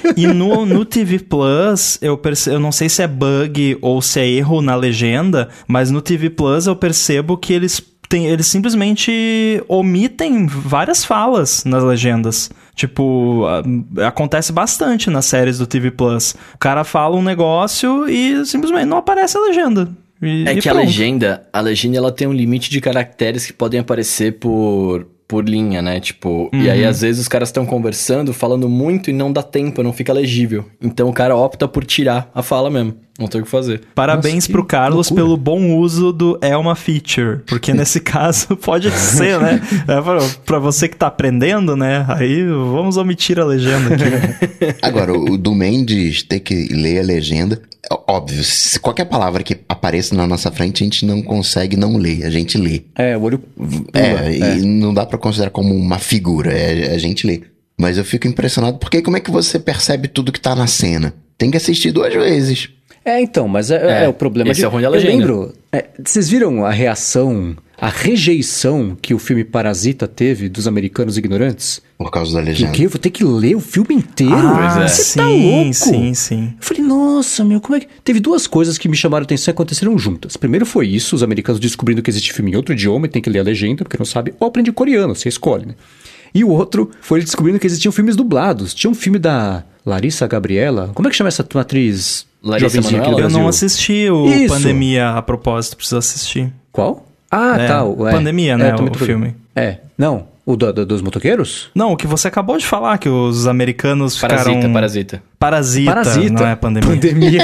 E no, no T V Plus, eu, perce... eu não sei se é bug ou se é erro na legenda, mas no T V Plus eu percebo que eles, tem... eles simplesmente omitem várias falas nas legendas. Tipo, acontece bastante nas séries do T V Plus. O cara fala um negócio e simplesmente não aparece a legenda. E, é e que pronto. a legenda, a legenda ela tem um limite de caracteres que podem aparecer por, por linha, né? Tipo, uhum. E aí às vezes os caras estão conversando, falando muito e não dá tempo, não fica legível. Então o cara opta por tirar a fala mesmo. Não tem o que fazer. Parabéns Nossa, pro Carlos loucura. Pelo bom uso do é uma feature. Porque nesse caso pode ser, né? É pra, pra você que tá aprendendo, né? Aí vamos omitir a legenda aqui. Agora, o do Mendes ter que ler a legenda, óbvio, se qualquer palavra que apareça na nossa frente, a gente não consegue não ler, a gente lê. É, o olho... É, é. E não dá pra considerar como uma figura, é, a gente lê. Mas eu fico impressionado, porque como é que você percebe tudo que tá na cena? Tem que assistir duas vezes. É, então, mas é, é, é o problema esse de... é o ruim da legenda. Eu lembro, é, vocês viram a reação, a rejeição que o filme Parasita teve dos americanos ignorantes? Por causa da legenda. Que eu vou ter que ler o filme inteiro? Ah, pois é. Você sim, tá louco? Sim, sim. Eu falei, nossa, meu, como é que... Teve duas coisas que me chamaram a atenção e aconteceram juntas. Primeiro foi isso, os americanos descobrindo que existe filme em outro idioma e tem que ler a legenda, porque não sabe, ou aprende coreano, você escolhe, né? E o outro foi eles descobrindo que existiam filmes dublados. Tinha um filme da Larissa Gabriela. Como é que chama essa atriz Larissa Manoela? Eu não assisti o Isso. Pandemia a propósito, preciso assistir. Qual? Ah, é, tá. É. Pandemia, né? É, o filme. É. Não. O do, do, dos motoqueiros? Não, o que você acabou de falar, que os americanos Parasita, ficaram... Parasita. Parasita. Parasita. Não é pandemia. Pandemia.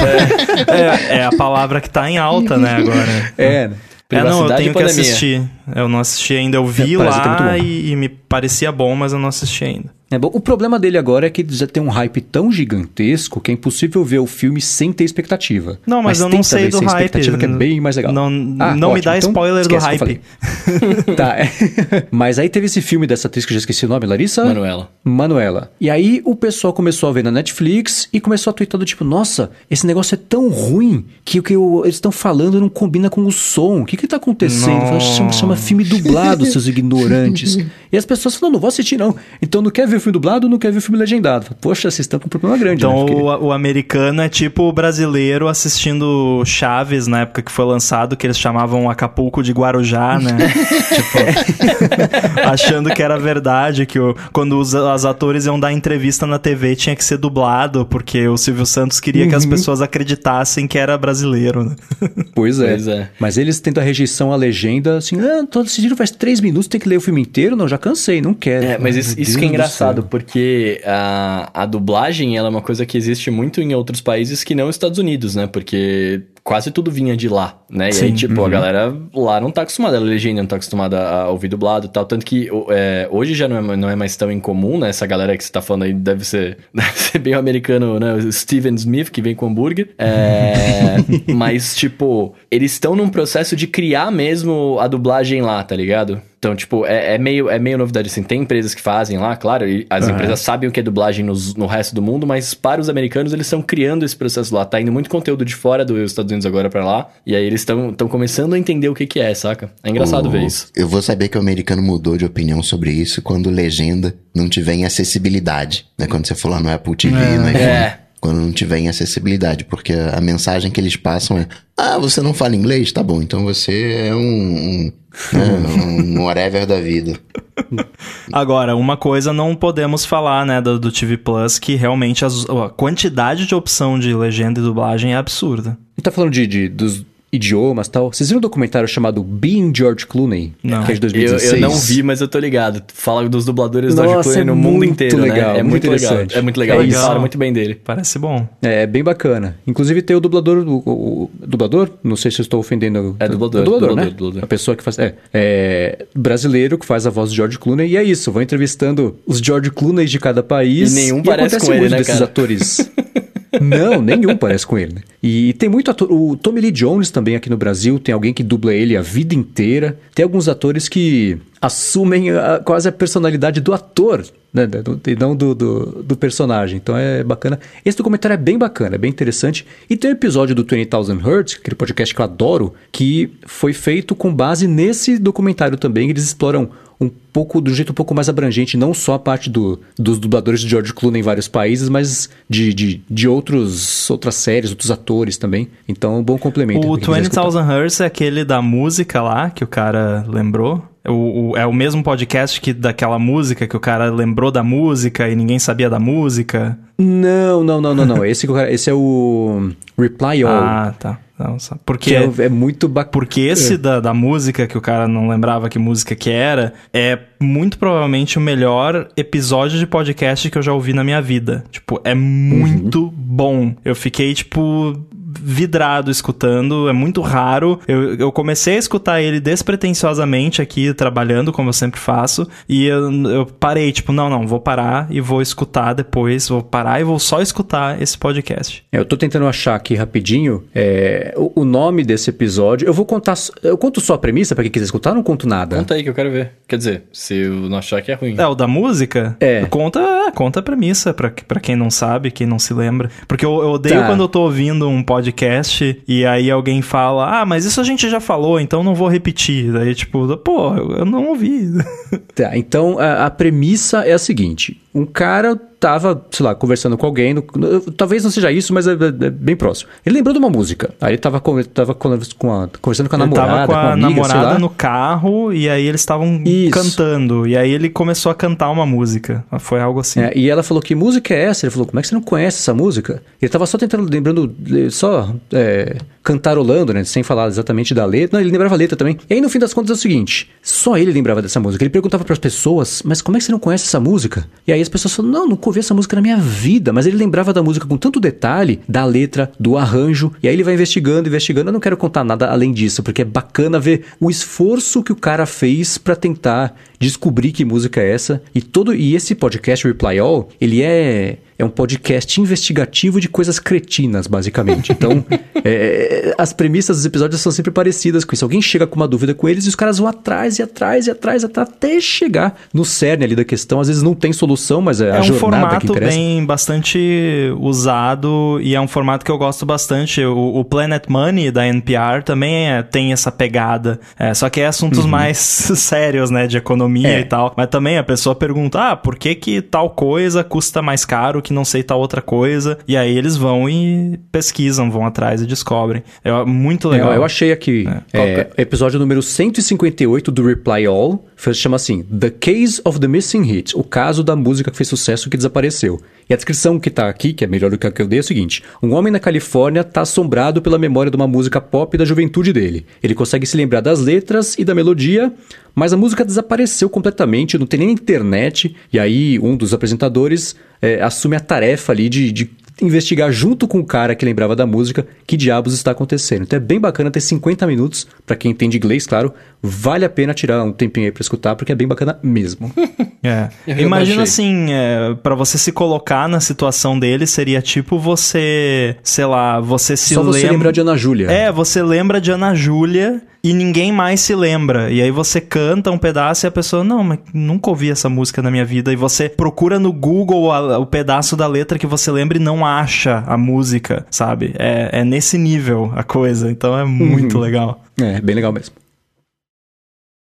É, é a palavra que tá em alta, né, agora. É, É, não, eu tenho que pandemia. assistir. Eu não assisti ainda. Eu vi é, lá e, e me parecia bom, mas eu não assisti ainda. É bom. O problema dele agora é que já tem um hype tão gigantesco que é impossível ver o filme sem ter expectativa. Não, mas, mas eu não sei do hype. Expectativa que é bem mais legal. Não, ah, não ótimo. me dá então, spoiler do hype. Tá, é. Mas aí teve esse filme dessa atriz que eu já esqueci o nome, Larissa? Manoela. Manuela. E aí o pessoal começou a ver na Netflix e começou a twittar do tipo, nossa, esse negócio é tão ruim que o que eu, eles estão falando não combina com o som. O que que tá acontecendo? Falo, chama, chama filme dublado, seus ignorantes. E as pessoas falam, não vou assistir não. Então não quer ver o filme dublado, não quer ver o filme legendado. Poxa, vocês estão com um problema grande. Então né? Porque... o, o americano é tipo o brasileiro assistindo Chaves na época que foi lançado, que eles chamavam Acapulco de Guarujá, né? Tipo, achando que era verdade, que o, quando os, os atores iam dar entrevista na T V tinha que ser dublado, porque o Silvio Santos queria uhum. que as pessoas acreditassem que era brasileiro, né? Pois é. Pois é. Mas eles tendo a rejeição à legenda, assim, ah, tô decidindo faz três minutos, tem que ler o filme inteiro? Não, já cansei, não quero. É, mas isso, isso que é engraçado, porque a, a dublagem ela é uma coisa que existe muito em outros países que não Estados Unidos, né? Porque quase tudo vinha de lá, né? Sim. E aí, tipo, uhum. a galera lá não tá acostumada a ler legenda, não tá acostumada a ouvir dublado e tal. Tanto que é, hoje já não é, não é mais tão incomum, né? Essa galera que você tá falando aí deve ser, deve ser bem o americano, né? O Steven Smith, que vem com hambúrguer. É, mas, tipo, eles estão num processo de criar mesmo a dublagem lá, tá ligado? Então, tipo, é, é, meio, é meio novidade, assim. Tem empresas que fazem lá, claro, e as uhum. empresas sabem o que é dublagem nos, no resto do mundo, mas para os americanos, eles estão criando esse processo lá. Tá indo muito conteúdo de fora dos Estados Unidos agora pra lá, e aí eles estão começando a entender o que que é, saca? É engraçado o... ver isso. Eu vou saber que o americano mudou de opinião sobre isso quando legenda não tiver em acessibilidade, né? Quando você for lá no Apple T V, é. no iPhone. É. Quando não tiver em acessibilidade, porque a mensagem que eles passam é: ah, você não fala inglês? Tá bom, então você é um, um, é, um whatever da vida. Agora, uma coisa não podemos falar, né, do, do T V Plus, que realmente as, a quantidade de opção de legenda e dublagem é absurda. A gente tá falando de, de, dos idiomas e tal. Vocês viram um documentário chamado Being George Clooney? Não. Que é de dois mil e dezesseis? Eu, eu não vi, mas eu tô ligado. Fala dos dubladores do George Clooney é no mundo inteiro, legal, né? É muito legal. É muito legal. É Eles falam muito bem dele. Parece bom. É, bem bacana. Inclusive tem o dublador... O, o, o dublador? Não sei se eu estou ofendendo... É dublador. É dublador, dublador, né? Dublador. A pessoa que faz... É, é brasileiro que faz a voz de George Clooney. E é isso. Vão entrevistando os George Clooney de cada país. E nenhum e parece com ele, né, desses cara? atores... Não, nenhum parece com ele, né? E tem muito ator, o Tommy Lee Jones também aqui no Brasil, tem alguém que dubla ele a vida inteira. Tem alguns atores que assumem a, quase a personalidade do ator, né, e não do, do, do personagem. Então é bacana. Esse documentário é bem bacana, é bem interessante. E tem um episódio do twenty thousand Hertz, aquele podcast que eu adoro, que foi feito com base nesse documentário também. Eles exploram um pouco, do jeito um pouco mais abrangente, não só a parte do, dos dubladores de George Clooney em vários países, mas de, de, de outros, outras séries, outros atores também. Então, um bom complemento. O twenty thousand Hertz é aquele da música lá, que o cara lembrou? O, o, é o mesmo podcast que daquela música que o cara lembrou da música e ninguém sabia da música? Não, não, não, não, não. Esse, esse é o Reply All. Ah, tá. Não, porque é, é muito bacana. Porque esse é. da, da música, que o cara não lembrava que música que era, é muito provavelmente o melhor episódio de podcast que eu já ouvi na minha vida. Tipo, é muito uhum. bom. Eu fiquei, tipo, vidrado escutando, é muito raro. Eu, eu comecei a escutar ele despretensiosamente aqui, trabalhando, como eu sempre faço, e eu, eu parei, tipo, não, não, vou parar e vou escutar depois, vou parar e vou só escutar esse podcast. É, eu tô tentando achar aqui rapidinho é, o, o nome desse episódio. Eu vou contar, eu conto só a premissa pra quem quiser escutar, ou não conto nada? Conta aí que eu quero ver. Quer dizer, se eu não achar que é ruim. É, o da música? É. Conta, conta a premissa pra, pra quem não sabe, quem não se lembra. Porque eu, eu odeio tá. quando eu tô ouvindo um podcast podcast e aí alguém fala, ah, mas isso a gente já falou, então não vou repetir. Daí, tipo, pô, eu não ouvi. Tá, então a, a premissa é a seguinte: um cara tava, sei lá, conversando com alguém, no, no, talvez não seja isso, mas é, é, é bem próximo. Ele lembrou de uma música, aí ele tava, com, tava com a, conversando com a ele namorada, tava com a, com a amiga, namorada no carro, e aí eles estavam cantando, e aí ele começou a cantar uma música, foi algo assim. É, e ela falou, que música é essa? Ele falou, como é que você não conhece essa música? Ele tava só tentando, lembrando, só é, cantarolando, né, sem falar exatamente da letra. Não, ele lembrava a letra também. E aí no fim das contas é o seguinte, só ele lembrava dessa música. Ele perguntava pras pessoas, mas como é que você não conhece essa música? E aí as pessoas falaram, não, nunca ouvi essa música na minha vida, mas ele lembrava da música com tanto detalhe, da letra, do arranjo, e aí ele vai investigando, investigando. Eu não quero contar nada além disso, porque é bacana ver o esforço que o cara fez pra tentar descobrir que música é essa. E todo e esse podcast Reply All, ele é é um podcast investigativo de coisas cretinas, basicamente. Então, é, as premissas dos episódios são sempre parecidas com isso. Alguém chega com uma dúvida com eles e os caras vão atrás e atrás e atrás até chegar no cerne ali da questão. Às vezes não tem solução, mas é, é a um jornada que interessa. É um formato bem bastante usado e é um formato que eu gosto bastante. O, o Planet Money da N P R também é, tem essa pegada. É, só que é assuntos uhum. mais sérios, né? De economia é. e tal. Mas também a pessoa pergunta, ah, por que que tal coisa custa mais caro que não sei tal outra coisa, e aí eles vão e pesquisam, vão atrás e descobrem. É muito legal. É, eu achei aqui, é. É, episódio número cento e cinquenta e oito do Reply All, chama assim, The Case of the Missing Hit, o caso da música que fez sucesso que desapareceu. E a descrição que tá aqui, que é melhor do que a que eu dei, é o seguinte: um homem na Califórnia tá assombrado pela memória de uma música pop da juventude dele. Ele consegue se lembrar das letras e da melodia, mas a música desapareceu completamente, não tem nem internet, e aí um dos apresentadores é, assume a tarefa ali de, de investigar junto com o cara que lembrava da música que diabos está acontecendo. Então é bem bacana ter cinquenta minutos, pra quem entende inglês, claro, vale a pena tirar um tempinho aí pra escutar, porque é bem bacana mesmo. É. Imagina assim, é, pra você se colocar na situação dele, seria tipo você, sei lá, você se Só lembra... Só você lembra de Ana Júlia. É, você lembra de Ana Júlia e ninguém mais se lembra. E aí você canta um pedaço e a pessoa, não, mas nunca ouvi essa música na minha vida. E você procura no Google a, o pedaço da letra que você lembra e não acha a música, sabe? É, é nesse nível a coisa. Então é muito uhum. legal. É, bem legal mesmo.